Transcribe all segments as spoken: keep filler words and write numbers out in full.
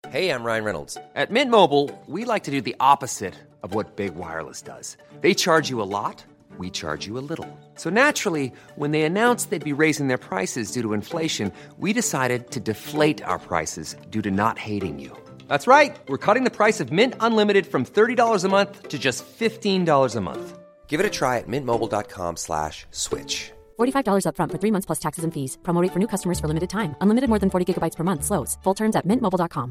Hey, I'm Ryan Reynolds. At Mint Mobile, we like to do the opposite of what Big Wireless does. They charge you a lot, we charge you a little. So naturally, when they announced they'd be raising their prices due to inflation, we decided to deflate our prices due to not hating you. That's right. We're cutting the price of Mint Unlimited from thirty dollars a month to just fifteen dollars a month. Give it a try at mintmobile.com slash switch. forty-five dollars up front for three months plus taxes and fees. Promo rate for new customers for limited time. Unlimited more than forty gigabytes per month. Slows full terms at mint mobile dot com.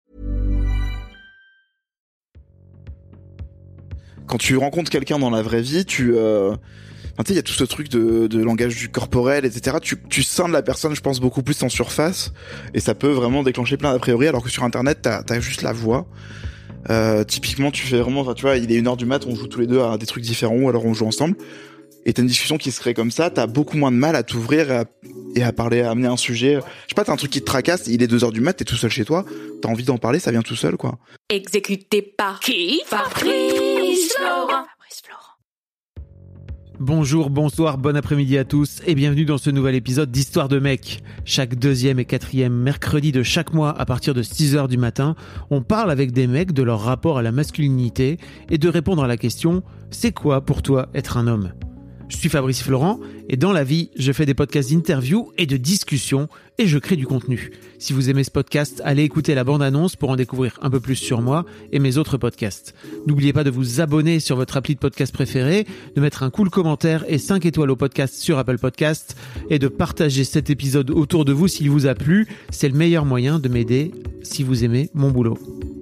Quand tu rencontres quelqu'un dans la vraie vie, tu... Euh... Enfin, tu sais, il y a tout ce truc de, de langage du corporel, et cetera. Tu, tu sens de la personne, je pense, beaucoup plus en surface, et ça peut vraiment déclencher plein d'a priori, alors que sur Internet, t'as, t'as juste la voix. Euh, typiquement, tu fais vraiment... Enfin, tu vois, il est une heure du mat, on joue tous les deux à des trucs différents, ou alors on joue ensemble. Et t'as une discussion qui se crée comme ça, t'as beaucoup moins de mal à t'ouvrir et à, et à parler, à amener un sujet. Je sais pas, t'as un truc qui te tracasse, il est deux heures du mat, t'es tout seul chez toi, t'as envie d'en parler, ça vient tout seul, quoi. Exécuté par qui? Fabrice Florent. Fabrice Florent. Bonjour, bonsoir, bon après-midi à tous et bienvenue dans ce nouvel épisode d'Histoire de mec. Chaque deuxième et quatrième mercredi de chaque mois à partir de six heures du matin, on parle avec des mecs de leur rapport à la masculinité et de répondre à la question « C'est quoi pour toi être un homme ?» Je suis Fabrice Florent et dans la vie, je fais des podcasts d'interviews et de discussions et je crée du contenu. Si vous aimez ce podcast, allez écouter la bande-annonce pour en découvrir un peu plus sur moi et mes autres podcasts. N'oubliez pas de vous abonner sur votre appli de podcast préféré, de mettre un cool commentaire et cinq étoiles au podcast sur Apple Podcasts et de partager cet épisode autour de vous s'il vous a plu. C'est le meilleur moyen de m'aider si vous aimez mon boulot.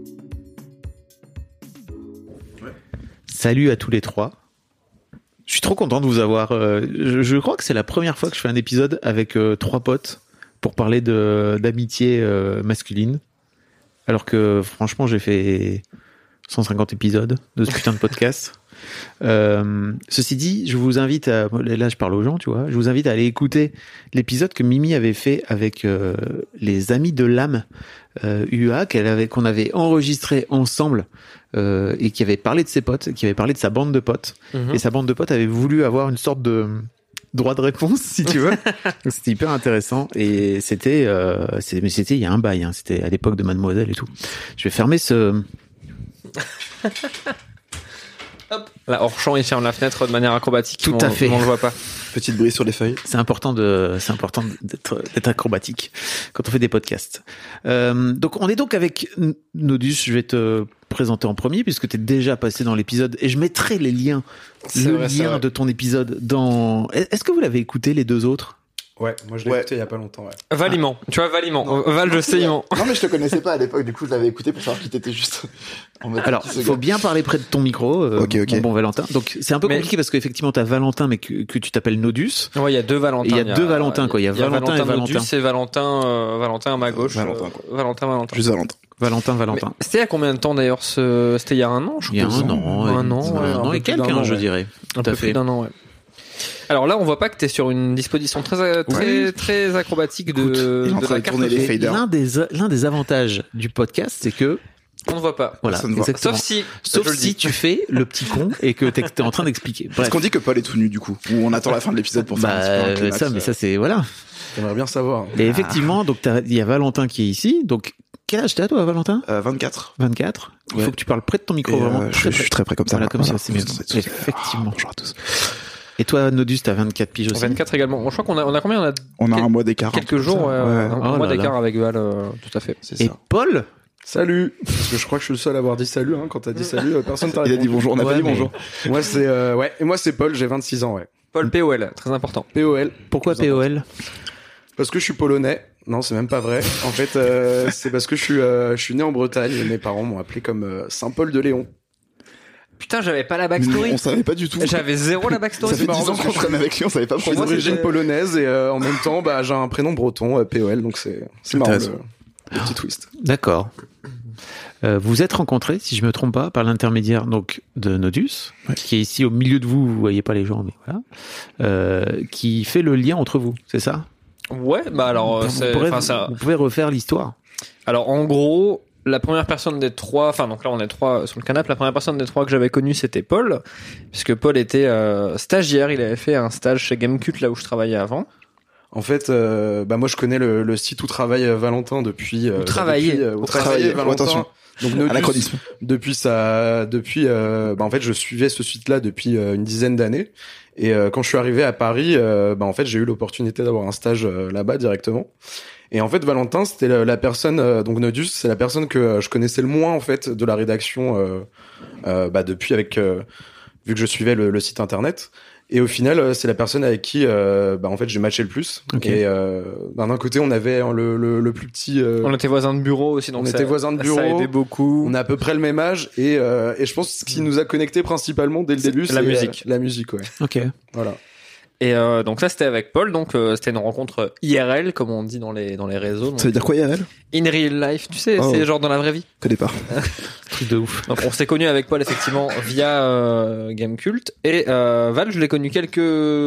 Ouais. Salut à tous les trois. Je suis trop content de vous avoir. Euh, je, je crois que c'est la première fois que je fais un épisode avec euh, trois potes pour parler de d'amitié euh, masculine. Alors que franchement, j'ai fait cent cinquante épisodes de ce putain de podcast. Euh, ceci dit, je vous invite à... Là, je parle aux gens, tu vois. Je vous invite à aller écouter l'épisode que Mimi avait fait avec euh, les Amis de l'âme euh, U A, qu'elle avait, qu'on avait enregistré ensemble euh, et qui avait parlé de ses potes, qui avait parlé de sa bande de potes. Mm-hmm. Et sa bande de potes avait voulu avoir une sorte de droit de réponse, si tu veux. C'était hyper intéressant et c'était, euh, c'était, mais c'était il y a un bail. Hein. C'était à l'époque de Mademoiselle et tout. Je vais fermer ce... Hop. Là, hors champ, il ferme la fenêtre de manière acrobatique. Tout on, à fait. On le voit pas. Petite brise sur les feuilles. C'est important de, c'est important d'être, d'être acrobatique quand on fait des podcasts. Euh, donc, on est donc avec Nodus. Je vais te présenter en premier puisque tu es déjà passé dans l'épisode et je mettrai les liens, c'est le vrai, lien de ton épisode dans. Est-ce que vous l'avez écouté les deux autres? Ouais, moi je l'ai ouais. écouté il y a pas longtemps. Ouais. Valiment, ah. Tu vois, Valiment. Non. Val, je sais, non, non, mais je te connaissais pas à l'époque, du coup je l'avais écouté pour savoir qui t'étais juste. Alors, il faut bien parler près de ton micro, euh, okay, okay. Mon bon Valentin. Donc, c'est un peu mais... compliqué parce qu'effectivement, t'as Valentin, mais que, que tu t'appelles Nodus. Ouais, il y a deux Valentins. Il y a, y a deux Valentins, quoi. Il y a, y a Valentin, Valentin et Valentin. Nodus et Valentin, euh, Valentin à ma gauche. Valentin, quoi. Euh, Valentin, Valentin. Juste Valentin. Valentin, Valentin. Mais c'était il y a combien de temps d'ailleurs ce... C'était il y a un an, je crois. Il y a un an. Un an, un an et quelques, je dirais. Un peu plus d'un an, ouais. Alors là, on voit pas que t'es sur une disposition très très ouais. très acrobatique de, Écoute, de la carte. Les l'un des l'un des avantages du podcast, c'est que on ne voit pas. Voilà, sauf si sauf si tu fais le petit con et que t'es, t'es en train d'expliquer. Est-ce qu'on dit que Paul est tout nu du coup, ou on attend la fin de l'épisode pour faire bah, un petit peu un ça, mais ça c'est voilà. J'aimerais bien savoir. Et effectivement, donc il y a Valentin qui est ici, donc. Quel âge t'as, toi, Valentin? euh, vingt-quatre. vingt-quatre. Il ouais. faut que tu parles près de ton micro, et vraiment. Euh, très je, près. je suis très près comme ça. Voilà, comme voilà. ça, c'est mieux. C'est effectivement. Bonjour à tous. Et toi, Nodus, t'as vingt-quatre piges aussi? vingt-quatre également. Bon, je crois qu'on a, on a combien? On a, on a quel... un mois d'écart. Quelques jours, ouais, ouais. un, oh un mois d'écart là. Avec Val, euh, tout à fait. C'est et ça. Paul? Salut. Parce que je crois que je suis le seul à avoir dit salut, hein. Quand t'as dit salut, personne t'a répondu. Il a dit bonjour, on a ouais, pas dit mais... bonjour. Moi, c'est, euh, ouais. Et moi, c'est Paul, j'ai vingt-six ans, ouais. Paul P O L, très important. P O L. Pourquoi P O L? Parce que je suis polonais. Non, c'est même pas vrai. En fait, euh, c'est parce que je suis, euh, je suis né en Bretagne et mes parents m'ont appelé comme euh, Saint-Paul de Léon. Putain, j'avais pas la backstory. On savait pas du tout. J'avais zéro la backstory. Ça fait dix ans qu'on traîne avec lui, on savait pas pourquoi. Je suis d'origine polonaise et euh, en même temps, bah, j'ai un prénom breton, euh, P O L, donc c'est, c'est marrant le, le petit twist. D'accord. Euh, vous êtes rencontrés, si je me trompe pas, par l'intermédiaire donc de Nodus, ouais. qui est ici au milieu de vous. Vous voyez pas les gens, mais voilà, euh, qui fait le lien entre vous. C'est ça? Ouais, bah alors, vous, c'est, pourrez, ça... vous pouvez refaire l'histoire. Alors, en gros, la première personne des trois, enfin, donc là, on est trois sur le canapé, la première personne des trois que j'avais connue, c'était Paul, puisque Paul était euh, stagiaire, il avait fait un stage chez Gamecult, là où je travaillais avant. En fait, euh, bah moi je connais le, le site où travaille Valentin depuis. Euh, Où travaillait. depuis, euh, où Où travaillait travaillait. Valentin. Attention. Donc Nodus, Anachronisme. depuis ça, depuis, euh, bah en fait je suivais ce site-là depuis euh, une dizaine d'années. Et euh, quand je suis arrivé à Paris, euh, bah en fait j'ai eu l'opportunité d'avoir un stage euh, là-bas directement. Et en fait Valentin c'était la, la personne, euh, donc Nodus c'est la personne que euh, je connaissais le moins en fait de la rédaction, euh, euh, bah depuis avec euh, vu que je suivais le, le site internet. Et au final, euh, c'est la personne avec qui, euh, bah, en fait, j'ai matché le plus. Okay. Et euh, bah, d'un côté, on avait le, le, le plus petit. Euh, On était voisins de bureau aussi, donc on ça, était voisins de bureau. Ça aidait beaucoup. on a à peu près le même âge. Et, euh, et je pense que ce qui nous a connectés principalement dès le C'est début, la c'est musique. euh, la musique, ouais. Ok. Voilà. Et euh, donc ça, c'était avec Paul. Donc euh, c'était une rencontre I R L, comme on dit dans les dans les réseaux. Donc, Ça veut dire quoi, I R L? in real life, tu sais, Oh. c'est genre dans la vraie vie. Que départ. Truc de ouf. Donc on s'est connu avec Paul effectivement via euh, Gamecult et euh, Val, je l'ai connu quelques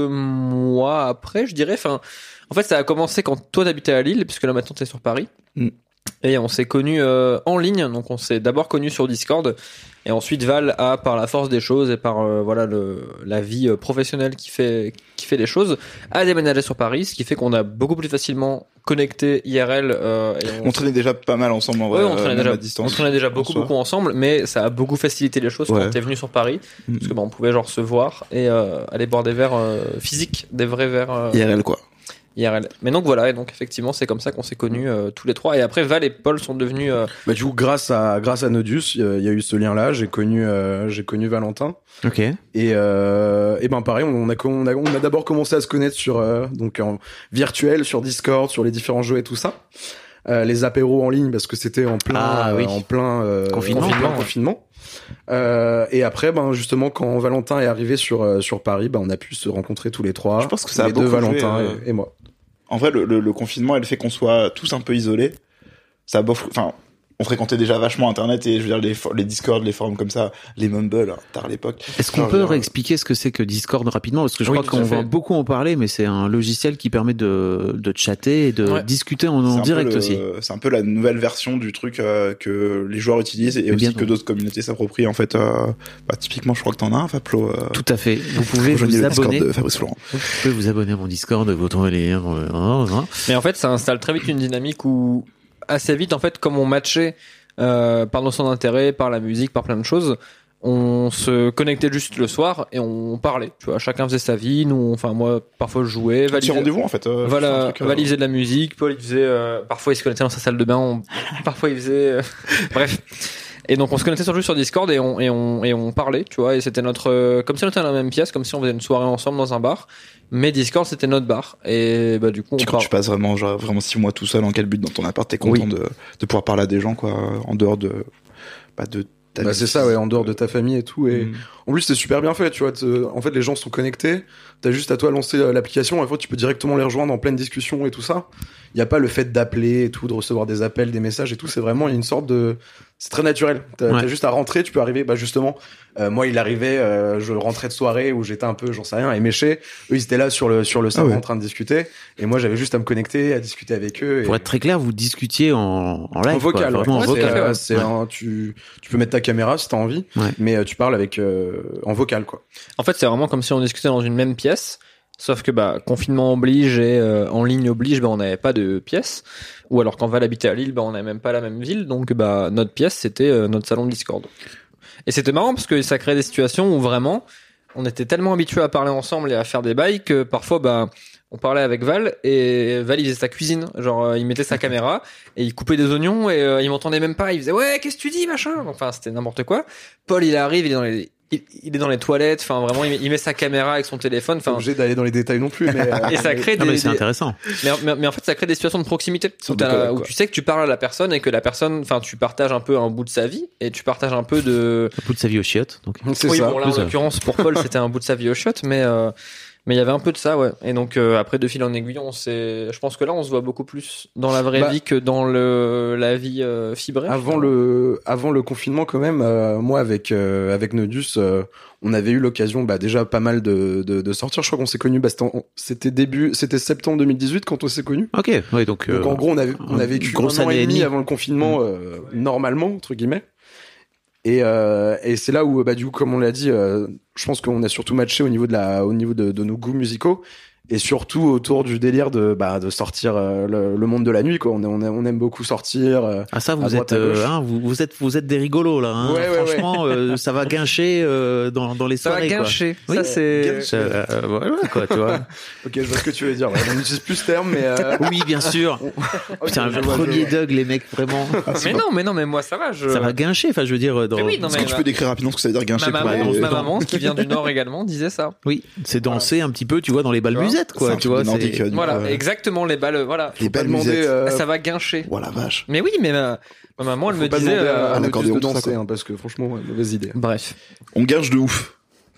mois après, je dirais. Enfin, en fait, ça a commencé quand toi t'habitais à Lille, puisque là maintenant t'es sur Paris. Mm. Et on s'est connu euh, en ligne. Donc on s'est d'abord connu sur Discord, et ensuite Val a, par la force des choses et par euh, voilà le la vie euh, professionnelle qui fait qui fait les choses, a déménagé sur Paris, ce qui fait qu'on a beaucoup plus facilement connecté I R L. Euh, et on On traînait déjà pas mal ensemble en vrai. Ouais, on traînait euh, déjà, même à distance. on traînait déjà beaucoup, en soi. beaucoup ensemble, mais ça a beaucoup facilité les choses Ouais. quand t'es venu sur Paris, Mm. parce que bah, on pouvait genre se voir et euh, aller boire des verres euh, physiques, des vrais verres euh, I R L quoi. I R L. Mais donc voilà, et donc effectivement c'est comme ça qu'on s'est connus euh, tous les trois, et après Val et Paul sont devenus. Euh, Bah du coup, grâce à grâce à Nodus, il y a eu ce lien-là. J'ai connu euh, j'ai connu Valentin. Ok. Et, euh, et ben pareil, on a on a, on a d'abord commencé à se connaître sur euh, donc en virtuel, sur Discord, sur les différents jeux et tout ça. Euh, les apéros en ligne parce que c'était en plein Ah, oui. euh, en plein euh, Confinement. en plein Confinement, ouais. confinement. Euh, et après ben justement quand Valentin est arrivé sur euh, sur Paris, ben on a pu se rencontrer tous les trois. Je pense que ça a les deux, beaucoup joué, Valentin euh, et, et moi. En vrai, le, le, le confinement et le fait qu'on soit tous un peu isolés, ça a beau, enfin, on fréquentait déjà vachement Internet et je veux dire les, for- les Discord, les forums comme ça, les Mumble, hein, tard à l'époque. Est-ce qu'on Non, peut je veux dire, réexpliquer ce que c'est que Discord rapidement? Parce que je Oui, crois tout à qu'on fait. va beaucoup en parler, mais c'est un logiciel qui permet de, de chatter et de Ouais. discuter en, c'est en un direct peu le- aussi. C'est un peu la nouvelle version du truc euh, que les joueurs utilisent et Mais bien aussi que donc. d'autres communautés s'approprient. En fait, euh, bah, typiquement, je crois que t'en as un, Faplo. Euh, Tout à fait. Vous pouvez rejoignez vous le Discord abonner. de Fabrice Florent. Vous pouvez vous abonner à mon Discord, vous tomber les liens. euh, hein, hein. Mais en fait, ça installe très vite une dynamique où assez vite, en fait, comme on matchait euh, par nos centres d'intérêt, par la musique, par plein de choses. On se connectait juste le soir et on parlait. Tu vois, chacun faisait sa vie. Nous, enfin moi, parfois je jouais. Val, Petit il faisait- rendez-vous en fait. euh, Voilà, juste un truc, euh, Val il faisait de la musique, Paul il faisait, euh, parfois il se connectait dans sa salle de bain, on- parfois il faisait, euh, bref. Et donc on se connectait sur juste sur Discord et on et on et on parlait, tu vois, et c'était notre, euh, comme si on était dans la même pièce, comme si on faisait une soirée ensemble dans un bar, mais Discord c'était notre bar et bah du coup on Tu, quand parle. tu passes vraiment, genre, vraiment six mois tout seul en quel but dans ton appart, t'es content Oui. de, de pouvoir parler à des gens, quoi, en dehors de, pas de ta Bah vie c'est ça, ouais, physique. en dehors de ta famille et tout. Et Mm. en plus, c'est super bien fait, tu vois. te- En fait, les gens sont connectés. T'as juste à toi lancer euh, l'application. Et fois, tu peux directement les rejoindre en pleine discussion et tout ça. Il y a pas le fait d'appeler et tout, de recevoir des appels, des messages et tout. C'est vraiment une sorte de, c'est très naturel. T'as Ouais. t'as juste à rentrer. Tu peux arriver, bah justement. euh, moi, il arrivait, euh, je rentrais de soirée où j'étais un peu, j'en sais rien, éméché. Eux, ils étaient là sur le sur le salon ouais. en train de discuter. Et moi, j'avais juste à me connecter, à discuter avec eux. Pour et... être très clair, vous discutiez en, en live. En vocal, quoi, ouais. vraiment en Ouais, vocal. c'est, euh, ouais. c'est Ouais. un, tu, tu peux mettre ta caméra si t'as envie, Ouais. mais euh, tu parles avec euh, en vocal, quoi. En fait, c'est vraiment comme si on discutait dans une même pièce, sauf que bah confinement oblige et euh, en ligne oblige, bah on n'avait pas de pièce. Ou alors quand Val habitait à Lille, bah on n'avait même pas la même ville, donc bah notre pièce c'était euh, notre salon de Discord. Et c'était marrant parce que ça créait des situations où vraiment on était tellement habitués à parler ensemble et à faire des bails que parfois bah on parlait avec Val et Val il faisait sa cuisine, genre euh, il mettait sa caméra et il coupait des oignons et euh, il m'entendait même pas, il faisait ouais qu'est-ce que tu dis machin, enfin c'était n'importe quoi. Paul il arrive, il est dans les il, il est dans les toilettes, enfin vraiment il met, il met sa caméra avec son téléphone, Pas enfin obligé d'aller dans les détails non plus, mais euh, et ça crée Non, des, mais c'est des- intéressant. mais, mais, mais en fait ça crée des situations de proximité où, Sorte t'as- de colloque, où quoi. tu sais que tu parles à la personne et que la personne, enfin tu partages un peu un bout de sa vie et tu partages un peu de Un bout de sa vie au chiottes. Donc. c'est oui ça. bon là en c'est ça. l'occurrence pour Paul c'était un bout de sa vie au shot, mais euh, mais il y avait un peu de ça, ouais. Et donc euh, après de fil en aiguille on s'est, je pense que là on se voit beaucoup plus dans la vraie Bah, vie que dans le la vie euh, fibrée. Avant le avant le confinement quand même, euh, moi avec euh, avec Nodus, euh, on avait eu l'occasion, bah déjà pas mal de de, de sortir. Je crois qu'on s'est connus, bah c'était, en- c'était début, c'était septembre deux mille dix-huit quand on s'est connus. Ok, ouais, donc. Donc euh, en gros on avait on a vécu grosse un an année et et demi demie. avant le confinement euh, normalement entre guillemets. Et, euh, et c'est là où, bah, du coup, comme on l'a dit, euh, je pense qu'on a surtout matché au niveau de la, au niveau de, de nos goûts musicaux. et surtout autour du délire de bah de sortir euh, le, le monde de la nuit quoi. On on, on aime beaucoup sortir. Euh, ah ça vous êtes euh, hein, vous, vous êtes vous êtes des rigolos là. Hein. Ouais, ouais, franchement, ouais. Euh, ça va guincher euh, dans dans les ça soirées. Ça va guincher. Quoi. Ça oui, c'est. Ça, euh, voilà quoi, tu vois. Ok, je vois ce que tu veux dire. Ouais, on n'utilise plus ce terme, mais. Euh... Oui, bien sûr. C'est un premier Doug, les mecs, vraiment. Ah, mais non, mais non, mais moi ça va. Je... Ça va guincher. Enfin, je veux dire. Dans... Oui, non, Est-ce que tu peux décrire rapidement ce que ça veut dire guincher? Ma maman, ma maman, qui vient du Nord également, disait ça. Oui, c'est danser un petit peu, tu vois, dans les balles musettes, quoi. Tu vois, c'est voilà, exactement les balles, voilà. Les balles musettes. Euh... Ça va guincher. Voilà, vache. Mais oui, mais ma, ma maman, elle Faut me pas disait euh, à l'accordéon de danser, hein, parce que franchement, ouais, mauvaise idée. Bref. On gage de ouf.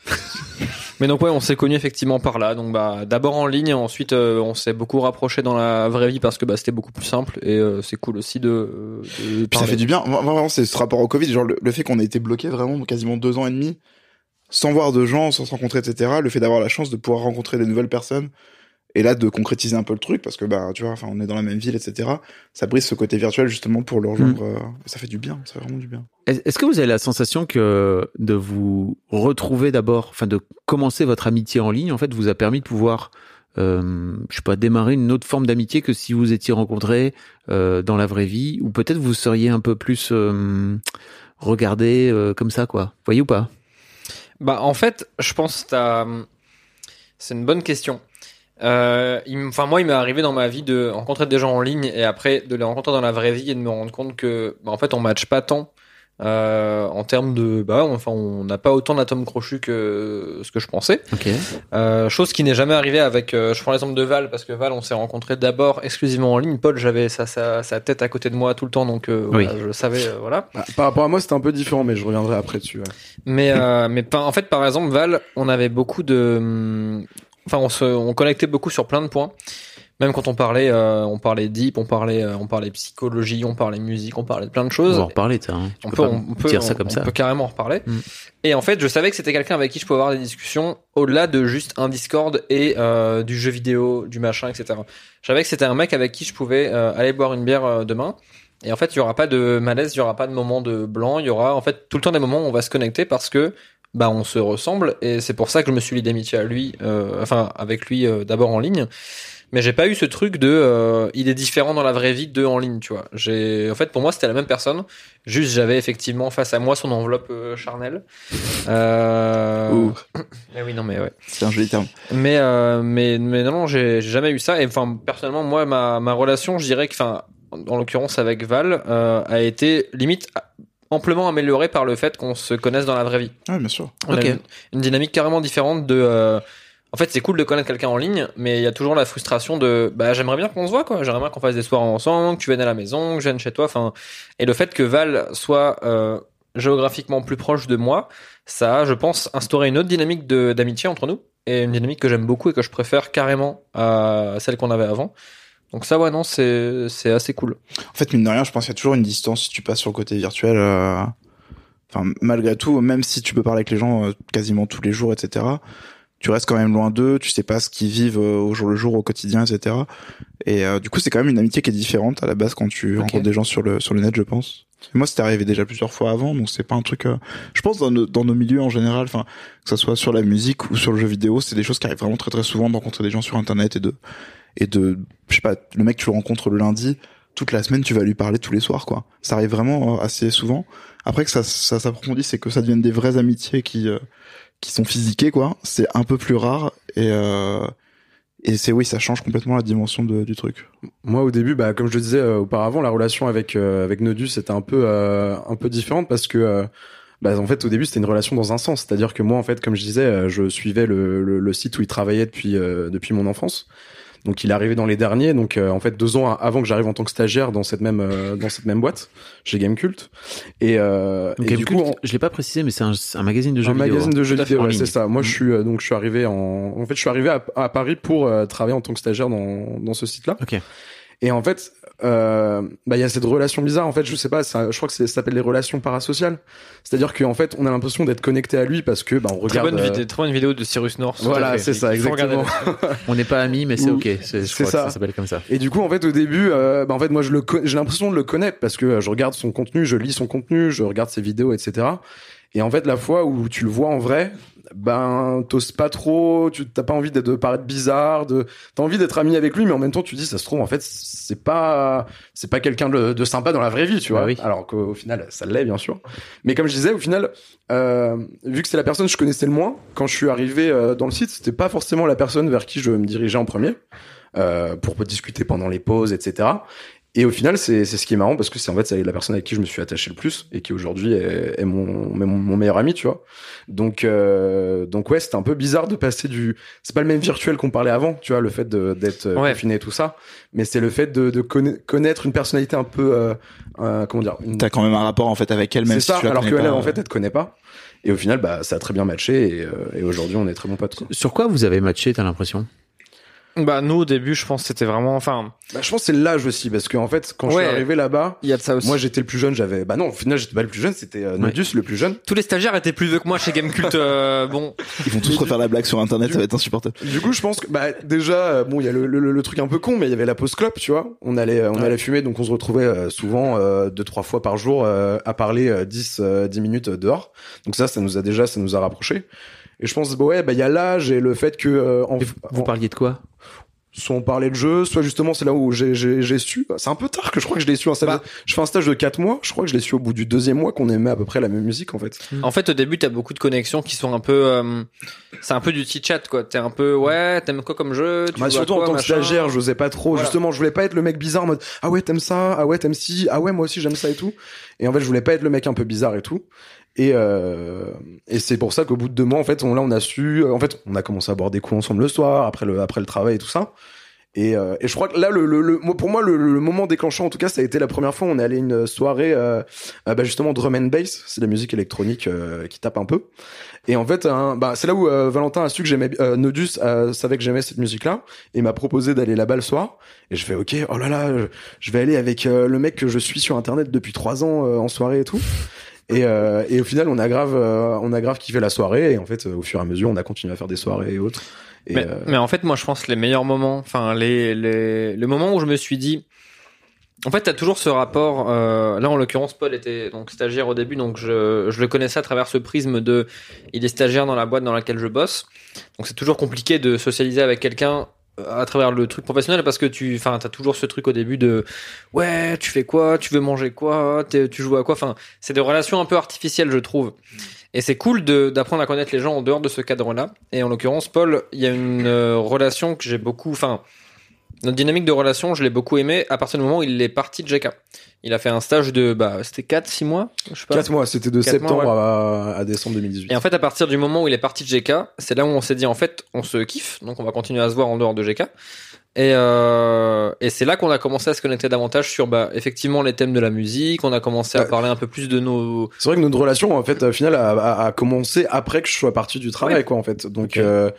Mais donc ouais, on s'est connus effectivement par là. Donc bah d'abord en ligne, ensuite euh, on s'est beaucoup rapproché dans la vraie vie parce que bah c'était beaucoup plus simple et euh, c'est cool aussi de. de Puis ça fait du bien. Vraiment, c'est ce rapport au Covid, genre le, le fait qu'on ait été bloqué vraiment quasiment deux ans et demi, sans voir de gens, sans se rencontrer, et cetera. Le fait d'avoir la chance de pouvoir rencontrer des nouvelles personnes. Et là, de concrétiser un peu le truc, parce que, bah, tu vois, enfin, on est dans la même ville, et cetera. Ça brise ce côté virtuel, justement, pour le rejoindre. Mmh. Euh, ça fait du bien, ça fait vraiment du bien. Est-ce que vous avez la sensation que de vous retrouver d'abord, enfin, de commencer votre amitié en ligne, en fait, vous a permis de pouvoir, euh, je sais pas, démarrer une autre forme d'amitié que si vous étiez rencontrés, euh, dans la vraie vie, ou peut-être vous seriez un peu plus, euh, regardé, euh, comme ça, quoi. Vous voyez ou pas? Bah, en fait, je pense que t'as, c'est une bonne question. Euh, enfin moi il m'est arrivé dans ma vie de rencontrer des gens en ligne et après de les rencontrer dans la vraie vie et de me rendre compte que bah, en fait on matche pas tant euh, en termes de bah enfin on n'a pas autant d'atomes crochus que ce que je pensais. Okay. Euh, chose qui n'est jamais arrivée avec euh, je prends l'exemple de Val parce que Val on s'est rencontrés d'abord exclusivement en ligne. Paul j'avais sa, sa, sa tête à côté de moi tout le temps donc euh, oui. voilà, je savais euh, voilà. Bah, par rapport à moi c'était un peu différent mais je reviendrai après dessus. Ouais. Mais euh, mais par, en fait par exemple Val on avait beaucoup de Enfin, on se, on connectait beaucoup sur plein de points. Même quand on parlait, euh, on parlait deep, on parlait, euh, on parlait psychologie, on parlait musique, on parlait de plein de choses. On va en reparler, ça. Hein. On peut, on peut dire ça on, comme on ça. peut carrément en reparler. Mm. Et en fait, je savais que c'était quelqu'un avec qui je pouvais avoir des discussions au-delà de juste un Discord et euh, du jeu vidéo, du machin, et cetera. Je savais que c'était un mec avec qui je pouvais euh, aller boire une bière euh, demain. Et en fait, il y aura pas de malaise, il y aura pas de moment de blanc, il y aura en fait tout le temps des moments où on va se connecter parce que bah on se ressemble et c'est pour ça que je me suis lié d'amitié à lui euh, enfin avec lui euh, d'abord en ligne mais j'ai pas eu ce truc de euh, il est différent dans la vraie vie de en ligne tu vois j'ai en fait pour moi c'était la même personne juste j'avais effectivement face à moi son enveloppe euh, charnelle euh... mais oui non mais ouais c'est un joli terme mais euh, mais mais non, non j'ai, j'ai jamais eu ça et enfin personnellement moi ma ma relation je dirais que enfin en l'occurrence avec Val euh, a été limite amplement amélioré par le fait qu'on se connaisse dans la vraie vie. Ouais, bien sûr. On okay. a une, une dynamique carrément différente de. Euh, en fait, c'est cool de connaître quelqu'un en ligne, mais il y a toujours la frustration de. Bah, j'aimerais bien qu'on se voit, quoi. J'aimerais bien qu'on fasse des soirs ensemble, que tu viennes à la maison, que je vienne chez toi. Enfin, et le fait que Val soit euh, géographiquement plus proche de moi, ça a, je pense, instauré une autre dynamique de d'amitié entre nous et une dynamique que j'aime beaucoup et que je préfère carrément à celle qu'on avait avant. Donc ça, ouais, non, c'est c'est assez cool. En fait, mine de rien, je pense qu'il y a toujours une distance si tu passes sur le côté virtuel. Euh... Enfin, malgré tout, même si tu peux parler avec les gens euh, quasiment tous les jours, et cetera, tu restes quand même loin d'eux, tu sais pas ce qu'ils vivent euh, au jour le jour, au quotidien, et cetera. Et euh, du coup, c'est quand même une amitié qui est différente à la base quand tu okay. rencontres des gens sur le sur le net, je pense. Et moi, c'était arrivé déjà plusieurs fois avant, donc c'est pas un truc. Euh... Je pense dans nos, dans nos milieux en général, enfin que ça soit sur la musique ou sur le jeu vidéo, c'est des choses qui arrivent vraiment très très souvent de rencontrer des gens sur Internet et de et de je sais pas, le mec tu le rencontres le lundi, toute la semaine tu vas lui parler tous les soirs quoi. Ça arrive vraiment assez souvent. Après que ça ça s'approfondisse, c'est que ça devienne des vraies amitiés qui euh, qui sont physiquées quoi. C'est un peu plus rare et euh, et c'est oui, ça change complètement la dimension de, du truc. Moi au début, bah comme je le disais euh, auparavant, la relation avec euh, avec Nodus était un peu euh, un peu différente parce que euh, bah en fait au début c'était une relation dans un sens, c'est-à-dire que moi en fait comme je disais, euh, je suivais le, le le site où il travaillait depuis euh, depuis mon enfance. Donc il est arrivé dans les derniers, donc euh, en fait deux ans avant que j'arrive en tant que stagiaire dans cette même euh, dans cette même boîte, chez Gamecult. Et, euh, et du coup, on... je l'ai pas précisé, mais c'est un, un magazine de jeux un vidéo. Un magazine de jeux vidéo, ouais, c'est ça. Moi, mmh. je suis euh, donc je suis arrivé en en fait je suis arrivé à, à Paris pour euh, travailler en tant que stagiaire dans dans ce site-là. Ok. Et en fait, euh, bah il y a cette relation bizarre. En fait, je sais pas, ça, je crois que c'est, ça s'appelle les relations parasociales. C'est-à-dire qu'en fait, on a l'impression d'être connecté à lui parce que bah on regarde. Très bonne, euh... vidéo, très bonne vidéo de Cyrus North. Voilà, c'est ça, exactement. On n'est pas amis, mais c'est ok. C'est, je c'est crois ça. Que ça s'appelle comme ça. Et du coup, en fait, au début, euh, bah en fait, moi, je le, con... j'ai l'impression de le connaître parce que je regarde son contenu, je lis son contenu, je regarde ses vidéos, et cetera. Et en fait, la fois où tu le vois en vrai, ben t'oses pas trop, tu t'as pas envie de, de paraître bizarre, de t'as envie d'être ami avec lui, mais en même temps tu dis ça se trouve en fait c'est pas c'est pas quelqu'un de, de sympa dans la vraie vie, tu vois. Bah oui. Alors qu'au final ça l'est bien sûr. Mais comme je disais, au final, euh, vu que c'est la personne que je connaissais le moins, quand je suis arrivé euh, dans le site, c'était pas forcément la personne vers qui je me dirigeais en premier euh, pour discuter pendant les pauses, et cetera. Et au final, c'est, c'est ce qui est marrant parce que c'est en fait c'est la personne avec qui je me suis attaché le plus et qui aujourd'hui est, est mon, mon, mon meilleur ami, tu vois. Donc, euh, donc ouais, c'était un peu bizarre de passer du. C'est pas le même virtuel qu'on parlait avant, tu vois, le fait de, d'être Ouais. confiné et tout ça, mais c'est le fait de, de conna- connaître une personnalité un peu, euh, euh, comment dire. Une... T'as quand même un rapport en fait avec elle, même C'est si ça. tu la Alors connais qu'elle, pas. en fait, elle te connaît pas. Et au final, bah, ça a très bien matché et, euh, et aujourd'hui, on est très bons potes, quoi. Sur quoi vous avez matché, t'as l'impression? Bah nous au début, je pense que c'était vraiment, enfin, Bah, je pense que c'est l'âge aussi parce qu'en fait, quand Ouais. je suis arrivé là-bas. il y a de ça aussi. Moi, j'étais le plus jeune, j'avais. Bah non, au final, j'étais pas le plus jeune, c'était euh, Nodus le plus jeune. Tous les stagiaires étaient plus vieux que moi chez Gamecult. euh, bon, Ils vont tous refaire la blague sur internet, ça va être insupportable. Du coup, je pense que bah déjà, euh, bon, il y a le, le, le truc un peu con, mais il y avait la pause clope, tu vois. On allait, on Ouais. allait fumer, donc on se retrouvait euh, souvent euh, deux, trois fois par jour euh, à parler euh, dix, euh, dix minutes euh, dehors. Donc ça, ça nous a déjà, ça nous a rapprochés. Et je pense, bah ouais, bah il y a l'âge et le fait que euh, en, Et vous, vous en- parliez de quoi? soit on parlait de jeu, soit justement c'est là où j'ai j'ai j'ai su. C'est un peu tard que je crois que je l'ai su. Un stage Bah. de- je fais un stage de quatre mois. Je crois que je l'ai su au bout du deuxième mois qu'on aimait à peu près la même musique en fait. en fait au début t'as beaucoup de connexions qui sont un peu, euh, c'est un peu du chit chat quoi. T'es un peu ouais, t'aimes quoi comme jeu, tu Bah, joues à surtout quoi, en tant que machin. stagiaire, j'osais pas trop. Voilà. Justement, je voulais pas être le mec bizarre en mode ah ouais t'aimes ça, ah ouais t'aimes ci, ah ouais moi aussi j'aime ça et tout. Et en fait, je voulais pas être le mec un peu bizarre et tout. Et euh, et c'est pour ça qu'au bout de deux mois, en fait, on là on a su. En fait, on a commencé à boire des coups ensemble le soir, après le après le travail et tout ça. Et, euh, et je crois que là, le, le, le, moi, pour moi, le, le moment déclenchant, en tout cas, ça a été la première fois où on est allé à une soirée, euh, euh, bah, justement, drum and bass. C'est de la musique électronique euh, qui tape un peu. Et en fait, hein, bah, c'est là où euh, Valentin a su que j'aimais, euh, Nodus euh, savait que j'aimais cette musique-là et m'a proposé d'aller là-bas le soir. Et je fais, ok, oh là là, je, je vais aller avec euh, le mec que je suis sur Internet depuis trois ans euh, en soirée et tout. Et, euh, et au final, on a grave, euh, on a grave kiffé la soirée. Et en fait, euh, au fur et à mesure, on a continué à faire des soirées et autres. Et, Mais, euh, mais en fait, moi, je pense que les meilleurs moments, enfin, les, les, le moment où je me suis dit, en fait, t'as toujours ce rapport. Euh, là, en l'occurrence, Paul était donc stagiaire au début, donc je, je le connaissais à travers ce prisme de, il est stagiaire dans la boîte dans laquelle je bosse. Donc, c'est toujours compliqué de socialiser avec quelqu'un à travers le truc professionnel parce que tu, enfin, t'as toujours ce truc au début de, ouais, tu fais quoi, tu veux manger quoi, t'es- tu joues à quoi. Enfin, c'est des relations un peu artificielles, je trouve. Et c'est cool de, d'apprendre à connaître les gens en dehors de ce cadre-là. Et en l'occurrence, Paul, il y a une euh, relation que j'ai beaucoup, enfin, notre dynamique de relation, je l'ai beaucoup aimée à partir du moment où il est parti de J K. Il a fait un stage de, bah, c'était quatre, six mois, je sais pas. Quatre mois, c'était de Quatre septembre mois, à, à décembre deux mille dix-huit. Et en fait, à partir du moment où il est parti de J K, c'est là où on s'est dit, en fait, on se kiffe, donc on va continuer à se voir en dehors de J K. Et, euh, et c'est là qu'on a commencé à se connecter davantage sur, bah, effectivement, les thèmes de la musique. On a commencé à Ouais. parler un peu plus de nos. C'est vrai que notre relation, en fait, au final, a, a, a commencé après que je sois parti du travail, Ouais. quoi, en fait. Donc, Ok. euh,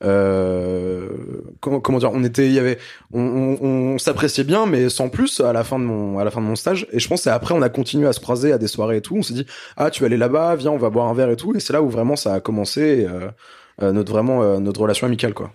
euh, comment, comment dire, on était, il y avait, on, on, on s'appréciait bien, mais sans plus à la fin de mon, à la fin de mon stage. Et je pense que c'est après, on a continué à se croiser à des soirées et tout. On s'est dit, ah, tu vas aller là-bas, viens, on va boire un verre et tout. Et c'est là où vraiment ça a commencé, et, euh, euh, notre vraiment, euh, notre relation amicale, quoi.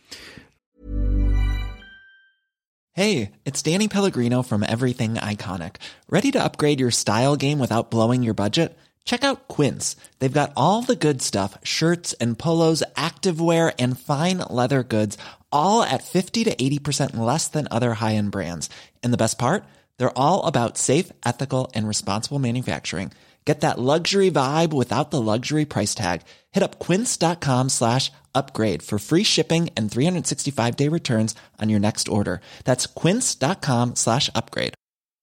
Hey, it's Danny Pellegrino from Everything Iconic. Ready to upgrade your style game without blowing your budget? Check out Quince. They've got all the good stuff, shirts and polos, activewear, and fine leather goods, all at fifty to eighty percent less than other high-end brands. And the best part? They're all about safe, ethical, and responsible manufacturing. Get that luxury vibe without the luxury price tag. Hit up quince.com slash upgrade for free shipping and three sixty-five day returns on your next order. That's quince.com slash upgrade.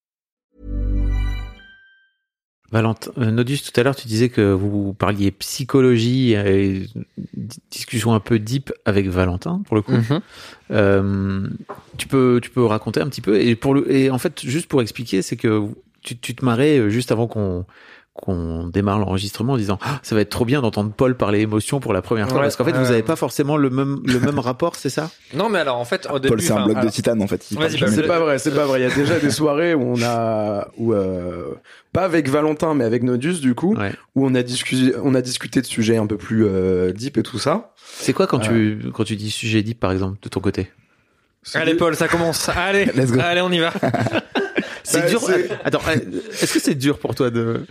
Valentin, euh, Nodus, tout à l'heure, tu disais que vous parliez psychologie et d- discussion un peu deep avec Valentin, pour le coup. Mhm. Euh, tu peux, tu peux raconter un petit peu et pour le, et en fait, juste pour expliquer, c'est que tu, tu te marrais juste avant qu'on, qu'on démarre l'enregistrement en disant ah, ça va être trop bien d'entendre Paul parler émotion pour la première fois Ouais, parce qu'en fait euh, vous avez pas forcément le même le même rapport, c'est ça? Non, mais alors, en fait, au début. Paul, c'est un enfin, bloc de alors- titane en fait. Il Vas-y, parle bah, jamais. C'est pas vrai, c'est pas vrai. Il y a déjà des soirées où on a, où euh, pas avec Valentin, mais avec Nodus du coup, Ouais. où on a discuté, on a discuté de sujets un peu plus euh, deep et tout ça. C'est quoi quand tu quand tu dis sujet deep par exemple de ton côté? Allez, Paul, ça commence. Allez, Let's go. allez, on y va. C'est Bah, dur. c'est- Attends, est-ce que c'est dur pour toi de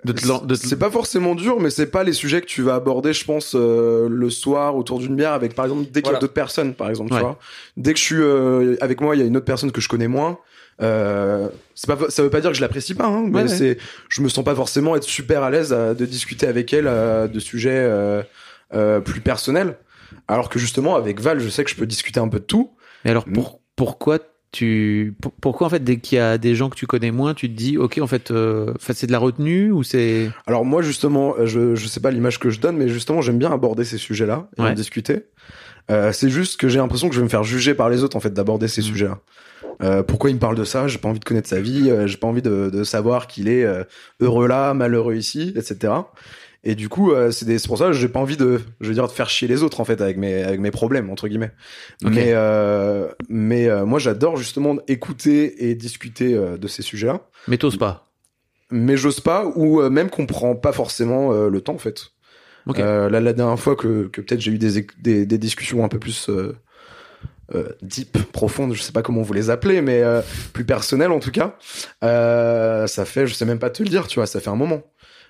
de te lan- de te- C'est pas forcément dur, mais c'est pas les sujets que tu vas aborder, je pense, euh, le soir autour d'une bière avec, par exemple, dès qu'il Voilà. y a d'autres personnes, par exemple, Ouais. tu vois. Dès que je suis euh, avec moi, il y a une autre personne que je connais moins. Euh, c'est pas, ça veut pas dire que je l'apprécie pas, hein, mais Ouais, ouais. c'est, je me sens pas forcément être super à l'aise à- de discuter avec elle euh, de sujets euh, euh, plus personnels. Alors que justement, avec Val, je sais que je peux discuter un peu de tout. Mais alors, pour, pourquoi tu, pour- pourquoi en fait, dès qu'il y a des gens que tu connais moins, tu te dis, ok, en fait, euh, en fait, c'est de la retenue ou c'est... Alors moi justement, euh, je je sais pas l'image que je donne, mais justement j'aime bien aborder ces sujets-là et Ouais. en discuter. Euh, c'est juste que j'ai l'impression que je vais me faire juger par les autres en fait d'aborder ces Mmh. sujets-là. Euh, pourquoi il me parle de ça? J'ai pas envie de connaître sa vie, euh, j'ai pas envie de, de savoir qu'il est euh, heureux là, malheureux ici, et cetera. Et du coup, euh, c'est des- c'est pour ça que j'ai pas envie de, je veux dire, de faire chier les autres en fait avec mes avec mes problèmes entre guillemets. Ok. Mais euh, mais euh, moi j'adore justement écouter et discuter euh, de ces sujets-là. Mais t'oses pas. Mais j'ose pas ou euh, même qu'on prend pas forcément euh, le temps en fait. Ok. Euh, là la dernière fois que, que peut-être j'ai eu des, éc- des des discussions un peu plus euh, euh, deep, profondes, je sais pas comment vous les appelez, mais euh, plus personnelles en tout cas. Euh, ça fait, je sais même pas te le dire, tu vois, ça fait un moment.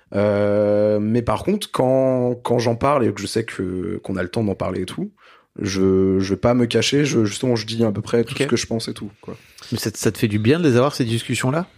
Euh, mais par contre, quand quand j'en parle et que je sais que qu'on a le temps d'en parler et tout, je je vais pas me cacher, je justement je dis à peu près tout Ok. ce que je pense et tout quoi. Mais ça, te- ça te fait du bien de les avoir, ces discussions-là?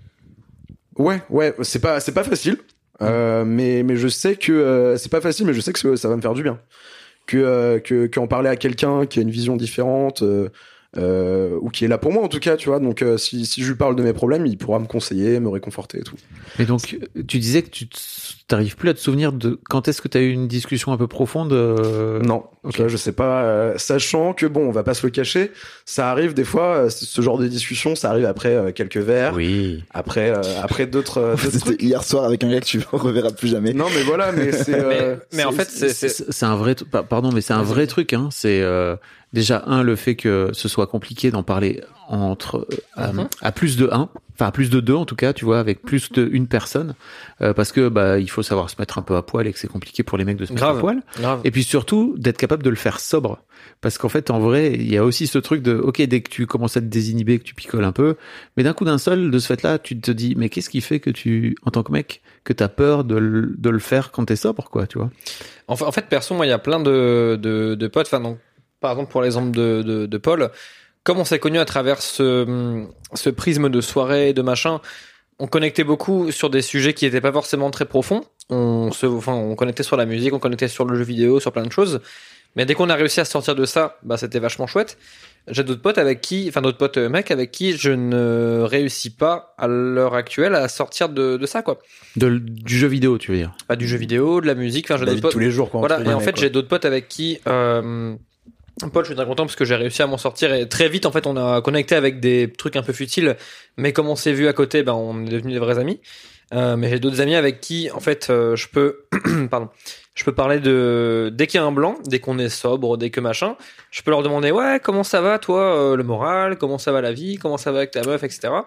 Ouais, ouais, c'est pas, c'est pas facile, euh, mais mais je sais que euh, c'est pas facile, mais je sais que ça va me faire du bien. Que euh, que qu'en parler à quelqu'un qui a une vision différente, euh, euh, ou qui est là pour moi en tout cas, tu vois. Donc euh, si si je lui parle de mes problèmes, il pourra me conseiller, me réconforter et tout. Mais donc, tu disais que tu te- t'arrives plus à te souvenir de quand est-ce que t'as eu une discussion un peu profonde euh... Non, ok. tu vois, je sais pas. euh, sachant que bon, on va pas se le cacher, ça arrive des fois. euh, ce genre de discussion, ça arrive après euh, quelques verres, Oui. après euh, après d'autres euh, d'autres C'était trucs. hier soir avec un gars que tu reverras plus jamais. Non, mais voilà, mais c'est. euh, Mais, mais en fait, c'est, c'est, C'est c'est un vrai, t- pa- pardon, mais c'est un vrai truc. Hein. C'est euh, déjà un le fait que ce soit compliqué d'en parler entre euh, à, Mhm. à plus de un, enfin à plus de deux en tout cas, tu vois, avec plus de une personne, euh, parce que bah il faut savoir se mettre un peu à poil et que c'est compliqué pour les mecs de se mettre Grave. à poil. grave. Et puis surtout d'être capable de le faire sobre, parce qu'en fait en vrai il y a aussi ce truc de ok dès que tu commences à te désinhiber, que tu picoles un peu, mais d'un coup d'un seul de ce fait-là tu te dis mais qu'est-ce qui fait que tu en tant que mec que t'as peur de le, de le faire quand t'es sobre quoi, tu vois. En fait, en fait, perso, moi, il y a plein de, de, de potes. Enfin, donc, par exemple, pour l'exemple de, de, de Paul, comme on s'est connus à travers ce, ce prisme de soirée, de machin, on connectait beaucoup sur des sujets qui n'étaient pas forcément très profonds. On se, enfin, on connectait sur la musique, on connectait sur le jeu vidéo, sur plein de choses. Mais dès qu'on a réussi à sortir de ça, bah, c'était vachement chouette. J'ai d'autres potes avec qui, enfin, d'autres potes euh, mecs avec qui je ne réussis pas à l'heure actuelle à sortir de, de ça, quoi. De, du jeu vidéo tu veux dire. Pas du jeu vidéo, de la musique, enfin, j'ai la d'autres vie de potes. tous les jours, quoi. Voilà, entre et en guillemets, fait, quoi. j'ai d'autres potes avec qui, euh, Paul, je suis très content parce que j'ai réussi à m'en sortir et très vite, en fait, on a connecté avec des trucs un peu futiles, mais comme on s'est vu à côté, ben, on est devenus des vrais amis. Euh, mais j'ai d'autres amis avec qui, en fait, euh, je peux, pardon, je peux parler de, dès qu'il y a un blanc, dès qu'on est sobre, dès que machin, je peux leur demander, ouais, comment ça va, toi, euh, le moral, comment ça va la vie, comment ça va avec ta meuf, et cetera.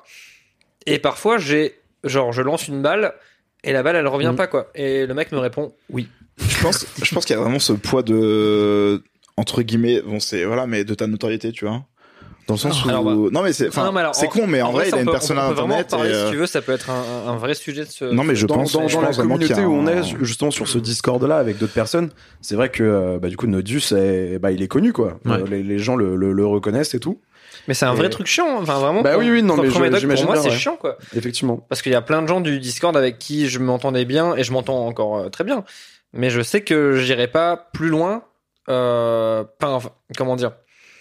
Et parfois, j'ai, genre, je lance une balle, et la balle, elle revient Mhm. pas, quoi. Et le mec me répond, oui. Je pense, je pense qu'il y a vraiment ce poids de, entre guillemets, bon, c'est, voilà, mais de ta notoriété, tu vois. Dans le sens où, Alors, bah, non, mais c'est, enfin, Non, mais alors, c'est con, mais en, vrai, il ça, a on une peut- personne on à peut vraiment en internet. parler, et, euh, si tu veux, ça peut être un, un vrai sujet de ce. Non, mais je dans, pense, dans, je dans la pense vraiment qu'il y communauté a où on un- est, justement sur ce Discord-là avec d'autres personnes, c'est vrai que euh, bah, du coup Nodus, est, bah, il est connu quoi. Ouais. Euh, les, les gens le, le, le reconnaissent et tout. Mais c'est un vrai Et- truc chiant, enfin vraiment. Bah pour- oui, oui, non, pour mais premier je- doc, j'imagine pour moi, bien, c'est ouais. chiant quoi. Effectivement. Parce qu'il y a plein de gens du Discord avec qui je m'entendais bien et je m'entends encore euh, très bien. Mais je sais que j'irai pas plus loin. Euh, pas- enfin, comment dire.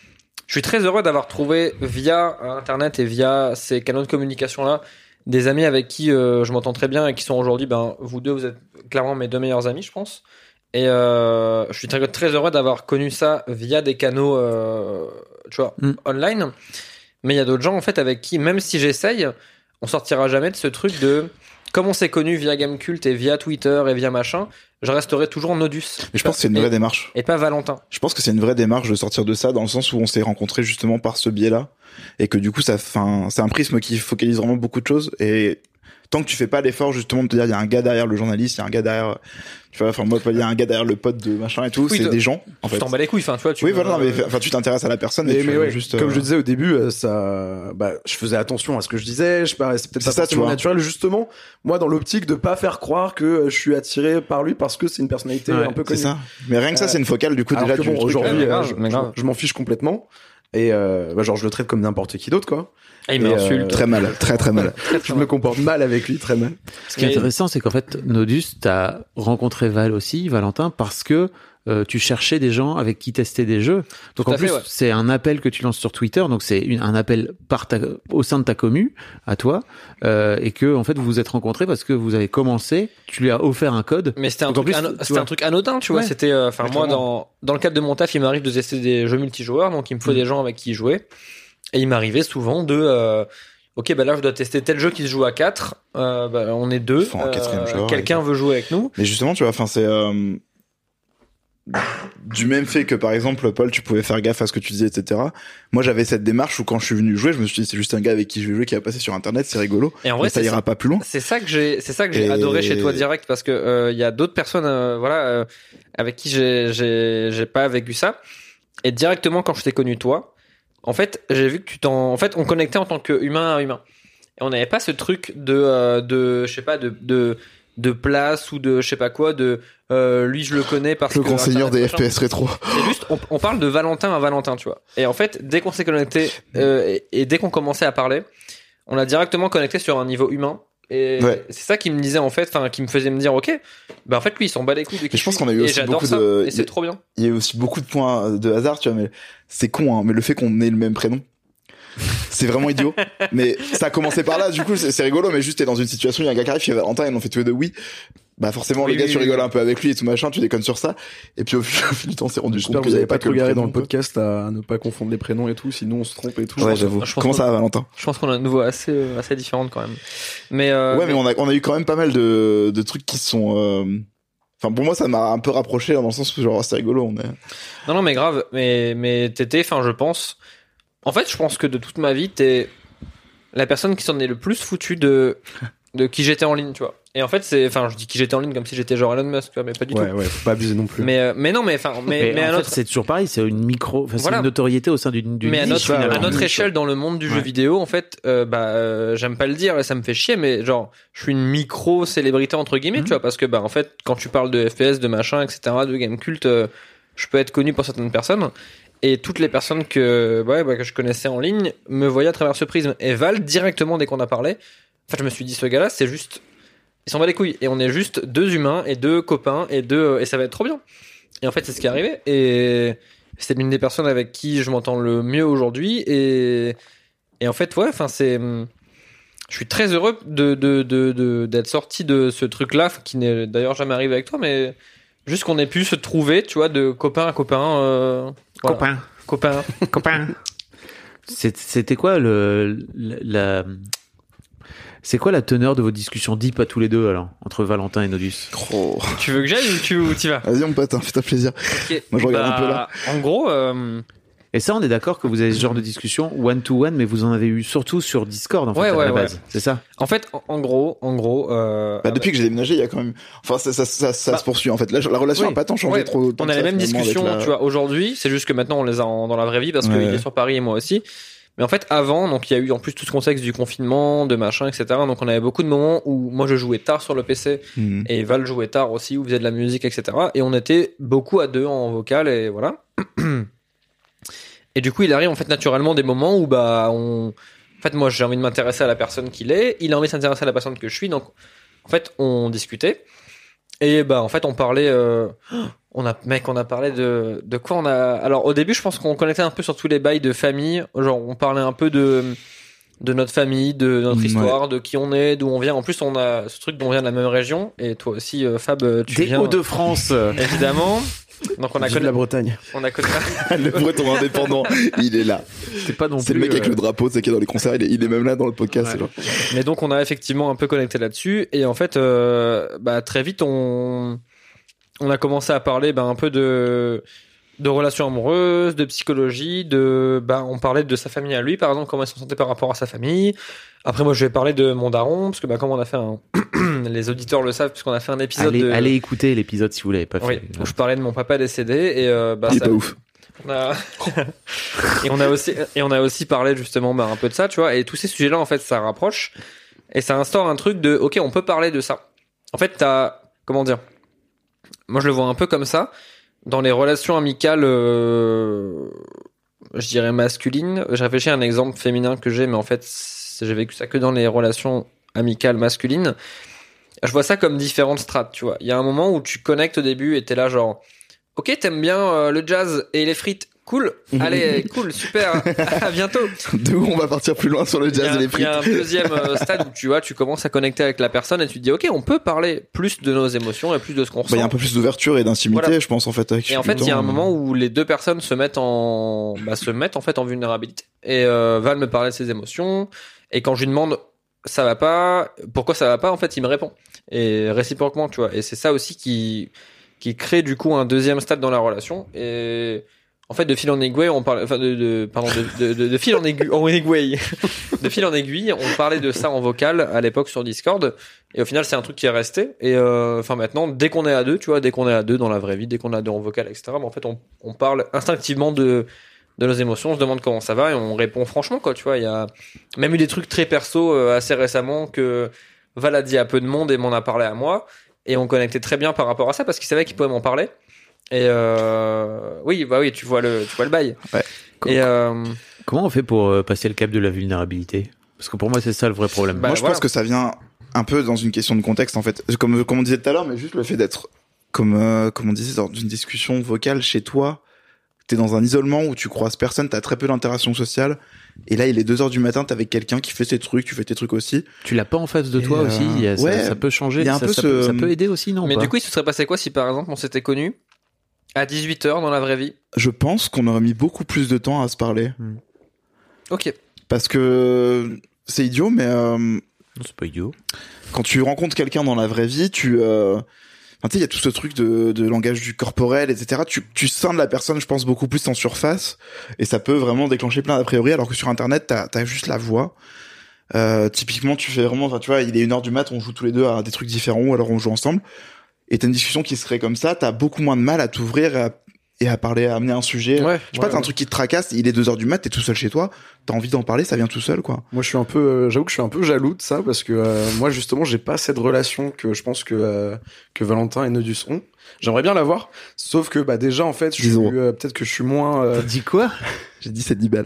Je suis très heureux d'avoir trouvé via Internet et via ces canaux de communication là des amis avec qui euh, je m'entends très bien et qui sont aujourd'hui, ben vous deux, vous êtes clairement mes deux meilleurs amis, je pense. Et euh, je suis très, très heureux d'avoir connu ça via des canaux, euh, tu vois, Mm. online. Mais il y a d'autres gens en fait avec qui, même si j'essaye, on sortira jamais de ce truc de comme on s'est connu via Gamecult et via Twitter et via machin, je resterai toujours Nodus. Mais je pense que c'est une Et- vraie démarche. Et pas Valentin. Je pense que c'est une vraie démarche de sortir de ça, dans le sens où on s'est rencontrés justement par ce biais-là, et que du coup, ça, enfin, c'est un prisme qui focalise vraiment beaucoup de choses, et tant que tu fais pas l'effort justement de te dire il y a un gars derrière le journaliste, il y a un gars derrière, tu vois, enfin moi il y a un gars derrière le pote de machin et tout, Oui, c'est de- des gens en Tu fait. t'en bats les couilles, enfin, tu vois. Tu Oui, me- voilà, non, mais enfin tu t'intéresses à la personne et Mais, tu mais fais ouais, juste. comme euh, je disais au début, euh, ça, bah, je faisais attention à ce que je disais. Je paraissais peut-être C'est pas ça, tu forcément vois. naturel, justement. Moi, dans l'optique de pas faire croire que euh, je suis attiré par lui parce que c'est une personnalité Ouais, un peu C'est connue. ça. Mais rien que ça, Euh, c'est une focale du coup Alors déjà que du bon, truc, aujourd'hui, mais euh, euh, grave, je, mais je- grave. je m'en fiche complètement. Et euh, bah, genre, je le traite comme n'importe qui d'autre, quoi. Ah, il Et, m'insulte. euh, très mal, très très mal. Je me comporte mal avec lui, très mal. Ce qui est Mais- intéressant, c'est qu'en fait, Nodus, t'as rencontré Val aussi, Valentin, parce que euh, tu cherchais des gens avec qui tester des jeux. Donc Tout en à fait, plus, ouais. c'est un appel que tu lances sur Twitter, donc c'est une- un appel par ta, au sein de ta commu, à toi, euh, et que en fait vous vous êtes rencontrés parce que vous avez commencé, tu lui as offert un code. Mais c'était un, Donc, en truc, plus, ano- tu c'était vois. un truc anodin, tu vois. Ouais. C'était, euh, enfin, Mais moi, clairement. dans, dans le cadre de mon taf, il m'arrive de tester des jeux multijoueurs, donc il me faut Mm. des gens avec qui jouer. Et il m'arrivait souvent de, euh, ok, bah là, je dois tester tel jeu qui se joue à quatre, euh, bah, on est deux, Faut un quatrième joueur, quelqu'un veut jouer avec nous. Mais justement, tu vois, enfin, c'est euh, du même fait que par exemple, Paul, tu pouvais faire gaffe à ce que tu disais, et cetera. Moi, j'avais cette démarche où quand je suis venu jouer, je me suis dit, c'est juste un gars avec qui je vais jouer qui va passer sur Internet, c'est rigolo. Et en Mais vrai, ça c'est ira ça. pas plus loin. C'est ça que j'ai, c'est ça que j'ai Et- adoré chez toi direct parce que euh, il y a d'autres personnes, euh, voilà, euh, avec qui j'ai, j'ai, j'ai pas vécu ça. Et directement quand je t'ai connu toi, en fait, j'ai vu que tu t'en, en fait, on connectait en tant qu'humain à humain. Et on n'avait pas ce truc de, euh, de, je sais pas, de, de, de place ou de, je sais pas quoi, de, euh, lui je le connais parce Le que grand seigneur Internet, des machin. F P S rétro. C'est juste, on, on parle de Valentin à Valentin, tu vois. Et en fait, dès qu'on s'est connecté euh, et, et dès qu'on commençait à parler, on a directement connecté sur un niveau humain. Et Ouais. c'est ça qui me disait en fait, enfin, qui me faisait me dire, ok, bah en fait lui il s'en bat les couilles de qui Mais je pense suis. qu'on a eu Et aussi j'adore beaucoup ça, de- et c'est trop bien. Il y a eu aussi beaucoup de points de hasard, tu vois, mais c'est con, hein, mais le fait qu'on ait le même prénom, c'est vraiment idiot. Mais ça a commencé par là, du coup, c'est c'est rigolo, mais juste t'es dans une situation, il y a un gars qui arrive, il y a Valentin, ils l'ont fait tous les deux oui. Bah forcément, Oui, le gars, oui, tu oui, rigoles oui. un peu avec lui et tout machin, tu déconnes sur ça. Et puis au fil, au fil du temps, c'est rendu J'espère compte que vous qu'il y avez pas que trop galéré dans prénom, le quoi. podcast à ne pas confondre les prénoms et tout, sinon on se trompe et tout. Ouais, j'avoue. je pense Comment qu'on- ça va, Valentin? Je pense qu'on a une voix assez, euh, assez différente quand même. Mais, euh, Ouais, mais on a, on a eu quand même pas mal de, de trucs qui sont, euh, enfin, pour moi, ça m'a un peu rapproché, dans le sens où, genre, c'est rigolo, on est, non, non, mais grave. Mais, mais t'étais, enfin, je pense. En fait, je pense que de toute ma vie, t'es la personne qui s'en est le plus foutu de, de qui j'étais en ligne, tu vois. Et en fait, c'est, enfin, je dis qui j'étais en ligne comme si j'étais genre Elon Musk, tu vois, mais pas du Ouais, tout. ouais, faut pas abuser non plus. Mais, euh, mais non, mais enfin, mais, Mais, mais, à en notre, fait, c'est toujours pareil, c'est une micro, enfin, c'est Voilà. une notoriété au sein d'une d'une mais à niche, notre, finalement. à notre Niche. échelle dans le monde du jeu Ouais. vidéo, en fait, euh, bah, euh, j'aime pas le dire et ça me fait chier, mais genre, je suis une micro célébrité entre guillemets, Mhm. tu vois, parce que bah, en fait, quand tu parles de F P S, de machin, et cetera, de game culte, euh, je peux être connu pour certaines personnes. Et toutes les personnes que, ouais, bah, que je connaissais en ligne me voyaient à travers ce prisme. Et Val, directement, dès qu'on a parlé, enfin, je me suis dit, ce gars-là, c'est juste, il s'en bat les couilles. Et on est juste deux humains et deux copains et deux, et ça va être trop bien. Et en fait, c'est ce qui est arrivé. Et c'est l'une des personnes avec qui je m'entends le mieux aujourd'hui. Et, et en fait, ouais, enfin, c'est, je suis très heureux de, de, de, de- d'être sorti de ce truc-là, qui n'est d'ailleurs jamais arrivé avec toi, mais juste qu'on ait pu se trouver, tu vois, de copain à copain, euh, voilà. Copain. Copain. Copain. C'est- C'était quoi le la, la- c'est quoi la teneur de vos discussions deep à tous les deux alors entre Valentin et Nodus? oh. Tu veux que j'aille ou tu ou t'y vas? Vas-y, mon pote, hein, fais-toi plaisir. Ok. Moi, je regarde Bah, un peu là. En gros, euh, Et ça, on est d'accord que vous avez ce genre de discussion one to one, mais vous en avez eu surtout sur Discord en fait Ouais, à ouais, la ouais. base. C'est ça? en fait, en, en gros, en gros, euh, Bah, depuis que j'ai déménagé, il y a quand même, enfin, ça, ça, ça, ça Bah, se poursuit, en fait. La, la relation oui. a pas tant changé Ouais, trop. tant on que a les ça, mêmes finalement, avec discussions, la- tu vois, aujourd'hui. C'est juste que maintenant, on les a en- dans la vraie vie parce Ouais. qu'il est sur Paris et moi aussi. Mais en fait, avant, donc il y a eu en plus tout ce contexte du confinement, de machin, et cetera. Donc on avait beaucoup de moments où moi je jouais tard sur le P C Mhm. et Val jouait tard aussi, ou faisait de la musique, et cetera. Et on était beaucoup à deux en vocal et voilà. Et du coup, il arrive en fait naturellement des moments où bah on, en fait moi j'ai envie de m'intéresser à la personne qu'il est, il a envie de s'intéresser à la personne que je suis, donc en fait on discutait et bah en fait on parlait, euh, on a mec on a parlé de de quoi on a. Alors au début je pense qu'on connectait un peu sur tous les bails de famille, genre on parlait un peu de de notre famille, de notre Ouais. histoire, de qui on est, d'où on vient. En plus on a ce truc dont on vient de la même région et toi aussi euh, Fab tu Des viens Hauts-de-France. évidemment. Donc on a Vive connu la Bretagne. on a connu Le breton indépendant, il est là. C'est pas non plus. C'est le mec avec euh, le drapeau, c'est qui est dans les concerts, il est, il est même là dans le podcast. Ouais. c'est genre. Mais donc on a effectivement un peu connecté là-dessus et en fait euh, bah très vite on on a commencé à parler bah, un peu de de relations amoureuses, de psychologie, de bah on parlait de sa famille à lui par exemple, comment il se sentait par rapport à sa famille. Après moi je vais parler de mon daron parce que bah comme on a fait un les auditeurs le savent puisqu'on a fait un épisode allez, de allez écouter l'épisode si vous l'avez pas fait. Oui, où je parlais de mon papa décédé et euh, bah Il est ça pas ouf. on a... et on a aussi et on a aussi parlé justement bah un peu de ça, tu vois, et tous ces sujets-là en fait ça rapproche et ça instaure un truc de OK, on peut parler de ça. En fait, t'as comment dire? Moi je le vois un peu comme ça. Dans les relations amicales, euh, je dirais masculines, je réfléchis à un exemple féminin que j'ai, mais en fait, j'ai vécu ça que dans les relations amicales masculines. Je vois ça comme différentes strates, tu vois. Il y a un moment où tu connectes au début et t'es là genre, ok, t'aimes bien euh, le jazz et les frites, cool, allez, cool, super, à bientôt. De où on va partir plus loin sur le Il y jazz a- et les Il y frites. a un deuxième euh, stade où tu vois, tu commences à connecter avec la personne et tu te dis, ok, on peut parler plus de nos émotions et plus de ce qu'on Bah, il y ressent. a un peu plus d'ouverture et d'intimité, Voilà. je pense, en fait. Avec Et en fait, le il y a temps. un moment où les deux personnes se mettent en, bah, se mettent en fait en vulnérabilité. Et euh, Val me parlait de ses émotions. Et quand je lui demande, ça va pas, pourquoi ça va pas, en fait, il me répond. Et réciproquement, tu vois. Et c'est ça aussi qui, qui crée du coup un deuxième stade dans la relation. Et en fait, de fil en aiguille, on parle, enfin, de, de pardon, de, de, de, de fil en aiguille, en aiguille, de fil en aiguille, on parlait de ça en vocal à l'époque sur Discord. Et au final, c'est un truc qui est resté. Et euh, enfin, maintenant, dès qu'on est à deux, tu vois, dès qu'on est à deux dans la vraie vie, dès qu'on est à deux en vocal, et cetera. Bah, en fait, on, on parle instinctivement de de nos émotions, on se demande comment ça va et on répond franchement, quoi. Tu vois, il y a même eu des trucs très perso euh, assez récemment que Val a dit à peu de monde et m'en a parlé à moi. Et on connectait très bien par rapport à ça parce qu'il savait qu'il pouvait m'en parler. Et euh, oui, bah oui, tu vois le, tu vois le bail. Ouais. Et euh, Comment on fait pour euh, passer le cap de la vulnérabilité? Parce que pour moi, c'est ça le vrai problème. Bah, Moi, je voilà. pense que ça vient un peu dans une question de contexte, en fait. Comme, comme on disait tout à l'heure, mais juste le fait d'être, comme, euh, comme on disait, dans une discussion vocale chez toi, t'es dans un isolement où tu croises personne, t'as très peu d'interactions sociales, et là, il est deux heures du matin, t'es avec quelqu'un qui fait ses trucs, tu fais tes trucs aussi. Tu l'as pas en face de Et toi euh, aussi. Il y a- ça, ouais, ça peut changer. il y a un ça, peu ça ce- peut, ça peut aider aussi, non? mais pas du coup, il se serait passé quoi si par exemple on s'était connus à dix-huit heures dans la vraie vie? Je pense qu'on aurait mis beaucoup plus de temps à se parler. Ok. Parce que c'est idiot, mais euh, Non, c'est pas idiot. quand tu rencontres quelqu'un dans la vraie vie, tu... Euh... Enfin, tu sais, il y a tout ce truc de, de langage du corporel, et cetera. Tu, tu sens de la personne, je pense, beaucoup plus en surface, et ça peut vraiment déclencher plein d'a priori, alors que sur Internet, t'as, t'as juste la voix. Euh, typiquement, tu fais vraiment... Enfin, tu vois, il est une heure du mat, on joue tous les deux à des trucs différents, ou alors on joue ensemble, et t'as une discussion qui se crée comme ça, t'as beaucoup moins de mal à t'ouvrir et à, et à parler, à amener un sujet. Ouais, Je sais pas, ouais, t'as un ouais. truc qui te tracasse, il est deux heures du mat, t'es tout seul chez toi, t'as envie d'en parler, ça vient tout seul, quoi. Moi, je suis un peu, euh, j'avoue que je suis un peu jaloux de ça parce que euh, moi, justement, j'ai pas cette relation que je pense que euh, que Valentin et Nodus ont. J'aimerais bien l'avoir, sauf que bah déjà en fait, je suis dix euros. euh, peut-être que je suis moins, euh, T'as dit quoi? J'ai dit c'est dix balles.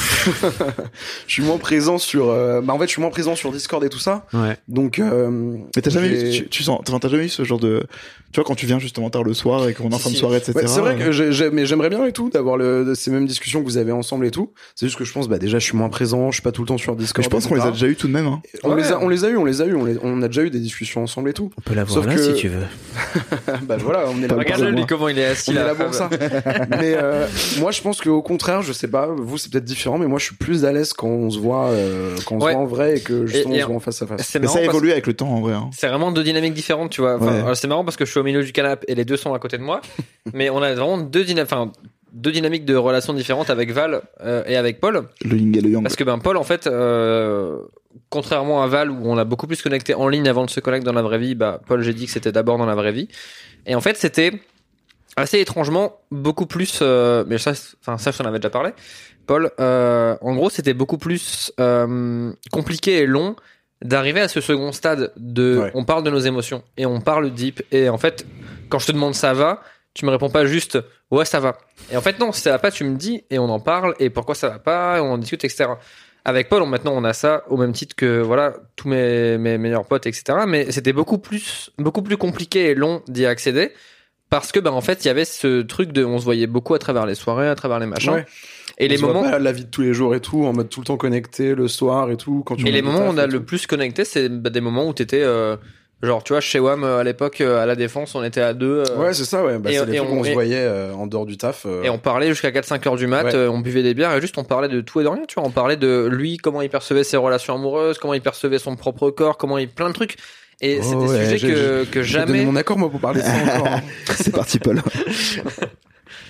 je suis moins présent sur, euh, bah en fait, je suis moins présent sur Discord et tout ça. Ouais. Donc, euh, Mais t'as jamais j'ai- eu, tu, tu sens, t'as t'as jamais eu ce genre de, tu vois, quand tu viens justement tard le soir et qu'on est en Si, fin de si. soirée, et cetera. Ouais, c'est vrai euh, que j'ai, j'ai- mais j'aimerais bien et tout d'avoir le, de ces mêmes discussions que vous avez ensemble et tout. C'est juste que je pense, bah déjà, je suis moins présent, je suis pas tout le temps sur Discord. Mais je pense qu'on les a et cetera. déjà eu tout de même, hein. On Ouais. les a, on les a eu, on les a eu, on, les- on a déjà eu des discussions ensemble et tout. On peut l'avoir Sauf là que- si tu veux. bah voilà, on est là. Regarde-le, moi. lui, comment il est assis On est là. là pour ça. Mais euh, moi, je pense qu'au contraire, je sais pas, vous c'est peut-être différent, mais moi, je suis plus à l'aise quand on se voit, euh, quand on se Ouais. voit en vrai et que justement Et- et on se voit en face à face. C'est Mais marrant ça parce- évolue avec le temps, en vrai, hein. C'est vraiment deux dynamiques différentes, tu vois. Enfin, Ouais. alors, c'est marrant parce que je suis au milieu du canapé et les deux sont à côté de moi. Mais on a vraiment deux, dyna- enfin, deux dynamiques de relations différentes avec Val euh, et avec Paul. Le yin et le yang. Parce que ben Paul, en fait, euh, contrairement à Val où on a beaucoup plus connecté en ligne avant de se connecter dans la vraie vie, bah Paul, j'ai dit que c'était d'abord dans la vraie vie. Et en fait, c'était assez étrangement beaucoup plus. Euh, mais ça, c'est- enfin ça, je t'en avais déjà parlé. Paul, euh, en gros, c'était beaucoup plus euh, compliqué et long d'arriver à ce second stade de Ouais. on parle de nos émotions et on parle deep et en fait quand je te demande ça va tu me réponds pas juste ouais ça va et en fait non si ça va pas tu me dis et on en parle et pourquoi ça va pas et on en discute etc. Avec Paul on, maintenant on a ça au même titre que voilà tous mes, mes meilleurs potes etc. Mais c'était beaucoup plus beaucoup plus compliqué et long d'y accéder parce que bah en fait il y avait ce truc de on se voyait beaucoup à travers les soirées à travers les machins Ouais. et On les se voit moments pas la vie de tous les jours et tout, en mode tout le temps connecté le soir et tout. Quand tu Et rentres les du moments où taf on a et le tout. plus connecté, c'est bah, des moments où t'étais, euh, genre, tu vois, chez W A M euh, à l'époque, euh, à la Défense, on était à deux. euh, Ouais, c'est ça, ouais. Bah, et- c'est les et trucs on- où on se et- voyait euh, en dehors du taf. euh, Et on parlait jusqu'à quatre cinq heures du mat, Ouais. euh, on buvait des bières et juste on parlait de tout et de rien, tu vois. On parlait de lui, comment il percevait ses relations amoureuses, comment il percevait son propre corps, comment il. Plein de trucs. Et Oh c'est des ouais, sujets j'ai- que, que j'ai donné jamais. mon accord, moi, pour parler de ça encore. hein. C'est parti, Paul.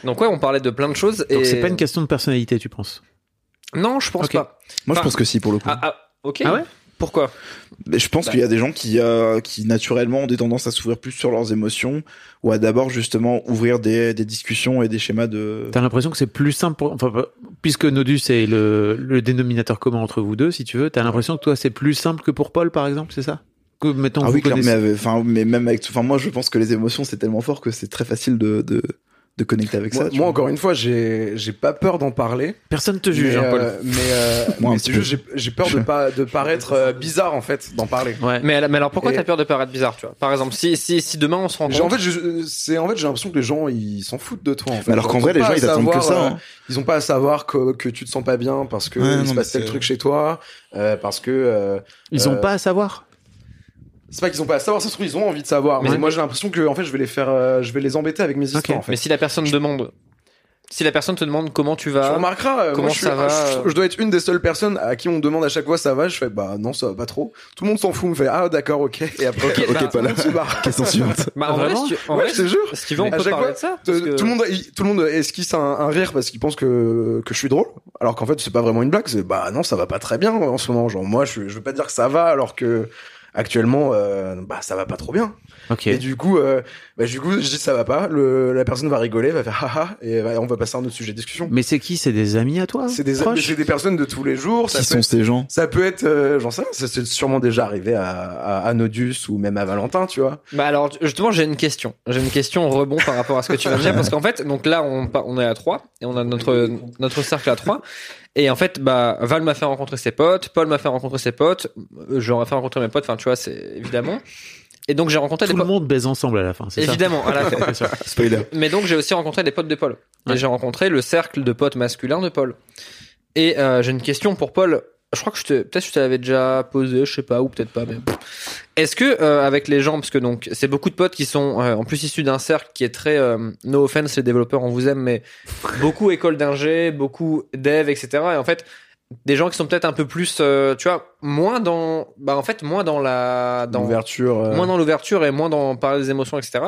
Donc ouais, on parlait de plein de choses. Donc et... c'est pas une question de personnalité, tu penses? Non, je pense okay. pas. Moi, enfin... je pense que si, pour le coup. Ah, ah ok. Ah ouais? Pourquoi? Mais je pense bah. qu'il y a des gens qui, euh, qui naturellement ont des tendances à s'ouvrir plus sur leurs émotions ou à d'abord justement ouvrir des, des discussions et des schémas de... T'as l'impression que c'est plus simple pour... Enfin, puisque Nodus est le, le dénominateur commun entre vous deux, si tu veux, t'as l'impression que toi c'est plus simple que pour Paul, par exemple, c'est ça? Que, mettons, ah vous oui, connaissez... clair, mais, enfin, mais même avec... Enfin, moi, je pense que les émotions, c'est tellement fort que c'est très facile de... de... de connecter avec moi, ça. Moi, encore une fois, j'ai j'ai pas peur d'en parler. Personne te juge, mais, hein, Paul. Euh, mais euh, moi, mais c'est juste, j'ai j'ai peur de pas de paraître euh, bizarre en fait d'en parler. Ouais. Mais, mais alors pourquoi Et... t'as peur de paraître bizarre, tu vois? Par exemple, si si si demain on se rend compte. En fait, je, c'est en fait j'ai l'impression que les gens ils s'en foutent de toi. En fait. Mais alors qu'en vrai, les gens ils attendent que ça. Hein. Euh, ils ont pas à savoir que que tu te sens pas bien parce que ouais, il se passe tel truc chez toi, euh, parce que euh, ils ont euh, pas à savoir. C'est pas qu'ils ont pas à savoir, ça se trouve ils ont envie de savoir. Mais, mais moi j'ai l'impression que en fait je vais les faire, euh, je vais les embêter avec mes histoires. Okay. En fait. Mais si la personne je... demande, si la personne te demande comment tu vas, tu remarqueras. Euh, comment moi, je, ça suis, va. Je, je dois être une des seules personnes à qui on demande à chaque fois ça va. Je fais bah non ça va pas trop. Tout le monde s'en fout, me fait ah d'accord ok et après ok, ok bah, pas là. Question suivante. Bah en vrai, si tu, en ouais, vrai, je te jure. Si tu veux, on peut parler fois, de ça. Tout, que... tout le monde, tout le monde esquisse un, un rire parce qu'il pense que que je suis drôle, alors qu'en fait c'est pas vraiment une blague. C'est bah non ça va pas très bien en ce moment. Genre moi je je veux pas dire que ça va alors que actuellement euh, bah ça va pas trop bien. Okay. Et du coup euh, bah du coup je dis ça va pas, le la personne va rigoler, va faire haha et bah, on va passer à un autre sujet de discussion. Mais c'est qui? C'est des amis à toi? C'est des c'est des personnes de tous les jours. Qui sont être, ces gens? Ça peut être euh, j'en sais rien, ça c'est sûrement déjà arrivé à, à à Nodus ou même à Valentin, tu vois. Bah alors justement j'ai une question, j'ai une question rebond par rapport à ce que tu viens de dire parce qu'en fait donc là on on est à trois et on a notre notre cercle à trois. Et en fait, bah, Val m'a fait rencontrer ses potes, Paul m'a fait rencontrer ses potes, j'aurais fait rencontrer mes potes, enfin, tu vois, c'est évidemment. Et donc, j'ai rencontré tout des le potes. monde baise ensemble à la fin, c'est évidemment, ça? à la fin. Spoiler. Mais donc, j'ai aussi rencontré des potes de Paul. Ouais. Et j'ai rencontré le cercle de potes masculins de Paul. Et, euh, j'ai une question pour Paul. Je crois que je te, peut-être je te l'avais déjà posé, je sais pas, ou peut-être pas, mais. Est-ce que, euh, avec les gens, parce que donc, c'est beaucoup de potes qui sont, euh, en plus issus d'un cercle qui est très, euh, no offense, les développeurs, on vous aime, mais beaucoup école d'ingé, beaucoup dev, et cetera. Et en fait, des gens qui sont peut-être un peu plus euh, tu vois moins dans bah en fait moins dans la dans l'ouverture euh... moins dans l'ouverture et moins dans parler des émotions etc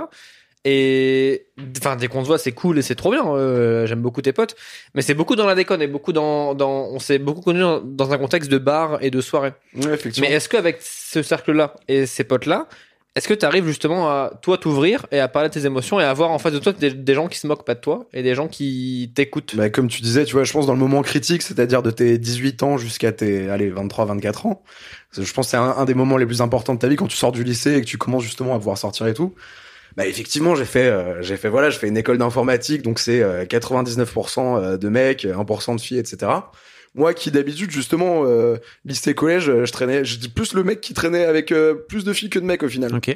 et enfin dès qu'on se voit c'est cool et c'est trop bien euh, j'aime beaucoup tes potes mais c'est beaucoup dans la déconne et beaucoup dans dans on s'est beaucoup connu dans, dans un contexte de bar et de soirée. Ouais, effectivement. Mais est-ce qu'avec ce cercle là et ces potes là est-ce que tu arrives justement à toi t'ouvrir et à parler de tes émotions et à avoir en face de toi des, des gens qui se moquent pas de toi et des gens qui t'écoutent? Bah, comme tu disais, tu vois, je pense dans le moment critique, c'est-à-dire de tes dix-huit ans jusqu'à tes, allez, vingt-trois, vingt-quatre ans. Je pense que c'est un, un des moments les plus importants de ta vie quand tu sors du lycée et que tu commences justement à pouvoir sortir et tout. Bah, effectivement, j'ai fait, euh, j'ai fait, voilà, j'ai fait une école d'informatique, donc c'est euh, quatre-vingt-dix-neuf pour cent de mecs, un pour cent de filles, et cetera. Moi qui d'habitude justement euh, lycée collège je traînais je dis plus le mec qui traînait avec euh, plus de filles que de mecs au final. Ok. Et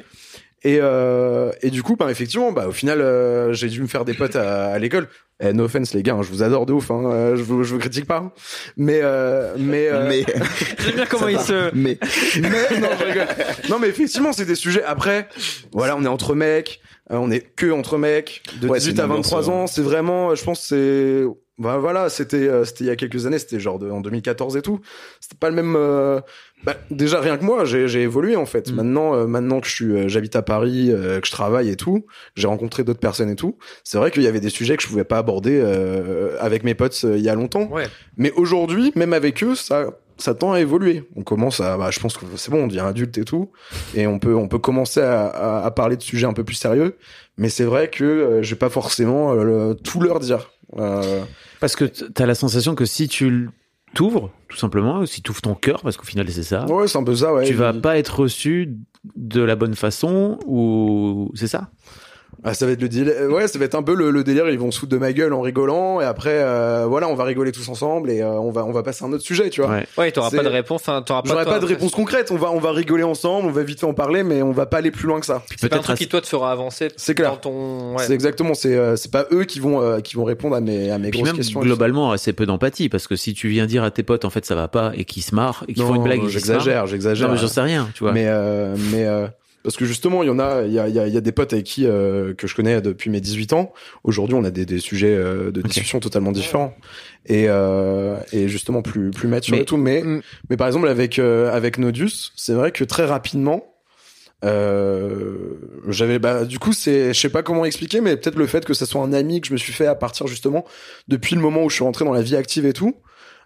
euh, et du coup bah effectivement bah au final euh, j'ai dû me faire des potes à, à l'école. Eh, no offense les gars, hein, je vous adore de ouf hein, euh, je vous je vous critique pas. Hein. Mais euh, mais euh... mais j'aime bien comment il se mais mais non je rigole. Non mais effectivement c'est des sujets après voilà, on est entre mecs, euh, on est que entre mecs de ouais, dix-huit à vingt-trois ans, c'est vraiment je pense c'est bah voilà, c'était euh, c'était il y a quelques années, c'était genre de, en deux mille quatorze et tout. C'était pas le même euh, bah, déjà rien que moi, j'ai j'ai évolué en fait. Mmh. Maintenant euh, maintenant que je suis euh, j'habite à Paris, euh, que je travaille et tout, j'ai rencontré d'autres personnes et tout. C'est vrai qu'il y avait des sujets que je pouvais pas aborder euh, avec mes potes euh, il y a longtemps. Ouais. Mais aujourd'hui, même avec eux, ça ça tend à évoluer. On commence à bah je pense que c'est bon, on devient adulte et tout et on peut on peut commencer à à, à parler de sujets un peu plus sérieux, mais c'est vrai que euh, je vais pas forcément euh, le, tout leur dire. Euh... Parce que t'as la sensation que si tu t'ouvres, tout simplement, si tu ouvres ton cœur, parce qu'au final c'est ça. Ouais, c'est un peu ça, ouais. Tu vas pas être reçu de la bonne façon, ou c'est ça? Ah, ça va être le délire. Ouais, ça va être un peu le, le délire. Ils vont se foutre de ma gueule en rigolant, et après, euh, voilà, on va rigoler tous ensemble et euh, on va, on va passer à un autre sujet, tu vois. Ouais, ouais t'auras c'est... pas de réponse. Enfin, t'auras pas. J'aurai pas de réponse concrète. On va, on va rigoler ensemble, on va vite fait en parler, mais on va pas aller plus loin que ça. Puis c'est pas un truc qui toi te fera avancer. C'est clair. Dans ton... ouais. C'est exactement. C'est, euh, c'est pas eux qui vont, euh, qui vont répondre à mes, à mes Puis grosses même, questions. Globalement, assez peu d'empathie, parce que si tu viens dire à tes potes, en fait, ça va pas, et qu'ils se marrent, et qu'ils non, font une blague, non, j'exagère, j'exagère. Non, mais j'en sais rien, tu vois. Mais, euh, mais. Euh... Parce que justement, il y en a, il y a, il y a, il y a des potes avec qui euh, que je connais depuis mes dix-huit ans. Aujourd'hui, on a des, des sujets euh, de discussion okay. totalement différents et euh, et justement plus plus matures et tout. Mais mm. mais par exemple avec euh, avec Nodus, c'est vrai que très rapidement, Euh, j'avais bah du coup c'est je sais pas comment expliquer, mais peut-être le fait que ça soit un ami que je me suis fait à partir justement depuis le moment où je suis rentré dans la vie active et tout.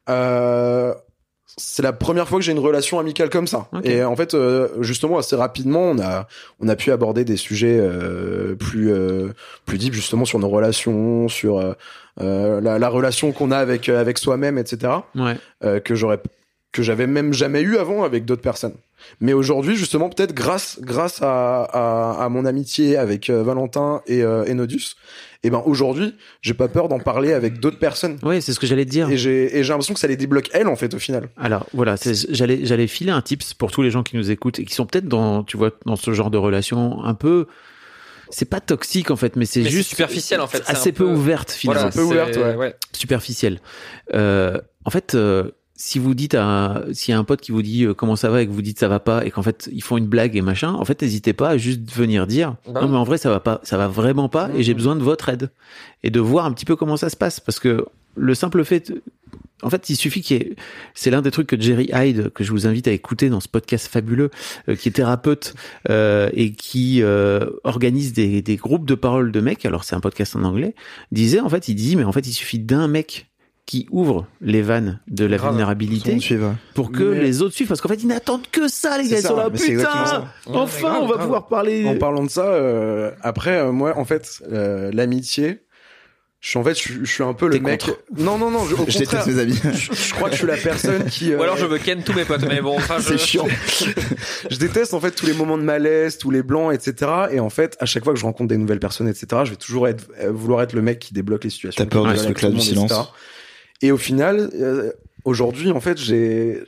Euh, c'est la première fois que j'ai une relation amicale comme ça. Okay. Et en fait, euh, justement, assez rapidement, on a on a pu aborder des sujets euh, plus euh, plus deep justement sur nos relations, sur euh, euh, la, la relation qu'on a avec avec soi-même, et cetera. Ouais. Euh, que j'aurais que j'avais même jamais eu avant avec d'autres personnes. Mais aujourd'hui, justement, peut-être grâce grâce à à, à mon amitié avec euh, Valentin et, euh, et Nodus, et ben aujourd'hui, j'ai pas peur d'en parler avec d'autres personnes. Oui, c'est ce que j'allais te dire. Et j'ai et j'ai l'impression que ça les débloque elles en fait au final. Alors voilà, c'est, j'allais j'allais filer un tips pour tous les gens qui nous écoutent et qui sont peut-être dans tu vois dans ce genre de relation un peu. C'est pas toxique en fait, mais c'est mais juste c'est superficiel en fait. Assez peu, peu ouverte finalement. Voilà, un peu ouverte, ouais. ouais. Superficielle. Euh, en fait. Euh, Si vous dites à, s'il y a un pote qui vous dit euh, comment ça va et que vous dites ça va pas et qu'en fait ils font une blague et machin, en fait n'hésitez pas à juste venir dire bah non mais en vrai ça va pas, ça va vraiment pas et j'ai besoin de votre aide et de voir un petit peu comment ça se passe parce que le simple fait, en fait il suffit qu'il y ait, c'est l'un des trucs que Jerry Hyde que je vous invite à écouter dans ce podcast fabuleux euh, qui est thérapeute euh, et qui euh, organise des, des groupes de parole de mecs. Alors c'est un podcast en anglais. Disait en fait il dit mais en fait il suffit d'un mec qui ouvre les vannes de la Grave. vulnérabilité pour que mais... les autres suivent parce qu'en fait ils n'attendent que ça les gars, ils sont là putain enfin grave, on va grave. pouvoir parler. En parlant de ça euh, après euh, moi en fait euh, l'amitié je suis en fait je, je suis un peu le T'es mec contre. non non non je, au je contraire mes amis. Je, je crois que je suis la personne qui euh... ou alors je veux ken tous mes potes mais bon enfin je... c'est chiant. Je déteste en fait tous les moments de malaise, tous les blancs, etc. Et en fait à chaque fois que je rencontre des nouvelles personnes, etc., je vais toujours être vouloir être le mec qui débloque les situations. T'as peur de ce truc là du silence, et cetera. Et au final, euh, aujourd'hui, en fait, j'ai,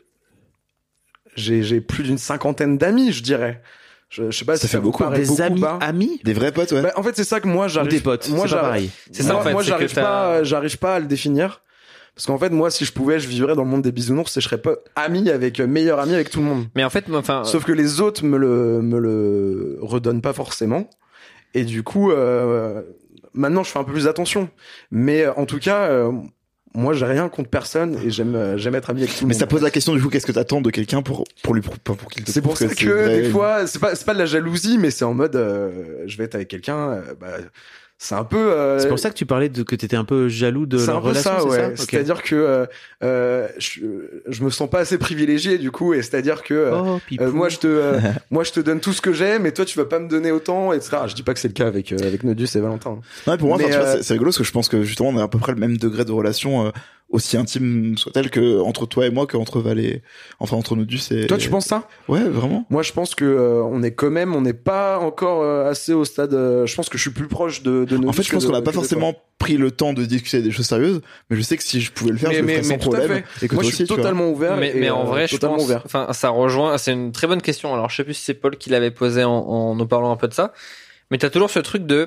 j'ai, j'ai plus d'une cinquantaine d'amis, je dirais. Je, je sais pas ça si fait ça beaucoup. Des beaucoup amis, pas. amis, des vrais potes, ouais. Bah, en fait, c'est ça que moi j'arrive. Ou des potes. Moi, c'est pas pareil. C'est ça, moi, en fait. Moi, c'est j'arrive pas, j'arrive pas à le définir. Parce qu'en fait, moi, si je pouvais, je vivrais dans le monde des bisounours et je serais pas ami avec, meilleur ami avec tout le monde. Mais en fait, enfin. Sauf que les autres me le, me le redonnent pas forcément. Et du coup, euh, maintenant, je fais un peu plus attention. Mais en tout cas, euh, moi, j'ai rien contre personne et j'aime, j'aime être ami avec tout le mais monde. Mais ça pose la question du coup, qu'est-ce que t'attends de quelqu'un pour pour lui pour, pour qu'il te C'est pour ça que, que vrai... des fois, c'est pas c'est pas de la jalousie, mais c'est en mode, euh, je vais être avec quelqu'un, euh, bah, c'est un peu. Euh... C'est pour ça que tu parlais de que t'étais un peu jaloux de leur relation. C'est un peu ça, ouais. C'est ça c'est-à-dire que euh, euh, je, je me sens pas assez privilégié du coup, et c'est-à-dire que euh, oh, euh, moi je te, euh, moi je te donne tout ce que j'ai, mais toi tu vas pas me donner autant, et cetera. Je dis pas que c'est le cas avec euh, avec Nodus et Valentin. Ouais, pour moi, mais, tu vois, euh... c'est, c'est rigolo parce que je pense que justement on a à peu près le même degré de relation. Euh, aussi intime soit-elle que entre toi et moi que entre Val et enfin entre Nodus et toi tu penses ça? Ouais, vraiment. Moi je pense que euh, on est quand même on n'est pas encore euh, assez au stade euh, je pense que je suis plus proche de, de Nodus. En fait je pense de, qu'on n'a pas forcément pris le temps de discuter des choses sérieuses, mais je sais que si je pouvais le faire mais, je le mais, ferais mais sans problème. Et que moi toi je suis aussi, totalement ouvert. Mais, et, mais en vrai euh, je pense enfin ça rejoint, c'est une très bonne question. Alors je sais plus si c'est Paul qui l'avait posé en, en nous parlant un peu de ça, mais t'as toujours ce truc de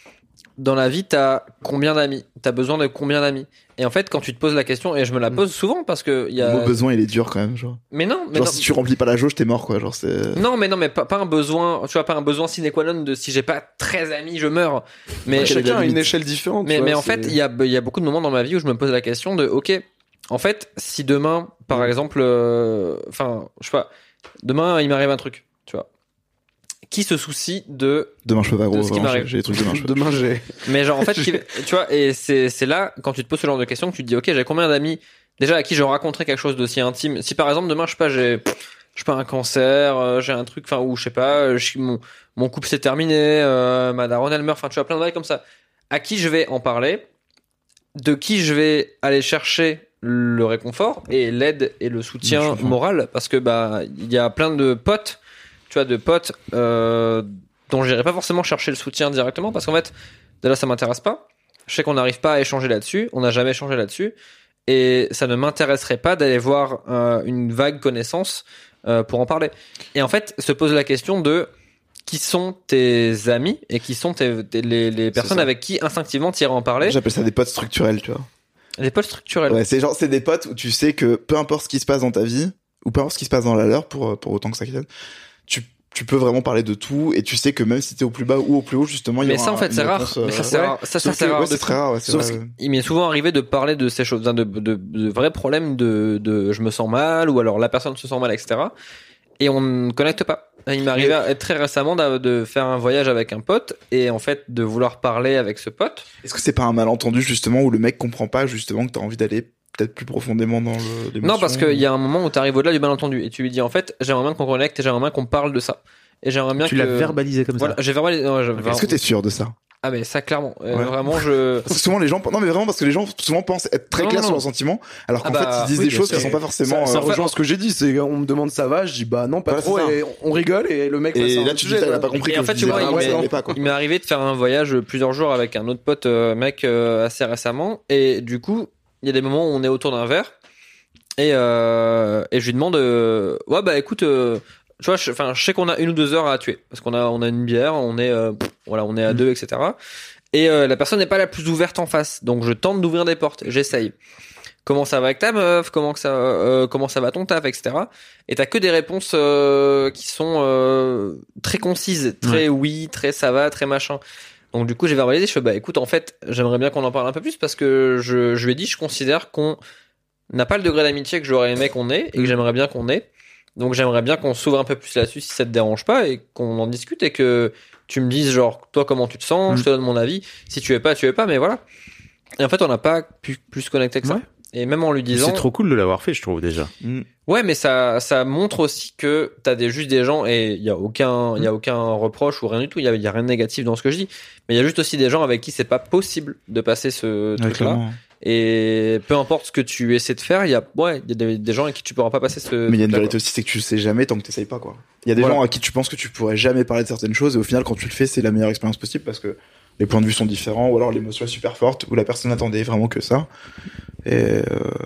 dans la vie, t'as combien d'amis? T'as besoin de combien d'amis? Et en fait, quand tu te poses la question, et je me la pose souvent parce que il y a. Le mot besoin, il est dur quand même, genre. Mais non, mais genre non. si tu remplis pas la jauge, t'es mort, quoi. Genre c'est. Non, mais non, mais pas, pas un besoin. Tu vois, pas un besoin sine qua non de si j'ai pas treize amis, je meurs. Mais ouais, chacun a une échelle différente. Mais, vois, mais en c'est... fait, il y a, il y a beaucoup de moments dans ma vie où je me pose la question de, ok, en fait, si demain, par mmh. exemple, enfin, euh, je sais pas, demain il m'arrive un truc, tu vois. Qui se soucie de demain je peux pas gros, de ce qui m'arrive. J'ai des trucs demain je peux. Demain j'ai. Mais genre en fait, qui, tu vois, et c'est c'est là quand tu te poses ce genre de questions que tu te dis ok, j'ai combien d'amis déjà à qui je raconterais quelque chose d'aussi intime. Si par exemple demain je sais pas j'ai je sais pas un cancer, euh, j'ai un truc, enfin ou je sais pas, je, mon mon couple s'est terminé, euh, ma daronne elle meurt, enfin tu vois plein de bails comme ça. À qui je vais en parler, de qui je vais aller chercher le réconfort et l'aide et le soutien moral, parce que bah il y a plein de potes. Tu vois, de potes euh, dont j'irai pas forcément chercher le soutien directement parce qu'en fait, de là, ça m'intéresse pas. Je sais qu'on n'arrive pas à échanger là-dessus, on n'a jamais échangé là-dessus, et ça ne m'intéresserait pas d'aller voir euh, une vague connaissance euh, pour en parler. Et en fait, se pose la question de qui sont tes amis et qui sont tes, tes, les, les personnes avec qui instinctivement tu irais en parler. J'appelle ça des potes structurels, tu vois. Des potes structurels. Ouais, c'est genre c'est des potes où tu sais que peu importe ce qui se passe dans ta vie ou peu importe ce qui se passe dans la leur, pour pour autant que ça tienne. Tu, tu peux vraiment parler de tout et tu sais que même si t'es au plus bas ou au plus haut, justement, il y mais aura ça en fait c'est rare. réponse, euh... Mais ça c'est ouais. rare. Ça, ça Sauf c'est que, rare. Ouais, c'est très rare. Ouais, c'est Sauf vrai. Il m'est souvent arrivé de parler de ces choses, de, de, de, de vrais problèmes de, de je me sens mal ou alors la personne se sent mal, et cetera. et on ne connecte pas. Il m'est arrivé mais... très récemment de, de faire un voyage avec un pote et en fait de vouloir parler avec ce pote. Est-ce que c'est pas un malentendu justement où le mec comprend pas justement que t'as envie d'aller peut-être plus profondément dans le l'émotion? Non, parce qu'il y a un moment où t'arrives au-delà du malentendu et tu lui dis en fait j'aimerais bien qu'on connecte et j'aimerais bien qu'on parle de ça. Et j'aimerais bien tu que... l'as verbalisé comme voilà, ça. J'ai verbalisé. Non, okay. Est-ce que t'es sûr de ça? Ah mais ça clairement, euh, ouais. vraiment je. Parce que souvent les gens, non mais vraiment parce que les gens souvent pensent être très non, clairs non, sur non. leurs sentiments, alors qu'en ah bah, fait ils disent oui, des choses qui c'est... sont pas forcément. Ça, ça euh, rejoint ce que j'ai dit, c'est on me demande ça va, je dis bah non pas voilà, trop et on rigole et le mec. Et passe là un tu sujet, dis il a pas compris. Et que en fait je tu vois, disais, il, ah, ouais, m'est, pas, quoi. il m'est arrivé de faire un voyage plusieurs jours avec un autre pote euh, mec euh, assez récemment et du coup il y a des moments où on est autour d'un verre et euh, et je lui demande euh, ouais bah écoute. Euh, Tu vois, enfin, je, je sais qu'on a une ou deux heures à tuer parce qu'on a, on a une bière, on est, euh, pff, voilà, on est à mmh. deux, et cetera. Et euh, la personne n'est pas la plus ouverte en face, donc je tente d'ouvrir des portes, j'essaye. Comment ça va avec ta meuf? Comment que ça, euh, comment ça va ton taf, et cetera. Et t'as que des réponses euh, qui sont euh, très concises, très ouais. oui, très ça va, très machin. Donc du coup, j'ai verbalisé, je fais bah écoute, en fait, j'aimerais bien qu'on en parle un peu plus parce que je, je lui ai dit, je considère qu'on n'a pas le degré d'amitié que j'aurais aimé qu'on ait et que j'aimerais bien qu'on ait. Donc j'aimerais bien qu'on s'ouvre un peu plus là-dessus si ça te dérange pas et qu'on en discute et que tu me dises genre toi comment tu te sens, mmh. je te donne mon avis, si tu es pas tu es pas mais voilà. Et en fait on n'a pas pu plus se connecter que ça. Ouais. Et même en lui disant c'est trop cool de l'avoir fait je trouve déjà. Mmh. Ouais mais ça ça montre aussi que t'as des juste des gens et il y a aucun il mmh. y a aucun reproche ou rien du tout, il y a, y a rien de négatif dans ce que je dis, mais il y a juste aussi des gens avec qui c'est pas possible de passer ce truc là. Et peu importe ce que tu essaies de faire, il y a, ouais, il y a des, des gens avec qui tu pourras pas passer ce. Mais il y a une vérité aussi, c'est que tu sais jamais tant que t'essayes pas, quoi. Il y a des voilà. gens à qui tu penses que tu pourrais jamais parler de certaines choses et au final, quand tu le fais, c'est la meilleure expérience possible parce que les points de vue sont différents ou alors l'émotion est super forte ou la personne attendait vraiment que ça. Et, euh...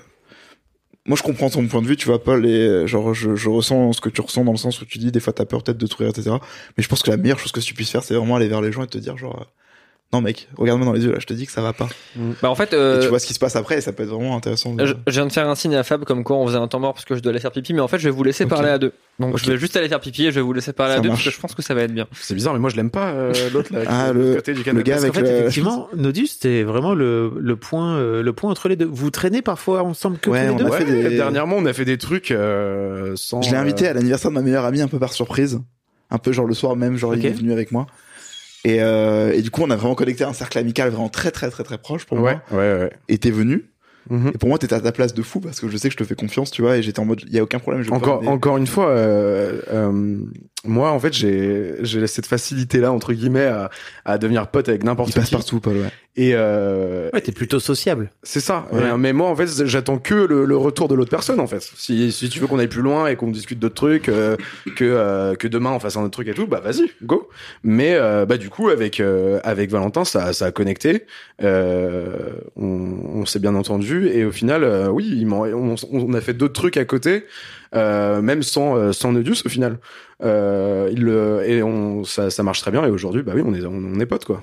moi, je comprends ton point de vue, tu vois, Paul, et genre, je, je ressens ce que tu ressens dans le sens où tu dis, des fois, t'as peur peut-être de tout rire, et cetera. Mais je pense que la meilleure chose que tu puisses faire, c'est vraiment aller vers les gens et te dire, genre, non mec, regarde-moi dans les yeux là, je te dis que ça va pas. Bah en fait, euh, et tu vois ce qui se passe après et ça peut être vraiment intéressant. De... Je, je viens de faire un signe à Fab comme quoi on faisait un temps mort parce que je dois aller faire pipi, mais en fait je vais vous laisser okay. parler à deux. Donc okay. je vais juste aller faire pipi et je vais vous laisser parler ça à deux marche. Parce que je pense que ça va être bien. C'est bizarre, mais moi je l'aime pas euh, l'autre là. Ah le, côté du canapé. Le gars parce avec qu'en fait, le... effectivement, Nodus c'était vraiment le le point euh, le point entre les deux. Vous traînez parfois ensemble que ouais, tous les deux. Ouais, fait des... Dernièrement on a fait des trucs euh, sans. Je l'ai invité à l'anniversaire de ma meilleure amie un peu par surprise, un peu genre le soir même, genre okay. il est venu avec moi. Et, euh, et du coup, on a vraiment connecté un cercle amical vraiment très très très très proche pour ouais, moi. Ouais, ouais. Et t'es venu. Mm-hmm. Et pour moi, t'étais à ta place de fou parce que je sais que je te fais confiance, tu vois. Et j'étais en mode, il y a aucun problème. Je encore, mais... encore une fois, euh, euh, moi, en fait, j'ai, j'ai cette facilité-là entre guillemets à, à devenir pote avec n'importe qui. Il passe partout, Paul. Ouais. Et euh, ouais, t'es plutôt sociable. C'est ça. Ouais. Mais moi, en fait, j'attends que le, le retour de l'autre personne, en fait. Si, si tu veux qu'on aille plus loin et qu'on discute d'autres trucs, euh, que euh, que demain on fasse un autre truc et tout, bah vas-y, go. Mais euh, bah du coup, avec euh, avec Valentin, ça ça a connecté. Euh, on, on s'est bien entendu et au final, euh, oui, il m'en, on, on a fait d'autres trucs à côté. Euh, même sans euh, sans Nodus au final euh, il euh, et on ça ça marche très bien et aujourd'hui bah oui on est on, on est potes quoi.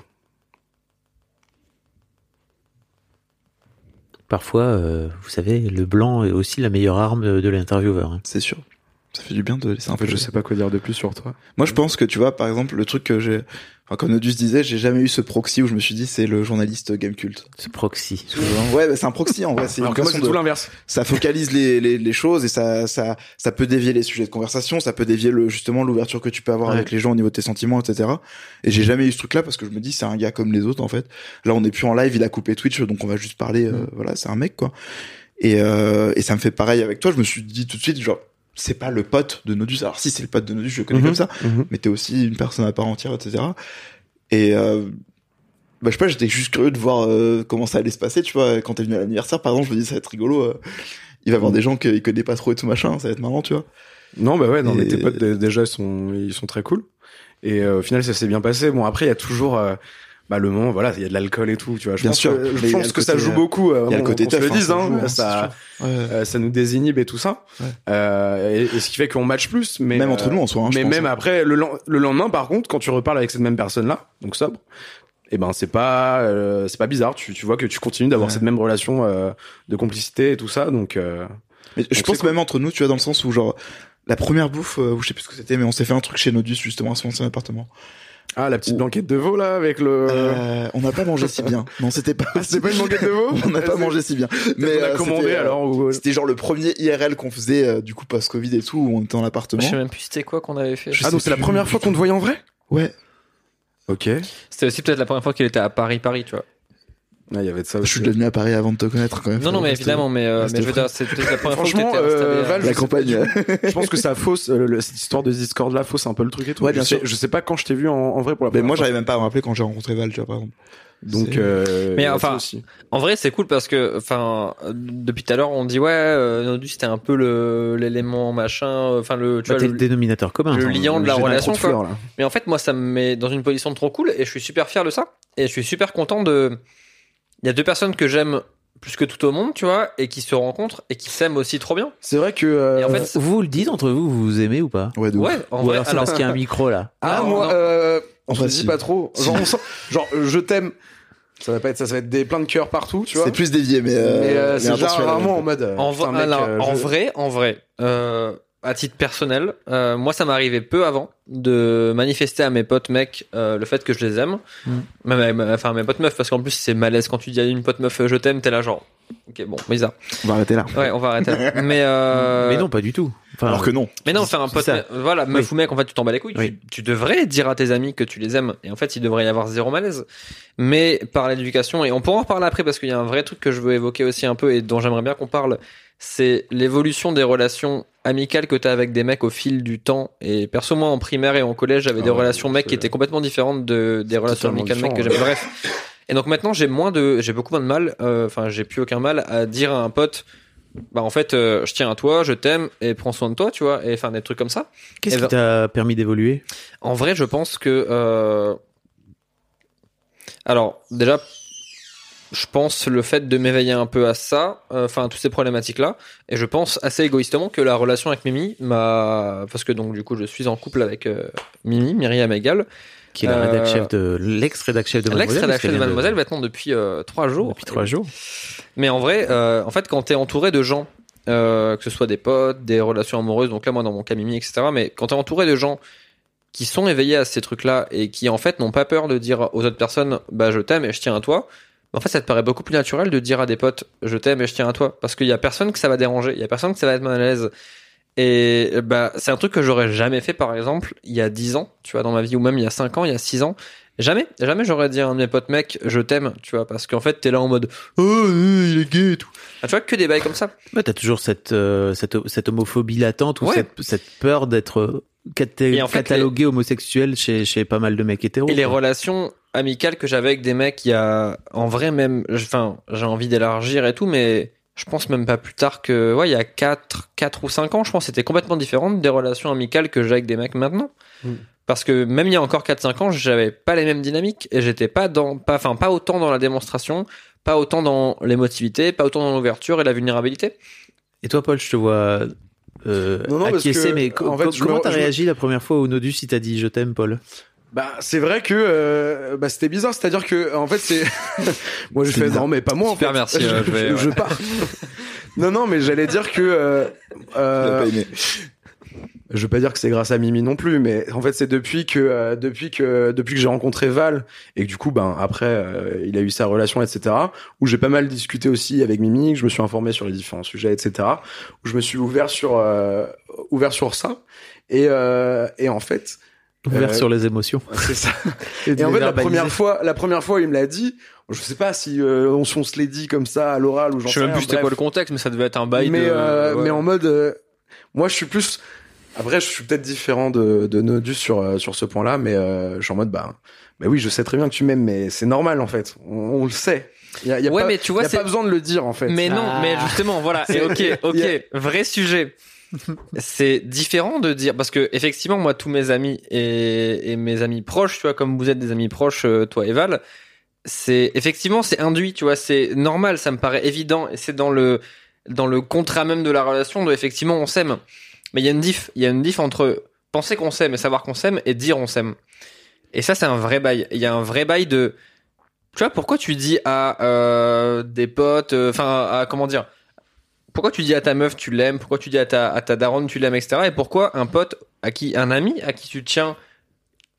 Parfois euh, vous savez le blanc est aussi la meilleure arme de, de l'intervieweur hein. C'est sûr, ça fait du bien de laisser un en fait peu. Je sais pas quoi dire de plus sur toi. Moi je pense que tu vois par exemple le truc que j'ai, enfin, comme Nodus disait, j'ai jamais eu ce proxy où je me suis dit c'est le journaliste Gamecult. Ce proxy. Ouais, bah, c'est un proxy en vrai. C'est alors que moi c'est tout l'inverse. Ça focalise les, les les choses et ça ça ça peut dévier les sujets de conversation, ça peut dévier le justement l'ouverture que tu peux avoir ouais. avec les gens au niveau de tes sentiments, et cetera. Et j'ai jamais eu ce truc-là parce que je me dis c'est un gars comme les autres en fait. Là on est plus en live, il a coupé Twitch donc on va juste parler. Euh, mmh. Voilà, c'est un mec quoi. Et euh, et ça me fait pareil avec toi. Je me suis dit tout de suite genre c'est pas le pote de Nodus. Alors si c'est le pote de Nodus, je le connais mmh. comme ça, mmh. mais t'es aussi une personne à part entière, et cetera. Et euh, bah je sais pas, j'étais juste curieux de voir euh, comment ça allait se passer, tu vois. Quand t'es venu à l'anniversaire, par exemple, je me dis ça va être rigolo. Euh, il va y avoir des gens qu'il connaît pas trop et tout machin, ça va être marrant, tu vois. Non bah ouais, non et... mais tes potes déjà ils sont ils sont très cool. Et euh, au final ça s'est bien passé. Bon après il y a toujours euh, bah le moment voilà il y a de l'alcool et tout tu vois je bien pense sûr que, je pense que ça joue beaucoup euh, il y a le côté qu'on se le dise hein, hein, ça ouais. euh, ça nous désinhibe et tout ça ouais. euh, et, et ce qui fait qu'on match plus mais même entre euh, nous en soi hein, mais je pense, même hein. après le, le lendemain par contre quand tu reparles avec cette même personne là donc sobre et ben c'est pas euh, c'est pas bizarre tu tu vois que tu continues d'avoir ouais. cette même relation euh, de complicité et tout ça donc euh, mais je donc pense même entre nous tu vois dans le sens où genre la première bouffe euh, où je sais plus ce que c'était mais on s'est fait un truc chez Nodus justement à son ancien appartement Ah, la petite blanquette de veau, là, avec le... Euh, on n'a pas mangé si bien. Non, c'était pas. C'était pas une blanquette de veau? On n'a pas mangé si bien. Mais, on a euh, commandé, c'était, alors, ou... C'était genre le premier I R L qu'on faisait, euh, du coup, post-Covid et tout, où on était dans l'appartement. Je sais même plus c'était quoi qu'on avait fait. Je Ah, donc c'est la première fois qu'on te voyait en vrai? Ouais. Ok. C'était aussi peut-être la première fois qu'il était à Paris, Paris, tu vois. Ah, il y avait de ça Je aussi. suis déjà venu à Paris avant de te connaître, quand même. Non, non, mais Rester- évidemment, mais, euh, rester mais je veux frais. dire, c'est peut-être la première fois que Franchement, t'étais installé. euh, à- Val, je La sais campagne. pas, je pense que ça fausse, euh, le- cette histoire de Discord là fausse un peu le truc et tout. Ouais, je bien sais, sûr. Je sais pas quand je t'ai vu en, en vrai pour la Mais première moi, fois. j'arrive même pas à me rappeler quand j'ai rencontré Val, tu vois, par exemple. Donc, C'est- euh, Mais il y a enfin, ça aussi. En vrai, c'est cool parce que, enfin, euh, depuis tout à l'heure, on dit ouais, euh, Nodus c'était un peu le l'élément machin, enfin le, tu Bah, vois, t'es le, le dénominateur commun. le Attends, liant de la J'ai pas relation, trop de quoi. fleurs, là. Mais en fait, moi, ça me met dans une position trop cool et je suis super fier de ça. Et je suis super content de. Il y a deux personnes que j'aime plus que tout au monde, tu vois, et qui se rencontrent et qui s'aiment aussi trop bien. C'est vrai que. euh, Et en fait, Vous vous le dites entre vous, vous vous aimez ou pas? Ouais, de ouf. ouais, en Ou vrai, alors c'est alors, parce qu'il y a un micro là. ah non, moi, non. euh, on Enfin, se dit si. pas trop. Genre, on sent- genre, euh, je t'aime. Ça va pas être ça, ça va être des plein de cœurs partout, tu vois. C'est plus dévié, mais. euh, Mais euh, c'est genre intentionnel, rarement un en peu. mode. euh, En, putain, v- mec, alors, euh, en je- vrai, en vrai, euh, à titre personnel, euh, moi, ça m'arrivait peu avant de manifester à mes potes mecs euh, le fait que je les aime, Mm. même avec ma- enfin mes potes meufs, parce qu'en plus c'est malaise quand tu dis à une pote meuf euh, je t'aime, t'es là genre, ok bon, bizarre. On va arrêter là. Ouais, on va arrêter. Là. Mais euh, Mais non, pas du tout. Enfin, Alors que non. mais non, enfin un c'est pote, ça. me- voilà, meuf Oui. ou mec, en fait, tu t'en bats les couilles. Oui. Tu, tu devrais dire à tes amis que tu les aimes, et en fait, il devrait y avoir zéro malaise. Mais par l'éducation, et on pourra en reparler après parce qu'il y a un vrai truc que je veux évoquer aussi un peu et dont j'aimerais bien qu'on parle, c'est l'évolution des relations amicales que t'as avec des mecs au fil du temps. Et perso, moi, en primaire et en collège, j'avais Ah des ouais, relations mecs c'est- qui étaient complètement différentes de des relations totalement amicales mecs que différent, j'avais. Bref. Et donc maintenant, j'ai moins de, j'ai beaucoup moins de mal, euh, enfin, j'ai plus aucun mal à dire à un pote, bah en fait, euh, je tiens à toi, je t'aime et prends soin de toi, tu vois, et enfin des trucs comme ça. qu'est-ce Et qui ben- t'a permis d'évoluer? En vrai, je pense que, euh... alors déjà, je pense le fait de m'éveiller un peu à ça, euh, enfin à toutes ces problématiques-là, et je pense assez égoïstement que la relation avec Mimi m'a, parce que donc du coup je suis en couple avec euh, Mimi, Myriam Egal, Qui est la Euh, rédac chef de l'ex-rédac chef de Mademoiselle. l'ex-rédactrice parce qu'elle de vient Mademoiselle maintenant depuis euh, trois jours. Depuis trois jours. Mais en vrai, euh, en fait, quand t'es entouré de gens, euh, que ce soit des potes, des relations amoureuses, donc là, moi, dans mon cas, Mimi, et cetera, mais quand t'es entouré de gens qui sont éveillés à ces trucs-là et qui, en fait, n'ont pas peur de dire aux autres personnes, bah, je t'aime et je tiens à toi, en fait, ça te paraît beaucoup plus naturel de dire à des potes, je t'aime et je tiens à toi. Parce qu'il y a personne que ça va déranger, il y a personne que ça va être mal à l'aise. Et, bah, c'est un truc que j'aurais jamais fait, par exemple, il y a dix ans, tu vois, dans ma vie, ou même il y a cinq ans, il y a six ans. Jamais, jamais j'aurais dit à un de mes potes mec, je t'aime, tu vois, parce qu'en fait, t'es là en mode, oh, euh, il est gay et tout. Ah, tu vois, que des bails comme ça. Ouais, t'as toujours cette, euh, cette, cette homophobie latente ou Ouais. cette, cette peur d'être euh, caté- Et en fait, catalogué homosexuel chez, chez pas mal de mecs hétéros. Et les quoi. relations amicales que j'avais avec des mecs, il y a, en vrai même, enfin, j'ai envie d'élargir et tout, mais je pense même pas plus tard que, ouais, il y a quatre, quatre ou cinq ans, je pense, que c'était complètement différent des relations amicales que j'ai avec des mecs maintenant. Mm. Parce que même il y a encore quatre cinq ans, j'avais pas les mêmes dynamiques et j'étais pas dans, pas, enfin, pas autant dans la démonstration, pas autant dans l'émotivité, pas autant dans l'ouverture et la vulnérabilité. Et toi, Paul, je te vois euh, Non, non, parce acquiescer, que, mais co- en fait, co- je comment me- t'as je me- réagi la première fois où Nodus il t'a dit je t'aime, Paul? Bah c'est vrai que euh, bah c'était bizarre, c'est-à-dire que en fait c'est moi je C'est fais bizarre. non mais pas moi en Super, fait. merci, euh, je vais- je ouais. pars. Non non mais j'allais dire que euh, Il a euh, pas aimé. je veux pas dire que c'est grâce à Mimi non plus, mais en fait c'est depuis que euh, depuis que depuis que j'ai rencontré Val et que du coup ben après euh, il a eu sa relation et cetera où j'ai pas mal discuté aussi avec Mimi, que je me suis informé sur les différents sujets et cetera où je me suis ouvert sur euh, ouvert sur ça et euh, et en fait Ouvert Euh, sur les émotions. c'est ça. Et, Et en fait, la première fois, la première fois, il me l'a dit. Je sais pas si euh, on, on se l'est dit comme ça à l'oral ou j'en Je sais sais même rien, plus c'était bref. quoi le contexte, mais ça devait être un bail mais de, euh, ouais. mais en mode, euh, moi, je suis plus. Après, je suis peut-être différent de de Nodus sur euh, sur ce point-là, mais euh, je suis en mode, bah, bah oui, je sais très bien que tu m'aimes, mais c'est normal en fait. On, on le sait. Il y a, y a Ouais, pas, mais tu vois, y a c'est- pas besoin de le dire en fait. Mais non, Ah. mais justement, voilà. Et ok, ok, Il y vrai sujet. C'est différent de dire parce que effectivement, moi, tous mes amis et, et mes amis proches, tu vois, comme vous êtes des amis proches, euh, toi et Val, c'est effectivement c'est induit, tu vois, c'est normal, ça me paraît évident et c'est dans le dans le contrat même de la relation de effectivement on s'aime. Mais il y a une diff, il y a une diff entre penser qu'on s'aime et savoir qu'on s'aime et dire on s'aime. Et ça, c'est un vrai bail. Il y a un vrai bail de tu vois, pourquoi tu dis à euh, des potes, enfin, à comment dire, pourquoi tu dis à ta meuf tu l'aimes, pourquoi tu dis à ta, à ta daronne tu l'aimes, et cetera. Et pourquoi un pote à qui, un ami à qui tu tiens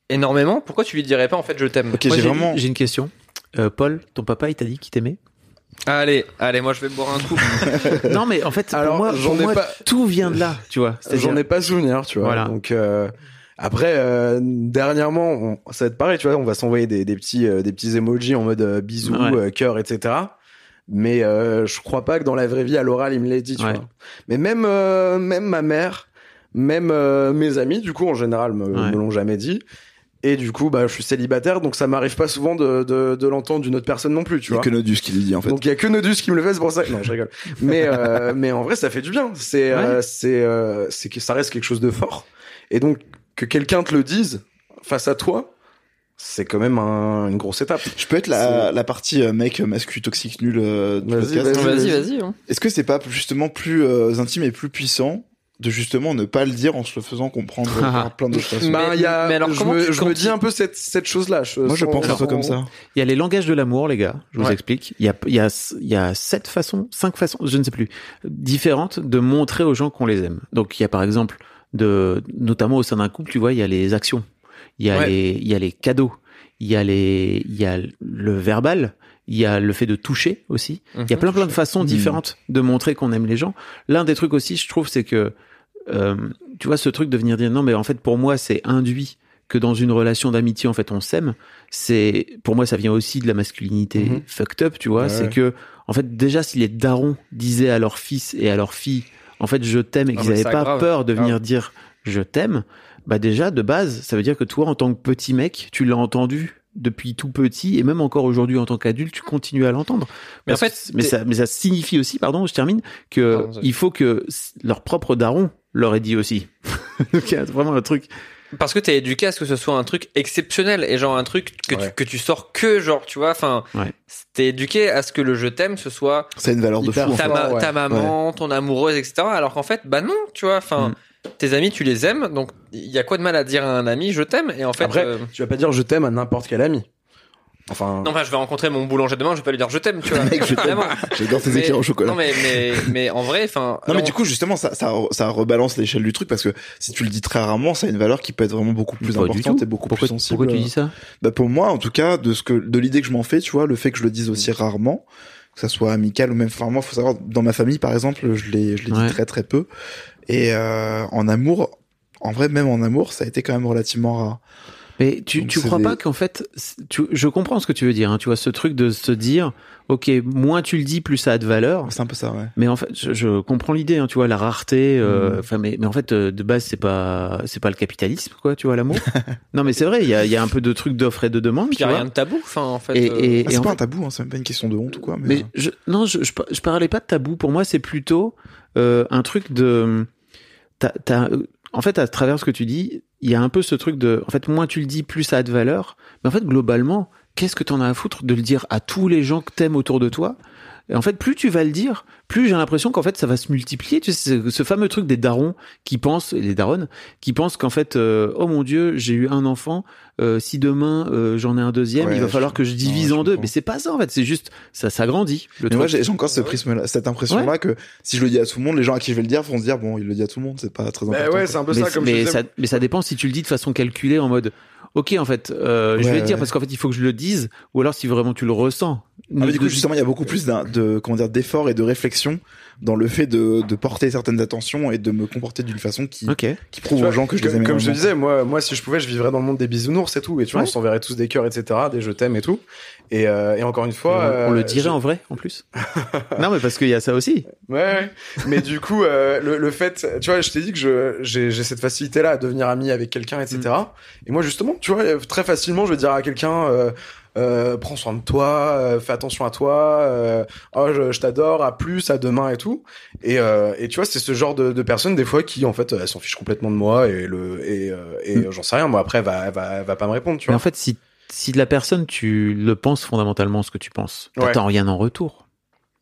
énormément, pourquoi tu lui dirais pas en fait je t'aime? Ok, Moi, j'ai j'ai, vraiment. j'ai une question. Euh, Paul, ton papa, il t'a dit qu'il t'aimait? Allez, allez, moi je vais boire un coup. Non, mais en fait, Alors, pour moi, j'en pour ai moi, pas- tout vient de là, tu vois. C'est-à-dire- J'en ai pas souvenir, tu vois. Voilà. Donc euh, après, euh, dernièrement, on, ça va être pareil, tu vois. On va s'envoyer des, des petits, euh, des petits emojis en mode euh, bisous, Ouais. euh, cœur, et cetera. Mais euh, je crois pas que dans la vraie vie, à l'oral, il me l'ait dit, tu Ouais. vois. Mais même, euh, même ma mère, même euh, mes amis, du coup, en général, me, Ouais. me l'ont jamais dit. Et du coup, bah, je suis célibataire, donc ça m'arrive pas souvent de, de, de l'entendre d'une autre personne non plus, tu Il y a vois. que Nodus qui lui dit en fait. Donc il y a que Nodus qui me le fait, c'est pour ça. Non, je rigole. Mais euh, mais en vrai, ça fait du bien. C'est euh, c'est euh, c'est que ça reste quelque chose de fort. Et donc que quelqu'un te le dise face à toi, c'est quand même un, une grosse étape. Je peux être la, la partie euh, mec mascu toxique nul euh, du Vas-y, podcast. Vas-y, vas-y. Hein. Est-ce que c'est pas justement plus euh, intime et plus puissant de justement ne pas le dire en se le faisant comprendre par plein d'autres façons? Bah, il y a, mais alors, je comment me, tu- je comment me tu- dis un peu cette cette chose là. Moi, je pense un peu comme ça. Il y a les langages de l'amour, les gars. Je vous Ouais. explique. Il y a, il y a, il y a sept façons, cinq façons, je ne sais plus, différentes de montrer aux gens qu'on les aime. Donc, il y a par exemple, de, notamment au sein d'un couple, tu vois, il y a les actions, il y a Ouais. les, il y a les cadeaux, il y a les, il y a le verbal, il y a le fait de toucher aussi. Il y a plein plein de façons différentes de montrer qu'on aime les gens. L'un des trucs aussi, je trouve, c'est que euh, tu vois, ce truc de venir dire non, mais en fait, pour moi, c'est induit que dans une relation d'amitié, en fait, on s'aime. C'est, pour moi, ça vient aussi de la masculinité Mhm. fucked up, tu vois. Ouais, c'est ouais. que, en fait, déjà, si les darons disaient à leur fils et à leur fille, en fait, je t'aime, et Ah, qu'ils mais n'avaient ça, pas grave. peur de venir Grave. dire je t'aime, bah, déjà, de base, ça veut dire que toi, en tant que petit mec, tu l'as entendu depuis tout petit, et même encore aujourd'hui, en tant qu'adulte, tu continues à l'entendre. Mais en Parce fait, que- mais t'es- ça, mais ça signifie aussi, pardon, je termine, que Pardon, ça- il faut que s- leur propre daron leur ait dit aussi. Donc, il y a vraiment un truc. Parce que t'es éduqué à ce que ce soit un truc exceptionnel et genre un truc que, Ouais. tu, que tu sors que genre, tu vois, enfin, Ouais. t'es éduqué à ce que le je t'aime ce soit Ça a une valeur de fou. Hyper En ta, fait. ma- ouais. ta maman, ton amoureuse, et cetera. Alors qu'en fait, bah non, tu vois, enfin, Mm. tes amis, tu les aimes, donc il y a quoi de mal à dire à un ami je t'aime? Et en fait, Après, euh, tu vas pas dire je t'aime à n'importe quel ami. Enfin, non, enfin, je vais rencontrer mon boulanger demain, je vais pas lui dire je t'aime, tu vois. Mec, je t'aime. Vraiment. J'adore tes Mais- éclairs au chocolat. Non, mais, mais, mais en vrai, enfin. Non mais alors, du coup justement ça, ça ça rebalance l'échelle du truc parce que si tu le dis très rarement ça a une valeur qui peut être vraiment beaucoup plus Pas du importante tout. et beaucoup Pourquoi, plus sensible. pourquoi tu dis ça? Bah pour moi en tout cas de ce que de l'idée que je m'en fais tu vois le fait que je le dise aussi rarement que ça soit amical ou même enfin moi faut savoir dans ma famille par exemple je l'ai je l'ai Ouais. dit très très peu et euh, en amour en vrai même en amour ça a été quand même relativement rare. Mais tu, Donc, tu c'est crois des- pas qu'en fait, c'est- tu, je comprends ce que tu veux dire, hein, tu vois, ce truc de se dire, ok, moins tu le dis, plus ça a de valeur. C'est un peu ça ouais. Mais en fait, je, je comprends l'idée, hein, tu vois, la rareté. euh, Mm. Enfin, mais, mais en fait, euh, de base, c'est pas, c'est pas le capitalisme, quoi, tu vois, l'amour. Non, mais c'est vrai, il y a, il y a un peu de trucs d'offre et de demande, puis tu y a vois. rien de tabou, enfin, en fait. Et- euh, et- Ah, c'est en pas fait- un tabou hein, c'est même pas une question de honte ou quoi mais, Mais euh, je, non, je, je, je parlais pas de tabou. Pour moi, c'est plutôt euh, un truc de. T'as, t'as, euh, en fait, à travers ce que tu dis, il y a un peu ce truc de. En fait, moins tu le dis, plus ça a de valeur. Mais en fait, globalement, qu'est-ce que t'en as à foutre de le dire à tous les gens que t'aimes autour de toi? Et en fait, plus tu vas le dire, plus j'ai l'impression qu'en fait, ça va se multiplier. Tu sais, ce, ce fameux truc des darons qui pensent, et les daronnes, qui pensent qu'en fait, euh, oh mon Dieu, j'ai eu un enfant, euh, si demain euh, j'en ai un deuxième, Ouais, il va je- falloir que je non, divise je en deux. comprends. Mais c'est pas ça en fait, c'est juste, ça s'agrandit. Le mais truc. moi j'ai j'ai encore ce prisme là cette impression là que si je le dis à tout le monde les gens à qui je vais le dire vont se dire bon il le dit à tout le monde c'est pas très bah important. ouais, quoi. c'est un peu mais, ça comme mais je disais. ça, mais ça dépend si tu le dis de façon calculée en mode ok en fait euh, je Ouais, vais le dire ouais. parce qu'en fait il faut que je le dise ou alors si vraiment tu le ressens. Ah, mais du coup, justement, il y a beaucoup plus d'un, de, comment dire, d'effort et de réflexion dans le fait de, de porter certaines attentions et de me comporter d'une façon qui, Ok. qui prouve Tu vois, aux gens que je les comme, aime comme je te énormément. disais, moi, moi, si je pouvais, je vivrais dans le monde des bisounours et tout. Et tu vois, Ouais. on s'enverrait tous des cœurs, et cetera, des je t'aime et tout. Et, euh, et encore une fois, on, on euh, le dirait j'ai- en vrai en plus. Non mais parce qu'il y a ça aussi. Ouais, ouais. Mais du coup, euh, le, le fait, tu vois, je t'ai dit que je, j'ai, j'ai cette facilité-là à devenir ami avec quelqu'un, et cetera. Et moi, justement, tu vois, très facilement, je vais dire à quelqu'un, euh, euh, prends soin de toi, euh, fais attention à toi, euh, oh, je, je t'adore, à plus, à demain et tout. Et, euh, et tu vois, c'est ce genre de, de personnes, des fois, qui, en fait, elles s'en fichent complètement de moi et le, et, euh, et Mm. j'en sais rien. Moi, après, elle va, elle va, elle va pas me répondre, tu Mais vois. en fait si si de la personne tu le penses fondamentalement ce que tu penses, Ouais. t'attends rien en retour.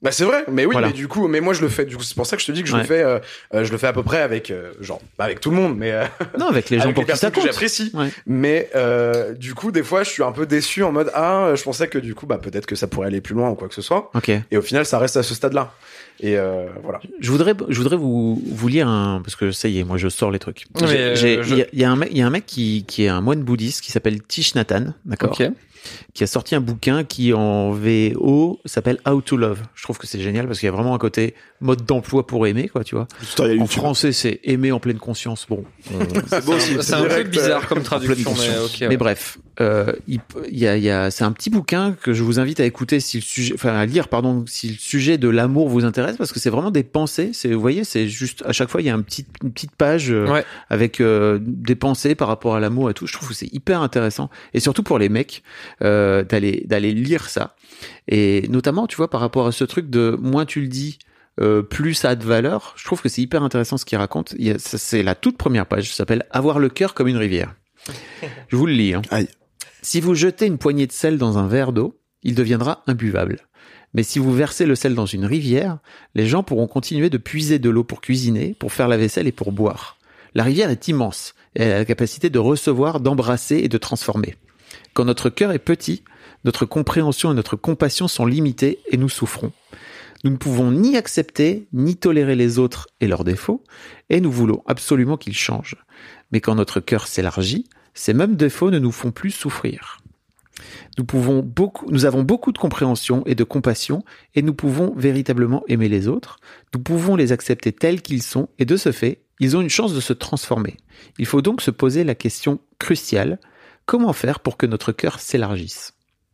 Bah c'est vrai, mais oui, Voilà. mais du coup, mais moi je le fais. Du coup, c'est pour ça que je te dis que je Ouais. le fais. Euh, euh, je le fais à peu près avec, euh, genre, pas avec tout le monde, mais euh, Non, avec les gens avec pour les qui ça personnes que compte. j'apprécie. Ouais. Mais euh, du coup, des fois, je suis un peu déçu en mode ah, je pensais que du coup, bah peut-être que ça pourrait aller plus loin ou quoi que ce soit. Ok. Et au final, ça reste à ce stade-là. Et euh, voilà. Je voudrais, je voudrais vous, vous lire un, parce que ça y est, moi je sors les trucs. Mais, J'ai- euh, j'ai- je- Il y, a, il y a un mec, il y a un mec qui, qui est un moine bouddhiste qui s'appelle Thich Nhat Hanh, d'accord, Ok. qui a sorti un bouquin qui en V O s'appelle How to Love. Je trouve que c'est génial parce qu'il y a vraiment un côté mode d'emploi pour aimer, quoi, tu vois. Tutoriel En YouTube. français, c'est aimer en pleine conscience. Bon, C'est beau aussi. C'est un peu direct, bizarre euh, comme traduction, pleine mais conscience. ok. ouais. mais bref, euh, il, il y a, il y a, c'est un petit bouquin que je vous invite à écouter si le sujet, enfin à lire, pardon, si le sujet de l'amour vous intéresse, parce que c'est vraiment des pensées. C'est, vous voyez, c'est juste à chaque fois il y a un petit, une petite page euh, Ouais. avec euh, des pensées par rapport à l'amour et tout. Je trouve que c'est hyper intéressant, et surtout pour les mecs euh, d'aller d'aller lire ça, et notamment, tu vois, par rapport à ce truc de moins tu le dis. Euh, plus ça a de valeur. Je trouve que c'est hyper intéressant ce qu'il raconte. Il y a, ça, c'est la toute première page. Ça s'appelle Avoir le cœur comme une rivière. Je vous le lis. Hein. Aïe. Si vous jetez une poignée de sel dans un verre d'eau, il deviendra imbuvable. Mais si vous versez le sel dans une rivière, les gens pourront continuer de puiser de l'eau pour cuisiner, pour faire la vaisselle et pour boire. La rivière est immense et elle a la capacité de recevoir, d'embrasser et de transformer. Quand notre cœur est petit, notre compréhension et notre compassion sont limitées et nous souffrons. Nous ne pouvons ni accepter, ni tolérer les autres et leurs défauts, et nous voulons absolument qu'ils changent. Mais quand notre cœur s'élargit, ces mêmes défauts ne nous font plus souffrir. Nous pouvons beaucoup, nous avons beaucoup de compréhension et de compassion, et nous pouvons véritablement aimer les autres. Nous pouvons les accepter tels qu'ils sont, et de ce fait, ils ont une chance de se transformer. Il faut donc se poser la question cruciale: comment faire pour que notre cœur s'élargisse?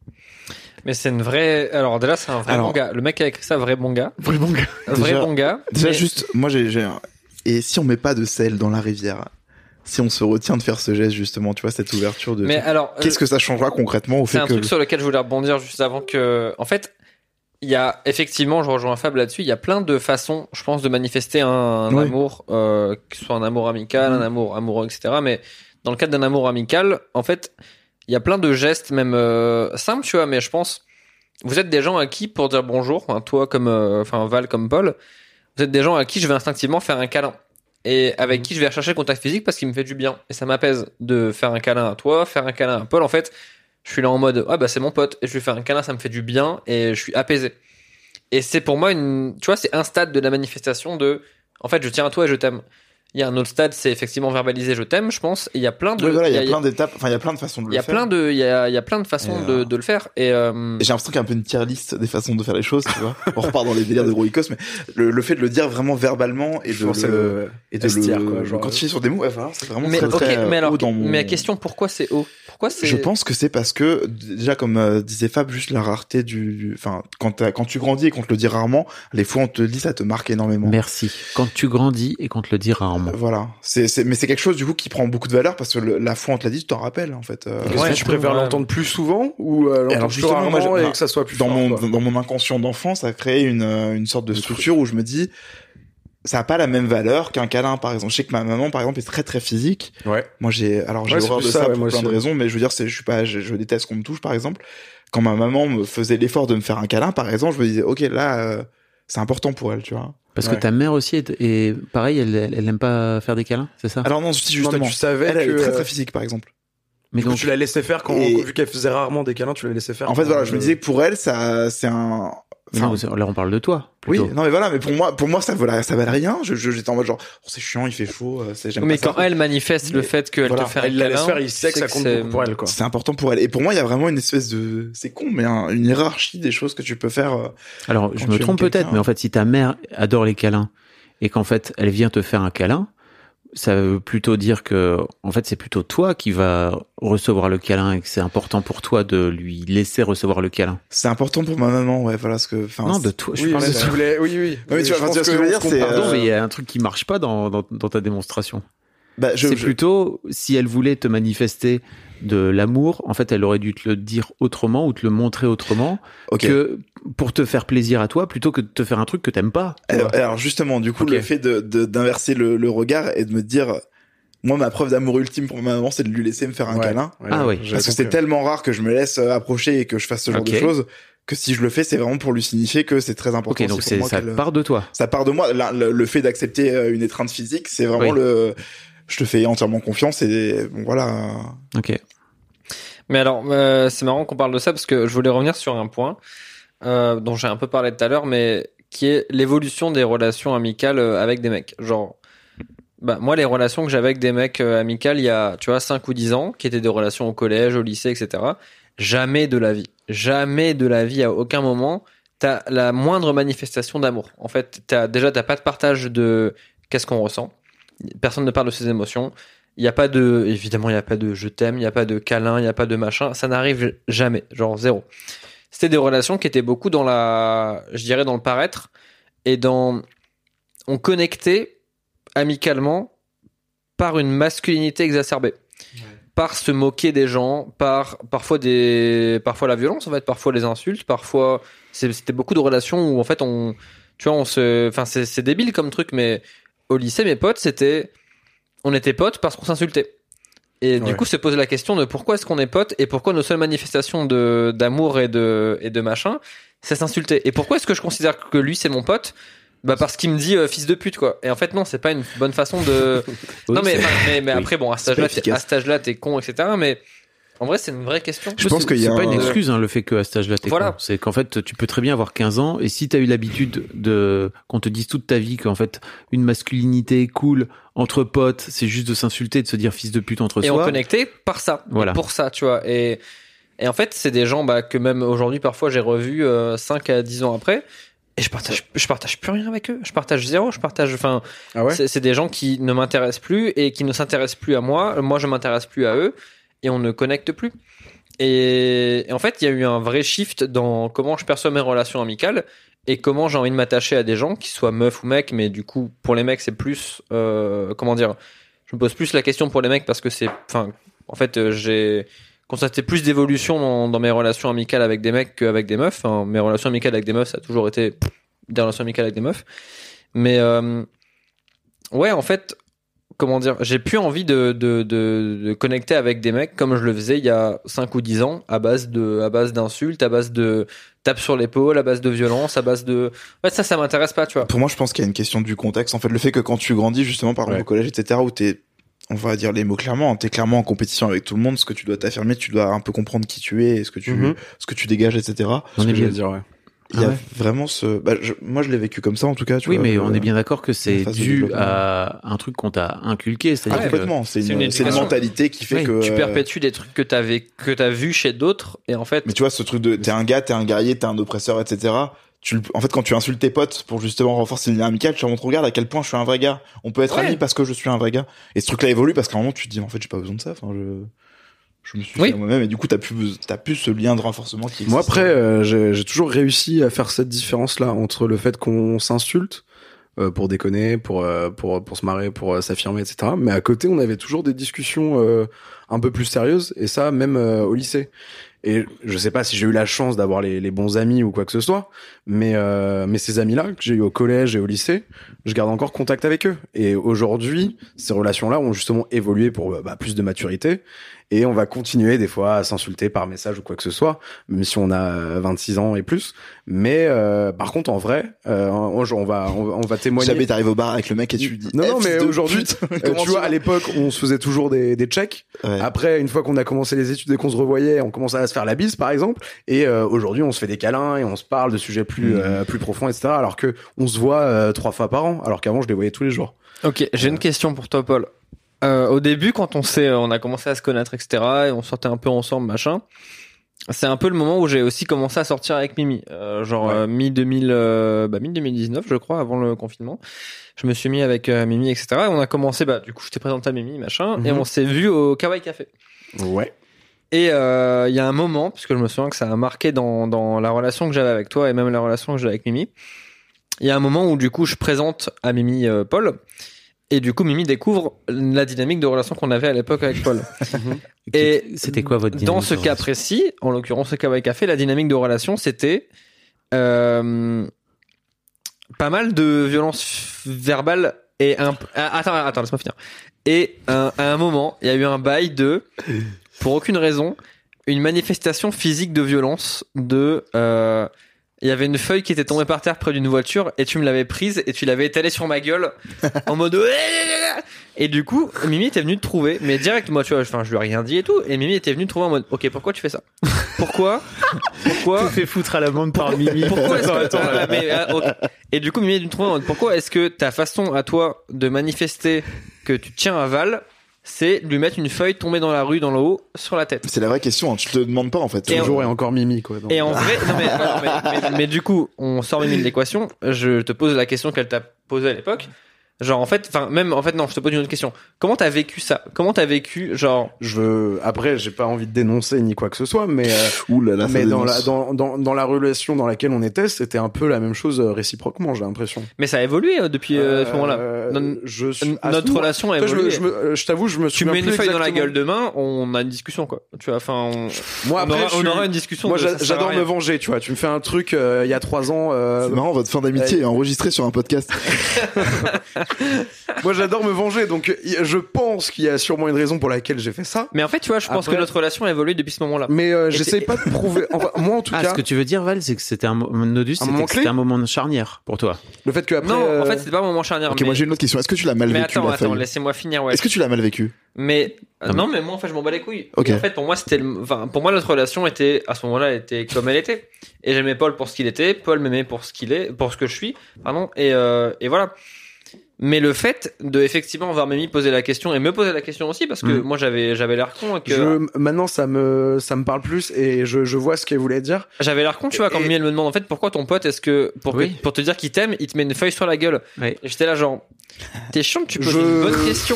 Mais c'est une vraie. Alors déjà, c'est un vrai Alors- bon gars. Le mec qui a écrit ça, vrai bon gars. Vrai bon gars. Un vrai Déjà- bon gars. Déjà, mais- juste, moi, j'ai, j'ai un- et si on met pas de sel dans la rivière, si on se retient de faire ce geste, justement, tu vois, cette ouverture de, Mais alors, qu'est-ce que ça changera concrètement au c'est fait un que, truc sur lequel je voulais rebondir juste avant que. En fait, il y a effectivement, je rejoins Fab là-dessus, il y a plein de façons, je pense, de manifester un, un Oui. amour, euh, que ce soit un amour amical, un amour amoureux, et cetera. Mais dans le cadre d'un amour amical, en fait, il y a plein de gestes, même euh, simples, tu vois, mais je pense. Vous êtes des gens à qui, pour dire bonjour, enfin, toi comme, euh, enfin Val comme Paul, vous êtes des gens à qui je vais instinctivement faire un câlin. Et avec qui je vais rechercher le contact physique parce qu'il me fait du bien. Et ça m'apaise de faire un câlin à toi, faire un câlin à Paul. En fait, je suis là en mode, ah bah c'est mon pote. Et je lui fais un câlin, ça me fait du bien et je suis apaisé. Et c'est pour moi une, tu vois, c'est un stade de la manifestation de, en fait, je tiens à toi et je t'aime. Il y a un autre stade, c'est effectivement verbaliser je t'aime, je pense. Et il y a plein de, Oui, voilà, il y a plein d'étapes, enfin, il y a plein de façons de il le y a faire. plein de, il y a, il y a plein de façons Et, de, euh, de le faire. Et, euh, Et j'ai l'impression qu'il y a un peu une tier list des façons de faire les choses, tu vois. On repart dans les délires de Groikos, mais le, le fait de le dire vraiment verbalement et Je de pense que c'est le, le et de S tier, le, quoi, le genre, continuer sur des mots, ouais, voilà, c'est vraiment mais, très, ok, très mais alors, haut dans mon... mais la question, pourquoi c'est haut? Pourquoi c'est, Je pense que c'est parce que déjà comme euh, disait Fab, juste la rareté du, du- enfin quand t'as- quand tu grandis et qu'on te le dit rarement, les fois on te le dit ça te marque énormément. Merci. Quand tu grandis et qu'on te le dit rarement. Voilà, c'est c'est mais c'est quelque chose du coup qui prend beaucoup de valeur parce que le- la fois on te l'a dit, tu t'en rappelles en fait. Euh, Est-ce Ouais, que tu préfères ouais. l'entendre plus souvent ou euh, Et l'entendre alors, plus justement, moi, rarement je- et que ça soit plus dans fort, mon quoi. dans mon inconscient d'enfant, ça a créé une euh, une sorte de structure où je me dis ça a pas la même valeur qu'un câlin par exemple. Je sais que ma maman par exemple est très très physique. Ouais. Moi j'ai alors j'ai Ouais, c'est horreur de plus ça, ça, ouais, pour moi plein aussi, de ouais. raisons, mais je veux dire c'est je suis pas je, je déteste qu'on me touche par exemple. Quand ma maman me faisait l'effort de me faire un câlin par exemple, je me disais OK là euh, c'est important pour elle, tu vois. Parce Ouais. que ta mère aussi est, est pareil, elle, elle, elle aime pas faire des câlins, c'est ça? Alors non, si Non, justement mais tu savais elle, elle que est très euh, très physique par exemple. Mais du coup, donc, tu la laissais faire quand Et- vu qu'elle faisait rarement des câlins, tu la laissais faire. En fait quand, voilà, je me euh, disais que pour elle ça c'est un non, enfin, là on parle de toi. oui, Plutôt. non mais voilà, mais pour moi, pour moi ça valait, ça valait rien. Je, je- j'étais en mode genre, oh, c'est chiant, il fait chaud, euh, c'est j'aime mais pas ça. quand elle manifeste le Mais fait qu'elle voilà, te fait un il la laisse câlin, faire, il sait que c'est ça compte c'est- beaucoup pour elle, quoi. C'est important pour elle. Et pour moi, il y a vraiment une espèce de, c'est con, mais un- une hiérarchie des choses que tu peux faire. euh, Alors, Quand je tu me aimes trompe quelqu'un, peut-être, mais en fait, si ta mère adore les câlins et qu'en fait, elle vient te faire un câlin, ça veut plutôt dire que, en fait, c'est plutôt toi qui vas recevoir le câlin et que c'est important pour toi de lui laisser recevoir le câlin. C'est important pour ma maman, ouais, voilà ce que. Enfin, Non, c'est- de toi. Je Oui, parlais mais de tu toi. voulais, oui, oui. mais tu vois, je enfin, pense tu vois ce que je veux on dire, se c'est, comprend. Pardon, euh, mais il y a un truc qui marche pas dans, dans, dans ta démonstration. Bah, je, c'est je- plutôt, si elle voulait te manifester de l'amour, en fait, elle aurait dû te le dire autrement ou te le montrer autrement ok. que pour te faire plaisir à toi plutôt que de te faire un truc que t'aimes pas. tu Alors, vois. alors, justement, du coup, Ok. le fait de, de- d'inverser le, le regard et de me dire, moi, ma preuve d'amour ultime pour ma maman, c'est de lui laisser me faire un Ouais. câlin. Ouais, Ah oui. j'avais Parce que c'est compris. tellement rare que je me laisse euh, approcher et que je fasse ce genre Ok. de choses que si je le fais, c'est vraiment pour lui signifier que c'est très important. Ok, donc pour c'est, moi ça qu'elle- part de toi. ça part de moi. La- le, le fait d'accepter euh, une étreinte physique, c'est vraiment Oui. le. Je te fais entièrement confiance et bon voilà. Ok. Mais alors, euh, c'est marrant qu'on parle de ça parce que je voulais revenir sur un point euh, dont j'ai un peu parlé tout à l'heure, mais qui est l'évolution des relations amicales euh, avec des mecs. Genre, bah moi, les relations que j'avais avec des mecs euh, amicales il y a, tu vois, cinq ou dix ans, qui étaient des relations au collège, au lycée, et cetera. Jamais de la vie, jamais de la vie, à aucun moment, t'as la moindre manifestation d'amour. En fait, t'as déjà t'as pas de partage de qu'est-ce qu'on ressent. Personne ne parle de ses émotions. Il y a pas de, évidemment, il y a pas de je t'aime, il y a pas de câlin, il y a pas de machin. Ça n'arrive jamais, genre zéro. C'était des relations qui étaient beaucoup dans la, je dirais dans le paraître et dans, on connectait amicalement par une masculinité exacerbée, ouais. Par se moquer des gens, par parfois des, parfois la violence en fait, parfois les insultes, parfois c'était beaucoup de relations où en fait on, tu vois, on se, enfin c'est, c'est débile comme truc, mais au lycée mes potes c'était, on était potes parce qu'on s'insultait. Et ouais. Du coup, se pose la question de pourquoi est-ce qu'on est potes et pourquoi nos seules manifestations de d'amour et de et de machin, c'est s'insulter. Et pourquoi est-ce que je considère que lui c'est mon pote? Bah parce qu'il me dit euh, fils de pute quoi. Et en fait non, c'est pas une bonne façon de. Oui, non mais c'est... mais, mais oui. après bon à cet âge-là, t'es, à cet âge-là t'es con et cetera. Mais en vrai c'est une vraie question. Je pense c'est, qu'il y a c'est pas un... une excuse hein, le fait qu'à cet âge-là t'es voilà. con. C'est qu'en fait tu peux très bien avoir quinze ans et si t'as eu l'habitude de qu'on te dise toute ta vie qu'en fait une masculinité cool entre potes, c'est juste de s'insulter, de se dire fils de pute entre et soi. Et on connectait par ça. Voilà. Pour ça, tu vois. Et, et en fait, c'est des gens bah, que même aujourd'hui, parfois, j'ai revus euh, cinq à dix ans après. Et je partage, je partage plus rien avec eux. Je partage zéro. Je partage, enfin, ah ouais c'est, c'est des gens qui ne m'intéressent plus et qui ne s'intéressent plus à moi. Moi, je m'intéresse plus à eux et on ne connecte plus. Et, et en fait, il y a eu un vrai shift dans comment je perçois mes relations amicales. Et comment j'ai envie de m'attacher à des gens, qu'ils soient meufs ou mecs, mais du coup, pour les mecs, c'est plus, euh, comment dire, je me pose plus la question pour les mecs parce que c'est, enfin, en fait, euh, j'ai constaté plus d'évolution dans, dans mes relations amicales avec des mecs qu'avec des meufs. Enfin, mes relations amicales avec des meufs, ça a toujours été des relations amicales avec des meufs. Mais, euh, ouais, en fait, comment dire, j'ai plus envie de, de, de, de connecter avec des mecs comme je le faisais il y a cinq ou dix ans, à base de, à base d'insultes, à base de tape sur l'épaule, à base de violence, à base de, ouais, ça, ça m'intéresse pas, tu vois. Pour moi, je pense qu'il y a une question du contexte. En fait, le fait que quand tu grandis, justement, par exemple, ouais. au collège, et cetera, où t'es, on va dire les mots clairement, t'es clairement en compétition avec tout le monde, ce que tu dois t'affirmer, tu dois un peu comprendre qui tu es, ce que tu, mm-hmm. ce que tu dégages, et cetera. On est bien dire, ouais. Il y a ah ouais. vraiment ce, bah, je... moi je l'ai vécu comme ça en tout cas. Tu oui, vois, mais euh, on est bien d'accord que c'est dû de à un truc qu'on t'a inculqué, c'est-à-dire ah, que... complètement. C'est une, c'est une, c'est une mentalité qui fait oui. que tu perpétues des trucs que t'avais, que t'as vu chez d'autres et en fait. Mais tu vois ce truc de, t'es un gars, t'es un guerrier, t'es un oppresseur, et cetera. Tu, en fait, quand tu insultes tes potes pour justement renforcer le lien amical, tu leur montres, regarde à quel point je suis un vrai gars. On peut être ouais. amis parce que je suis un vrai gars. Et ce truc-là évolue parce qu'à un moment tu te dis, en fait, j'ai pas besoin de ça. Enfin, je. Je me suis oui. fait à moi-même et du coup t'as plus t'as plus ce lien de renforcement qui existe. Moi après euh, j'ai, j'ai toujours réussi à faire cette différence là entre le fait qu'on s'insulte euh, pour déconner, pour euh, pour pour se marrer, pour euh, s'affirmer, et cetera. Mais à côté on avait toujours des discussions euh, un peu plus sérieuses et ça même euh, au lycée. Et je sais pas si j'ai eu la chance d'avoir les, les bons amis ou quoi que ce soit, mais euh, mais ces amis-là que j'ai eu au collège et au lycée, je garde encore contact avec eux. Et aujourd'hui, ces relations-là ont justement évolué pour bah, plus de maturité. Et on va continuer des fois à s'insulter par message ou quoi que ce soit, même si on a vingt-six ans et plus. Mais euh, par contre, en vrai, euh, on, on va on, on va témoigner. Jamais t'arrives au bar avec le mec et tu lui dis. Non, non, mais aujourd'hui, euh, tu vois, à l'époque, on se faisait toujours des, des checks. Ouais. Après, une fois qu'on a commencé les études et qu'on se revoyait, on commençait à se faire la bise, par exemple. Et euh, aujourd'hui, on se fait des câlins et on se parle de sujets plus mmh. euh, plus profonds, et cetera. Alors que on se voit euh, trois fois par an, alors qu'avant, je les voyais tous les jours. Ok, j'ai euh... une question pour toi, Paul. Euh, au début, quand on s'est, on a commencé à se connaître, et cetera, et on sortait un peu ensemble, machin. C'est un peu le moment où j'ai aussi commencé à sortir avec Mimi, euh, genre ouais. euh, mi deux mille, euh, bah mi deux mille dix-neuf, je crois, avant le confinement. Je me suis mis avec euh, Mimi, et cetera. Et on a commencé, bah du coup, je t'ai présenté à Mimi, machin, mm-hmm. et on s'est vu au Kawaii Café. Ouais. Et il euh, y a un moment, parce que je me souviens que ça a marqué dans dans la relation que j'avais avec toi et même la relation que j'ai avec Mimi. Il y a un moment où du coup, je présente à Mimi euh, Paul. Et du coup, Mimi découvre la dynamique de relation qu'on avait à l'époque avec Paul. Et c'était quoi votre dynamique dans ce cas précis, en l'occurrence le Kawaii Café, la dynamique de relation, c'était euh, pas mal de violence verbale et un. Attends, attends, laisse-moi finir. Et un, à un moment, il y a eu un bail de, pour aucune raison, une manifestation physique de violence de euh, il y avait une feuille qui était tombée par terre près d'une voiture et tu me l'avais prise et tu l'avais étalée sur ma gueule en mode et du coup Mimi était venue te trouver mais direct moi tu vois enfin je lui ai rien dit et tout et Mimi était venue te trouver en mode ok pourquoi tu fais ça pourquoi pourquoi Tu fais foutre à l'amende par Mimi. pourquoi est-ce que ah, mais, ah, okay. Et du coup Mimi est venue te trouver en mode pourquoi est-ce que ta façon à toi de manifester que tu tiens à Val c'est de lui mettre une feuille tombée dans la rue dans le haut sur la tête. C'est la vraie question, hein. Tu te le demandes pas en fait. Et toujours et encore Mimi quoi. Donc. Et en vrai, non mais, non, mais, mais, mais du coup, on sort Mimi de l'équation. Je te pose la question qu'elle t'a posée à l'époque. Genre en fait, enfin même en fait non, je te pose une autre question. Comment t'as vécu ça? Comment t'as vécu genre? Je veux après, j'ai pas envie de dénoncer ni quoi que ce soit, mais euh, Ouh là là, mais dans la dénonce. dans, dans dans la relation dans laquelle on était, c'était un peu la même chose euh, réciproquement, j'ai l'impression. Mais ça a évolué euh, depuis euh, ce moment-là. Euh, Non, je suis, à notre ce moment- relation a Toi, je, me- évolué. je, me- euh, je t'avoue, je me Tu souviens mets une plus feuille dans la exactement. gueule demain, on a une discussion quoi. Tu vois, enfin, on, Moi on après, aura, je on suis- aura une discussion. Moi, de, j'a- ça sert à j'adore rien. me venger, tu vois. Tu me fais un truc euh, il y a trois ans. Euh, C'est marrant, votre fin d'amitié est enregistrée sur un podcast. moi, j'adore me venger, donc y- je pense qu'il y a sûrement une raison pour laquelle j'ai fait ça. Mais en fait, tu vois, je pense Après- que notre relation a évolué depuis ce moment-là. Mais euh, Et j'essaie c'est- pas de prouver. Enfin, moi, en tout Ah, cas, ce que tu veux dire, Val, c'est que c'était un mo- Nodus, Un c'était moment que c'était clé un moment de charnière pour toi. le fait que après. Non, euh, en fait, c'était pas un moment charnière. Ok, mais... moi j'ai une autre question. Est-ce que tu l'as mal mais vécu attends, la attends, feuille laissez-moi finir. Ouais. Est-ce que tu l'as mal vécu? Mais euh, Non, non, mais moi en fait je m'en bats les couilles. Ok. Et en fait pour moi c'était, le... enfin pour moi notre relation était à ce moment-là était comme elle était. Et j'aimais Paul pour ce qu'il était, Paul m'aimait pour ce qu'il est, pour ce que je suis, pardon. Et euh, et voilà. Mais le fait de effectivement voir Mimi poser la question et me poser la question aussi parce que Mm. moi j'avais j'avais l'air con et que Je, maintenant, ça me, ça me parle plus et je, je vois ce qu'elle voulait dire. j'avais l'air con tu vois quand Et- Mimi elle me demande en fait pourquoi ton pote est-ce que pour Oui. que, pour te dire qu'il t'aime il te met une feuille sur la gueule. Oui. Et j'étais là genre t'es chiant que tu poses Je- une bonne question.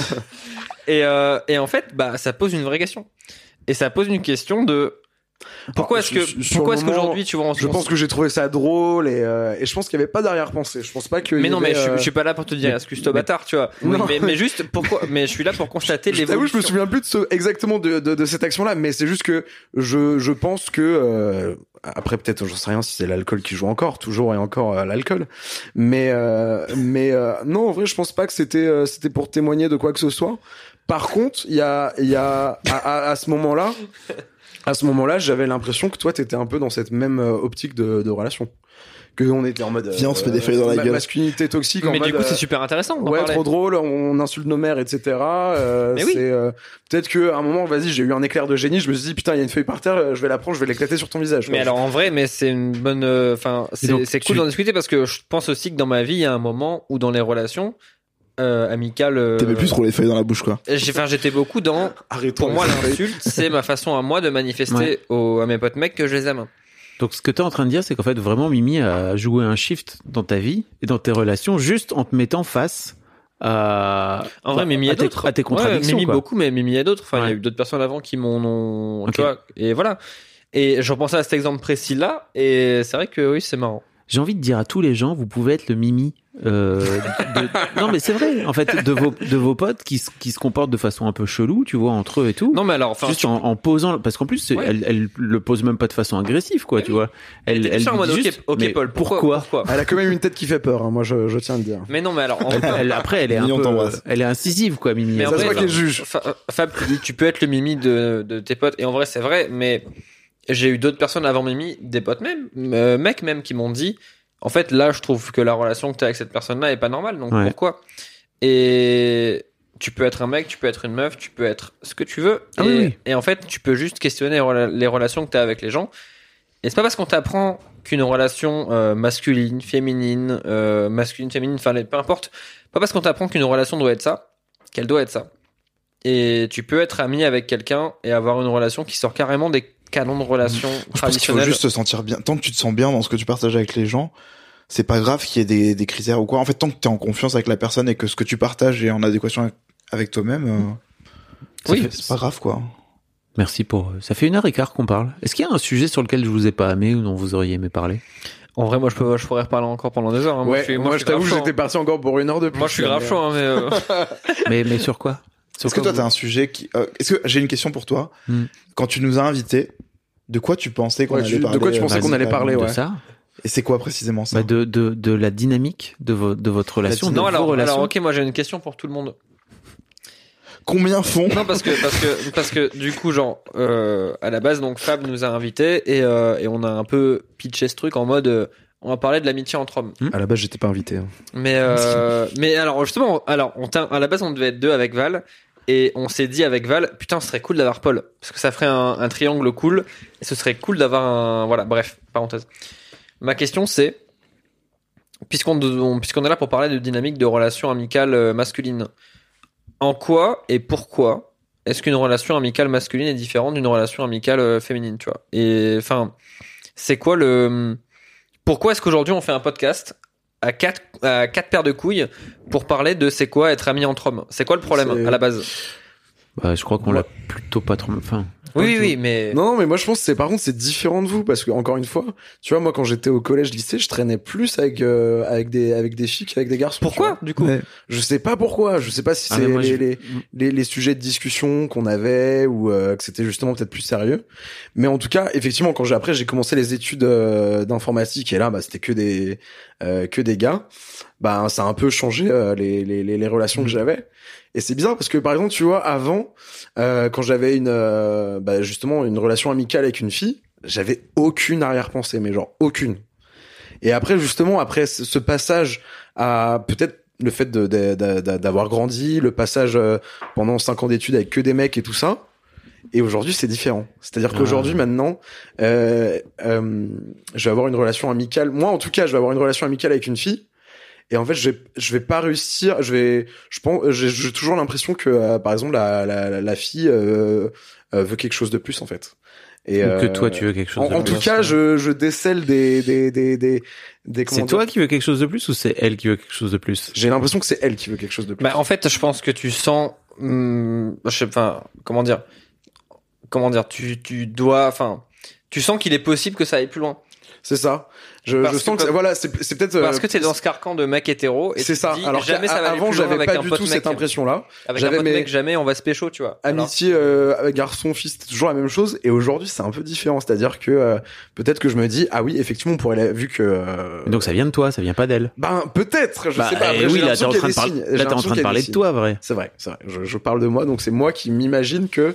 et euh, et en fait bah ça pose une vraie question. Et ça pose une question de pourquoi Alors, est-ce que sur- sur pourquoi le est-ce moment, qu'aujourd'hui tu vois on Je pense que j'ai trouvé ça drôle et, euh, et je pense qu'il y avait pas d'arrière-pensée. Je pense pas que. mais il y non, mais avait, je, suis- euh, je suis pas là pour te dire excuse-toi bâtard, tu vois. Non. Mais, mais juste pourquoi mais je suis là pour constater Je t'avoue, je l'évolution. me souviens plus de ce, exactement de, de, de cette action-là, mais c'est juste que je, je pense que euh, après peut-être j'en sais rien si c'est l'alcool qui joue encore, toujours et encore euh, l'alcool, mais euh, mais euh, non en vrai je pense pas que c'était euh, c'était pour témoigner de quoi que ce soit. Par contre, il y a il y a à, à, à ce moment-là, à ce moment-là, j'avais l'impression que toi t'étais un peu dans cette même euh, optique de, de relation. Que on était en mode euh, Viens, on se fait des feuilles dans la ma- gueule. masculinité toxique en Mais mode du coup, euh, c'est super intéressant d'en ouais, parler. trop drôle, on insulte nos mères, et cetera. Euh, Mais oui. c'est euh, peut-être que à un moment, vas-y, j'ai eu un éclair de génie, je me suis dit putain, il y a une feuille par terre, euh, je vais la prendre, je vais l'éclater sur ton visage. Mais quoi. alors en vrai, mais c'est une bonne, euh, enfin c'est donc, c'est cool tu- d'en discuter parce que je pense aussi que dans ma vie, il y a un moment où dans les relations euh, amicales, euh, T'aimais plus trop les feuilles dans la bouche, quoi. j'ai, enfin j'étais beaucoup dans. Arrêtons. Pour moi, avec cette feuille. l'insulte, c'est ma façon à moi de manifester Ouais. aux, à mes potes mecs que je les aime. Donc, ce que tu es en train de dire, c'est qu'en fait, vraiment, Mimi a joué un shift dans ta vie et dans tes relations juste en te mettant face à, En vrai, à- Mimi à et tes, d'autres. à tes contradictions. Ouais, Mimi quoi. beaucoup, mais Mimi et d'autres. Enfin, il y a Ouais. eu d'autres personnes avant qui m'ont, ont- Ok. tu vois. Et voilà. Et je repensais à cet exemple précis là, et c'est vrai que oui, c'est marrant. J'ai envie de dire à tous les gens, vous pouvez être le Mimi. Euh, de- de- non, mais c'est vrai, en fait, de vos, de vos potes qui, se- qui se comportent de façon un peu chelou, tu vois, entre eux et tout. Non, mais alors, enfin, juste tu- en, en posant, parce qu'en plus, c'est- Ouais. elle, elle le pose même pas de façon agressive, quoi, tu vois. Elle, t'es elle juste en dit mode, ok, juste, ok, mais Paul, pourquoi, pourquoi, pourquoi Elle a quand même une tête qui fait peur, hein, moi je, je tiens à le dire. Mais non, mais alors, en Elle- elle- après, elle est un Mignon, peu, t'embrasse. elle est incisive, quoi, Mimi. Mais en Ça se vrai, voit qu'elle enfin, juge. Fa- Fab, tu dis, tu peux être le Mimi de, de tes potes, et en vrai, c'est vrai, mais j'ai eu d'autres personnes avant Mimi, des potes même, euh, mecs même, qui m'ont dit, en fait, là, je trouve que la relation que tu as avec cette personne-là est pas normale, donc Ouais. pourquoi? Et tu peux être un mec, tu peux être une meuf, tu peux être ce que tu veux, Ah et, oui, oui. et en fait, tu peux juste questionner les rela- les relations que tu as avec les gens, et c'est pas parce qu'on t'apprend qu'une relation euh, masculine, féminine, euh, masculine, féminine, enfin, les- peu importe, pas parce qu'on t'apprend qu'une relation doit être ça, qu'elle doit être ça. Et tu peux être ami avec quelqu'un et avoir une relation qui sort carrément des canons de relations Je pense qu'il faut traditionnels. juste se sentir bien. Tant que tu te sens bien dans ce que tu partages avec les gens, c'est pas grave qu'il y ait des, des critères ou quoi. En fait, tant que t'es en confiance avec la personne et que ce que tu partages est en adéquation avec, avec toi-même, euh, ça Oui. fait- c'est pas grave, quoi. Merci pour, ça fait une heure et quart qu'on parle. Est-ce qu'il y a un sujet sur lequel je vous ai pas aimé ou dont vous auriez aimé parler? En vrai, moi, je, peux, je pourrais reparler encore pendant des heures. hein. Moi, Ouais, je suis, moi, moi, je t'avoue, grave chaud, j'étais hein. parti encore pour une heure de plus. Moi, je suis grave mais- chaud, hein, mais. euh, mais, mais sur quoi? Sur Est-ce que quoi toi, vous- t'as un sujet qui... euh, Est-ce que j'ai une question pour toi? Hmm. Quand tu nous as invités, de quoi tu pensais qu'on Ouais, allait tu- de parler? quoi tu pensais euh, qu'on allait principalement parler, de ouais. ça? Et c'est quoi précisément ça? Bah de, de, de la dynamique de, vo- de votre relation, de non, vos alors, relations. alors, ok, moi, j'ai une question pour tout le monde. Combien font? Non, parce que parce que parce que du coup, genre, euh, à la base, donc Fab nous a invités et euh, et on a un peu pitché ce truc en mode, euh, on va parler de l'amitié entre hommes. À la base, j'étais pas invité. Hein. Mais euh, mais alors justement, alors on t'a- à la base, on devait être deux avec Val. Et on s'est dit avec Val, putain, ce serait cool d'avoir Paul. Parce que ça ferait un, un triangle cool. Et ce serait cool d'avoir un... Voilà, bref, parenthèse. Ma question, c'est... Puisqu'on, on, puisqu'on est là pour parler de dynamique de relations amicales masculines, en quoi et pourquoi est-ce qu'une relation amicale masculine est différente d'une relation amicale féminine, tu vois? Et enfin, c'est quoi le... Pourquoi est-ce qu'aujourd'hui on fait un podcast à quatre, à quatre paires de couilles pour parler de c'est quoi être ami entre hommes? C'est quoi le problème C'est... à la base? Bah, je crois qu'on Ouais. l'a plutôt pas trop. Enfin, Oui, oui, oui, mais... Non, mais moi je pense que c'est par contre c'est différent de vous parce que encore une fois, tu vois, moi quand j'étais au collège lycée, je traînais plus avec euh, avec des avec des filles qu'avec des garçons. Pourquoi, du coup? Ouais. Je sais pas pourquoi, je sais pas si Ah, c'est mais moi, les, je- les, les les sujets de discussion qu'on avait ou euh, que c'était justement peut-être plus sérieux. Mais en tout cas, effectivement, quand j'ai après j'ai commencé les études euh, d'informatique et là bah c'était que des euh, que des gars. Bah ça a un peu changé euh, les, les les les relations que j'avais. Et c'est bizarre parce que par exemple, tu vois, avant euh, quand j'avais une euh, bah, justement une relation amicale avec une fille, j'avais aucune arrière-pensée, mais genre aucune. Et après justement après ce ce passage à peut-être le fait de, de, de, de- d'avoir grandi, le passage euh, pendant cinq ans d'études avec que des mecs et tout ça. Et aujourd'hui, c'est différent. C'est-à-dire qu'aujourd'hui, Ah. maintenant, euh, euh, je vais avoir une relation amicale. Moi, en tout cas, je vais avoir une relation amicale avec une fille. Et en fait, je vais, je vais pas réussir. Je vais, je pense, j'ai, j'ai toujours l'impression que, euh, par exemple, la, la, la fille euh, euh, veut quelque chose de plus, en fait. Et ou que euh, toi, tu veux quelque chose En, de en plus. tout cas, je, je décèle des, des, des, des, des comment C'est dire. toi qui veux quelque chose de plus ou c'est elle qui veut quelque chose de plus? J'ai l'impression que c'est elle qui veut quelque chose de plus. Bah, en fait, je pense que tu sens, hum, je sais, enfin, comment dire, comment dire, tu, tu dois, enfin, tu sens qu'il est possible que ça aille plus loin. C'est ça. Je, Parce je que sens que, comme- voilà, c'est, c'est peut-être. Parce euh, que t'es dans ce carcan de mec hétéro et C'est tu ça. te dis, Alors jamais ça va aller qu'avant, plus loin j'avais avec pas un du pote tout mec. cette impression-là. Avec J'avais un pote mes- mec, jamais on va se pécho, tu vois. Alors- Amitié euh, avec garçon fille, c'était toujours la même chose. Et aujourd'hui, c'est un peu différent. C'est-à-dire que euh, peut-être que je me dis, ah oui, effectivement, on pourrait la- vu que. euh, Donc ça vient de toi, ça vient pas d'elle. Ben peut-être. Je Bah, sais pas. Après, eh j'ai oui, là, l'impression t'es en qu'il y a train de des parler. signes. J'ai Là, t'es en l'impression train de qu'il y a parler des de toi, vrai. C'est vrai, c'est vrai. Je, je parle de moi, donc c'est moi qui m'imagine que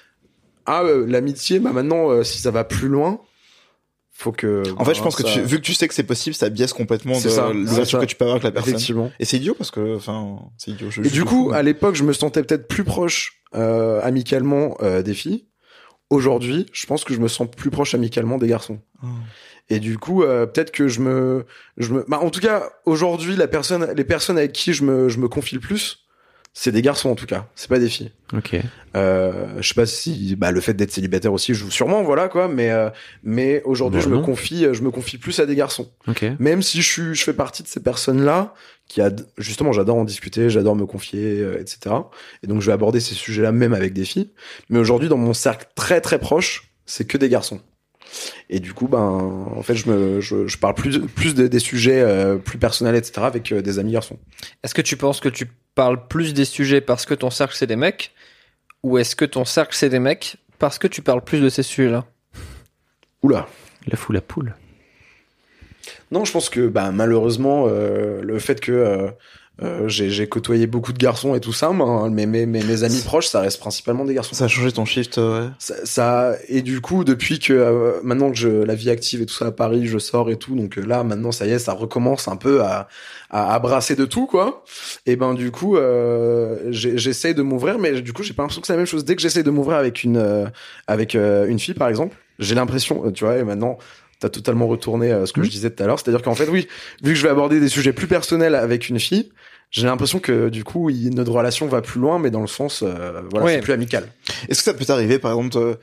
ah euh, l'amitié, bah maintenant, euh, si ça va plus loin, faut que. En fait, je ben, pense que ça- tu, vu que tu sais que c'est possible, ça biaise complètement C'est de ça, c'est l'ouverture ça. que tu peux avoir avec la personne. Effectivement. Et c'est idiot parce que, enfin, c'est idiot. Je, Et je du suis coup, fou, à l'époque, je me sentais peut-être plus proche euh, amicalement euh, des filles. Aujourd'hui, je pense que je me sens plus proche amicalement des garçons. Oh. Et du coup, euh, peut-être que je me, je me, bah, en tout cas, aujourd'hui, la personne, les personnes avec qui je me, je me confie le plus, c'est des garçons en tout cas. C'est pas des filles. Ok. Euh, je sais pas si, bah, le fait d'être célibataire aussi joue sûrement, voilà quoi. Mais, euh, mais aujourd'hui, Bah, je me non. confie, je me confie plus à des garçons. Ok. Même si je suis, je fais partie de ces personnes-là qui a, justement, j'adore en discuter, j'adore me confier, euh, et cetera. Et donc, je vais aborder ces sujets-là même avec des filles. Mais aujourd'hui, dans mon cercle très très proche, c'est que des garçons. Et du coup, ben, en fait, je me, je, je parle plus, plus de- des sujets euh, plus personnels, et cetera, avec euh, des amis garçons. Est-ce que tu penses que tu parles plus des sujets parce que ton cercle c'est des mecs, ou est-ce que ton cercle c'est des mecs parce que tu parles plus de ces sujets-là? Oula. La foule la poule. Non, je pense que bah, malheureusement, euh, le fait que euh, euh, j'ai, j'ai côtoyé beaucoup de garçons et tout ça, ben, mes, mes, mes, mes amis proches, ça reste principalement des garçons. Ça a changé ton shift, euh, ouais. Ça, ça et du coup, depuis que euh, maintenant que je, la vie active et tout ça à Paris, je sors et tout, donc euh, là maintenant ça y est, ça recommence un peu à, à, à brasser de tout quoi. Et ben du coup, euh, j'ai, j'essaye de m'ouvrir, mais du coup j'ai pas l'impression que c'est la même chose. Dès que j'essaye de m'ouvrir avec une euh, avec euh, une fille par exemple, j'ai l'impression, euh, tu vois, et maintenant t'as totalement retourné euh, ce que Mmh. je disais tout à l'heure, c'est-à-dire qu'en fait oui, vu que je vais aborder des sujets plus personnels avec une fille, j'ai l'impression que du coup il, notre relation va plus loin, mais dans le sens euh, voilà, Ouais. c'est plus amical. Est-ce que ça peut t'arriver, par exemple, de,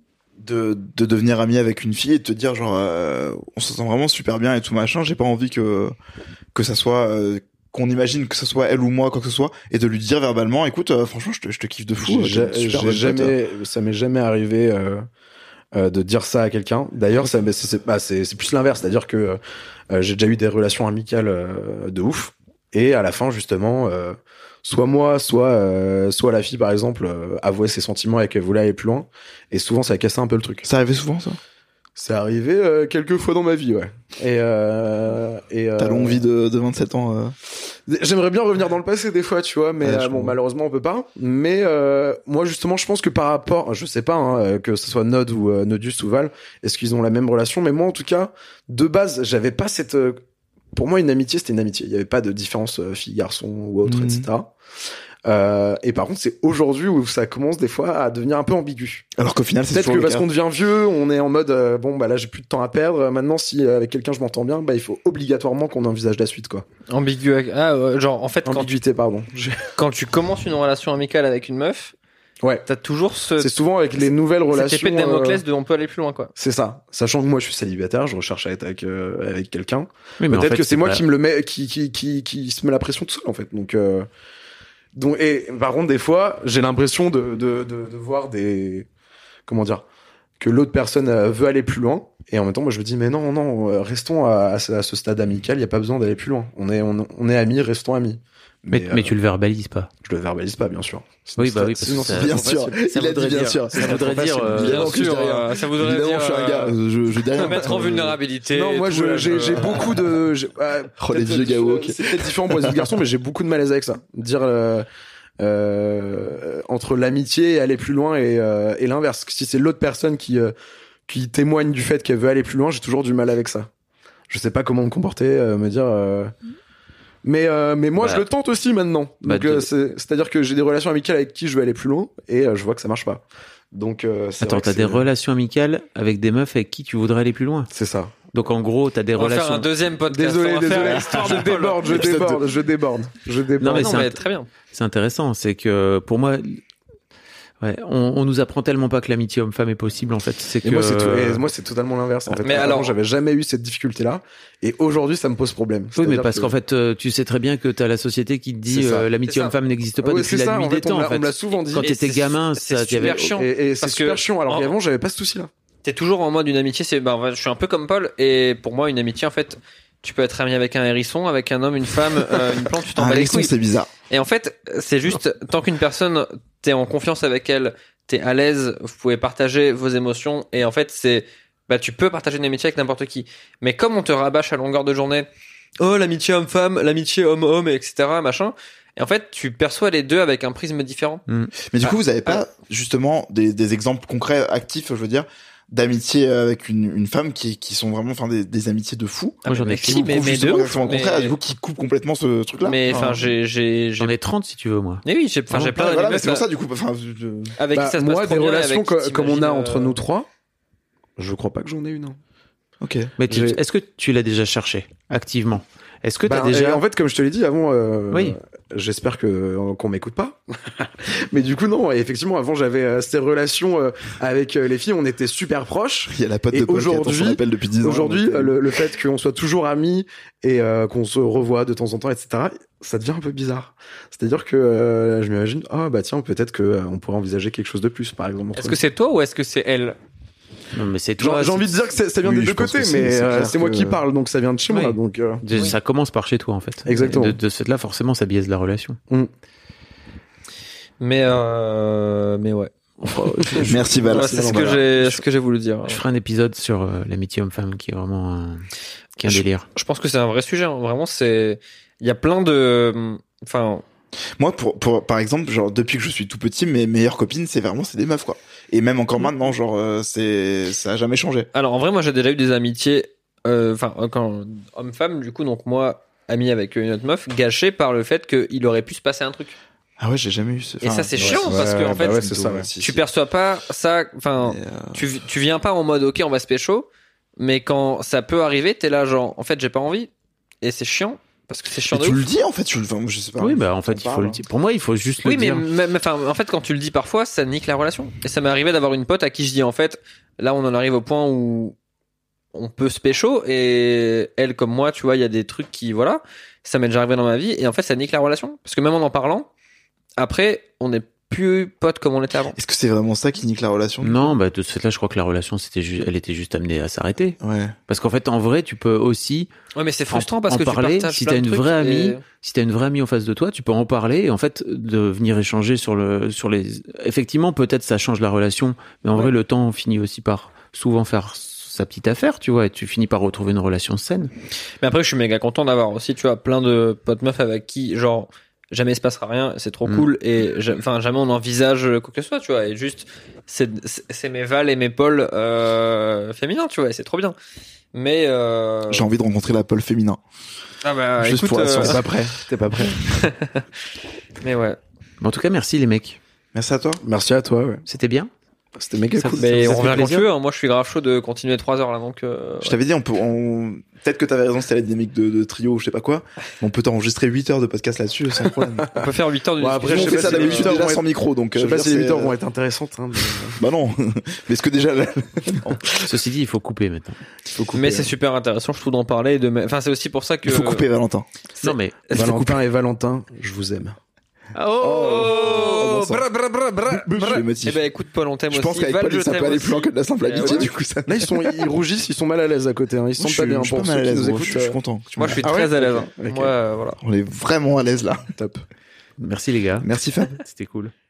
de, de devenir ami avec une fille et de te dire, genre, euh, on se sent vraiment super bien et tout machin, j'ai pas envie que, que ça soit, euh, qu'on imagine que ce soit elle ou moi, quoi que ce soit, et de lui dire verbalement, écoute, euh, franchement, je te, je te kiffe de fou. J'ai, t'es une super j'ai bonne pote. jamais, ça m'est jamais arrivé euh, euh, de dire ça à quelqu'un. D'ailleurs, ça, mais c'est, c'est, bah, c'est, c'est plus l'inverse, c'est-à-dire que euh, j'ai déjà eu des relations amicales euh, de ouf, et à la fin, justement, euh, soit moi, soit euh, soit la fille, par exemple, euh, avouait ses sentiments et qu'elle voulait aller plus loin, et souvent, ça cassait un peu le truc. Ça arrivait souvent, ça? C'est arrivé euh, quelques fois dans ma vie, ouais. Et, euh, et euh, Ta longue vie de, de vingt-sept ans, euh... J'aimerais bien revenir dans le passé des fois, tu vois, mais Ouais, euh, je bon, comprends. malheureusement, on peut pas. Mais euh, moi, justement, je pense que par rapport, je sais pas, hein, euh, que ce soit Nod ou euh, Nodus ou Val, est-ce qu'ils ont la même relation? Mais moi, en tout cas, de base, j'avais pas cette. euh, Pour moi, une amitié, c'était une amitié. Il y avait pas de différence euh, fille-garçon ou autre, Mhm. et cetera. Euh, et par contre, c'est aujourd'hui où ça commence des fois à devenir un peu ambigu. Alors qu'au final, c'est Peut-être toujours que le parce cas. qu'on devient vieux, on est en mode euh, bon bah là j'ai plus de temps à perdre. Maintenant, si euh, avec quelqu'un je m'entends bien, bah il faut obligatoirement qu'on envisage la suite quoi. Ambigu. Ah, euh, genre, en fait, quand tu, Ambiguïté, pardon. J'ai- quand tu commences une relation amicale avec une meuf, Ouais. t'as toujours ce, C'est souvent avec les nouvelles cette relations. épée de Damoclès euh, de on peut aller plus loin, quoi. C'est ça. Sachant que moi je suis célibataire, je recherche à être avec euh, avec quelqu'un. Oui, mais en Peut-être fait, que c'est moi pas- qui me le mets, qui qui qui qui se met la pression tout seul en fait. Donc euh, donc et par contre des fois j'ai l'impression de de de, de voir des comment dire que l'autre personne euh, veut aller plus loin et en même temps moi je me dis mais non non euh, restons à, à ce à ce stade amical, il y a pas besoin d'aller plus loin. On est on, on est amis, restons amis. Mais, euh, mais tu le verbalises pas. je le verbalise pas bien sûr. Sinon, Oui, bah c'est- oui, parce sinon, que c'est ça- trop Bien facile. sûr, Ça il a voudrait dit bien dire- sûr. ça voudrait dire, euh, Évidemment bien que je sûr, dis rien. euh, ça voudrait Évidemment, dire, je suis un gars, euh, je, je dis rien. Mettre en vulnérabilité. Non, moi tout, je- là, j'ai je- j'ai beaucoup de j'ai- ouais, Oh, les peut-être, vieux gars euh, woke. C'est peut-être différent pour les autres garçons, mais j'ai beaucoup de malaise avec ça. Dire euh, euh, entre l'amitié et aller plus loin et, euh, et l'inverse. Si c'est l'autre personne qui euh, qui témoigne du fait qu'elle veut aller plus loin, j'ai toujours du mal avec ça. Je sais pas comment me comporter, euh, me dire. euh, Mais euh, mais moi Bah. je le tente aussi maintenant. Bah, Donc euh, de- c'est c'est-à-dire que j'ai des relations amicales avec qui je veux aller plus loin et euh, je vois que ça marche pas. Donc euh, c'est Attends, vrai que t'as des c'est- relations amicales avec des meufs avec qui tu voudrais aller plus loin. C'est ça. Donc en gros, t'as des On va faire relations. un deuxième podcast. Désolé, on va désolé. faire l'histoire je de Paul. déborde, je Épisode déborde, je déborde, je déborde. Non, mais Non, c'est mais un- très bien. C'est intéressant, c'est que pour moi, ouais, on, on nous apprend tellement pas que l'amitié homme-femme est possible en fait. C'est que Et moi, c'est tout- et moi, c'est totalement l'inverse. En fait. Mais Avant, alors- j'avais jamais eu cette difficulté-là, et aujourd'hui, ça me pose problème. oui, mais C'est-à-dire parce que- qu'en fait, euh, tu sais très bien que t'as la société qui te dit C'est ça. euh, l'amitié C'est ça. homme-femme n'existe pas Ouais, depuis c'est la ça, nuit en des fait, on temps. me En l'a- on me l'a fait, souvent dit. quand Et t'étais c'est- gamin, c'est ça, super y avait- chiant. Et, et c'est Parce super que- chiant. Alors en- qu'avant, j'avais pas ce souci-là. T'es toujours en mode une amitié, c'est ben je suis un peu comme Paul et pour moi une amitié en fait tu peux être ami avec un hérisson, avec un homme, une femme, euh, une plante, tu t'en Un bats les hérisson, couilles. c'est bizarre. Et en fait c'est juste tant qu'une personne t'es en confiance avec elle, t'es à l'aise, vous pouvez partager vos émotions et en fait c'est bah tu peux partager une amitié avec n'importe qui. Mais comme on te rabâche à longueur de journée, oh l'amitié homme-femme, l'amitié homme-homme, et cetera machin. Et en fait tu perçois les deux avec un prisme différent. Mais du coup, vous avez pas justement des, des exemples concrets, actifs, je veux dire, d'amitié avec une, une femme qui, qui sont vraiment, enfin, des, des amitiés de fou. Moi, j'en ai Si, Qui mais- prouvent mais justement de ouf, exactement le mais- contraire, du coup, qui coupent complètement ce truc-là. Mais enfin j'ai j'ai j'ai J'en ai trente si tu veux, moi. Mais oui, j'ai enfin, j'ai plein Ouais, d'amis voilà, mais meufs, c'est pour ça, du coup, enfin, je- avec Bah, qui ça se moi, passe trop des bien, relations avec co- qui comme on a t'imagines, entre euh, nous trois, je crois pas que j'en ai une. hein. ok. Mais tu- J'ai- est-ce que tu l'as déjà cherché activement? Est-ce que t'as Bah, déjà et en fait, comme je te l'ai dit avant, euh, Oui. j'espère que qu'on m'écoute pas. Mais du coup, non. Et effectivement, avant, j'avais euh, ces relations euh, avec euh, les filles. On était super proches. Il y a la pote Et de Paul qui attend son aujourd'hui- appel depuis dix ans. Aujourd'hui, donc, euh, le, le fait qu'on soit toujours amis et euh, qu'on se revoit de temps en temps, et cetera, ça devient un peu bizarre. C'est-à-dire que euh, je m'imagine, ah bah tiens, peut-être que euh, on pourrait envisager quelque chose de plus, par exemple. entre Est-ce nous. que c'est toi ou est-ce que c'est elle? Non, mais c'est J'ai toi. j'ai envie de dire que c'est- ça vient Oui, des je deux pense côtés, que c'est- mais c'est euh, clair c'est moi que- qui parle, donc ça vient de chez moi. Oui. Donc euh, c'est- Ça commence par chez toi en fait. Exactement. De, de ce fait-là, forcément, ça biaise la relation. Mais euh, mais ouais. Merci Val. Voilà, c'est ce que j'ai ce que j'ai voulu dire. Je ferai un épisode sur euh, l'amitié homme-femme qui est vraiment un, qui est un Je- délire. Je pense que c'est un vrai sujet. hein. Vraiment, c'est il y a plein de enfin Moi, pour, pour, par exemple, genre, depuis que je suis tout petit, mes meilleures copines, c'est vraiment, c'est des meufs, quoi. Et même encore maintenant, genre, euh, c'est, ça a jamais changé. alors en vrai moi j'ai déjà eu des amitiés euh, enfin quand homme-femme du coup donc moi ami avec une autre meuf gâché par le fait qu'il aurait pu se passer un truc. Ah ouais, j'ai jamais eu ce. Et ça c'est ouais, chiant c'est- parce que en bah fait ouais, c'est ça, ouais. Si, tu si. perçois pas ça enfin Mais, euh, tu tu viens pas en mode ok on va se pécho mais quand ça peut arriver t'es là genre en fait j'ai pas envie et c'est chiant parce que c'est chiant mais de tu ouf. le dis, en fait, tu le, enfin, je sais pas. Oui, bah en fait, On il faut parle. le dire. Pour moi, il faut juste le Oui, mais dire. même, enfin, en fait, quand tu le dis parfois, ça nique la relation. Et ça m'est arrivé d'avoir une pote à qui je dis, en fait, là, on en arrive au point où on peut se pécho, et elle, comme moi, tu vois, il y a des trucs qui, voilà, ça m'est déjà arrivé dans ma vie, et en fait, ça nique la relation. Parce que même en en parlant, après, on n'est plus potes comme on était avant. Est-ce que c'est vraiment ça qui nique la relation? Non, bah de ce fait-là, je crois que la relation, c'était ju- elle était juste amenée à s'arrêter. Ouais. Parce qu'en fait, en vrai, tu peux aussi Ouais, mais c'est en, frustrant parce en que parler. tu partages Si plein t'as de une trucs vraie amie, et- si t'as une vraie amie en face de toi, tu peux en parler et en fait de venir échanger sur le, sur les. Effectivement, peut-être ça change la relation, mais en Ouais. vrai, le temps finit aussi par souvent faire sa petite affaire, tu vois, et tu finis par retrouver une relation saine. Mais après, je suis méga content d'avoir aussi, tu vois, plein de potes meufs avec qui, genre, jamais il se passera rien, c'est trop mmh. cool, et enfin, jamais on envisage quoi que ce soit, tu vois, et juste, c'est, c'est mes Val et mes Paul euh, féminins, tu vois, et c'est trop bien. Mais euh... j'ai envie de rencontrer la Paul féminin. Ah bah, juste écoute, pour euh... t'es pas prêt, t'es pas prêt. Mais ouais. En tout cas, merci les mecs. Merci à toi. Merci à toi, ouais. C'était bien. C'était méga ça, cool. Mais on revient quand tu veux. Hein. Moi, je suis grave chaud de continuer trois heures là, donc. Euh, je ouais. t'avais dit, on peut, on... peut-être que t'avais raison, c'était la dynamique de, de trio ou je sais pas quoi. On peut t'enregistrer huit heures de podcast là-dessus sans problème. On peut faire huit heures de ouais, après, je sais pas ça d'habitude déjà être... sans micro, donc. Je sais euh, pas je si les huit heures euh... vont être intéressantes. Hein, mais... bah non. Mais est-ce que déjà. Là... Ceci dit, il faut couper maintenant. Il faut couper, mais hein. c'est super intéressant, je trouve, d'en parler. De... Enfin, c'est aussi pour ça que. Il faut couper Valentin. Non mais. Valentin et Valentin, je vous aime. Oh, oh, bon bra, bra, bra, bra, bra. Eh ben écoute Paul, on t'aime je aussi. Je pense qu'avec Val, Paul, ça peut aller plus loin que de la simple amitié, ouais. du coup. Ça... Là, ils sont, ils rougissent, ils sont mal à l'aise à côté, hein. Ils se sentent pas bien. Je suis pour pas mal à l'aise, écoutent, je suis content. Moi, je suis ah très ouais à l'aise. okay. Moi, euh, voilà. On est vraiment à l'aise là. Top. Merci les gars. Merci Fab. C'était cool.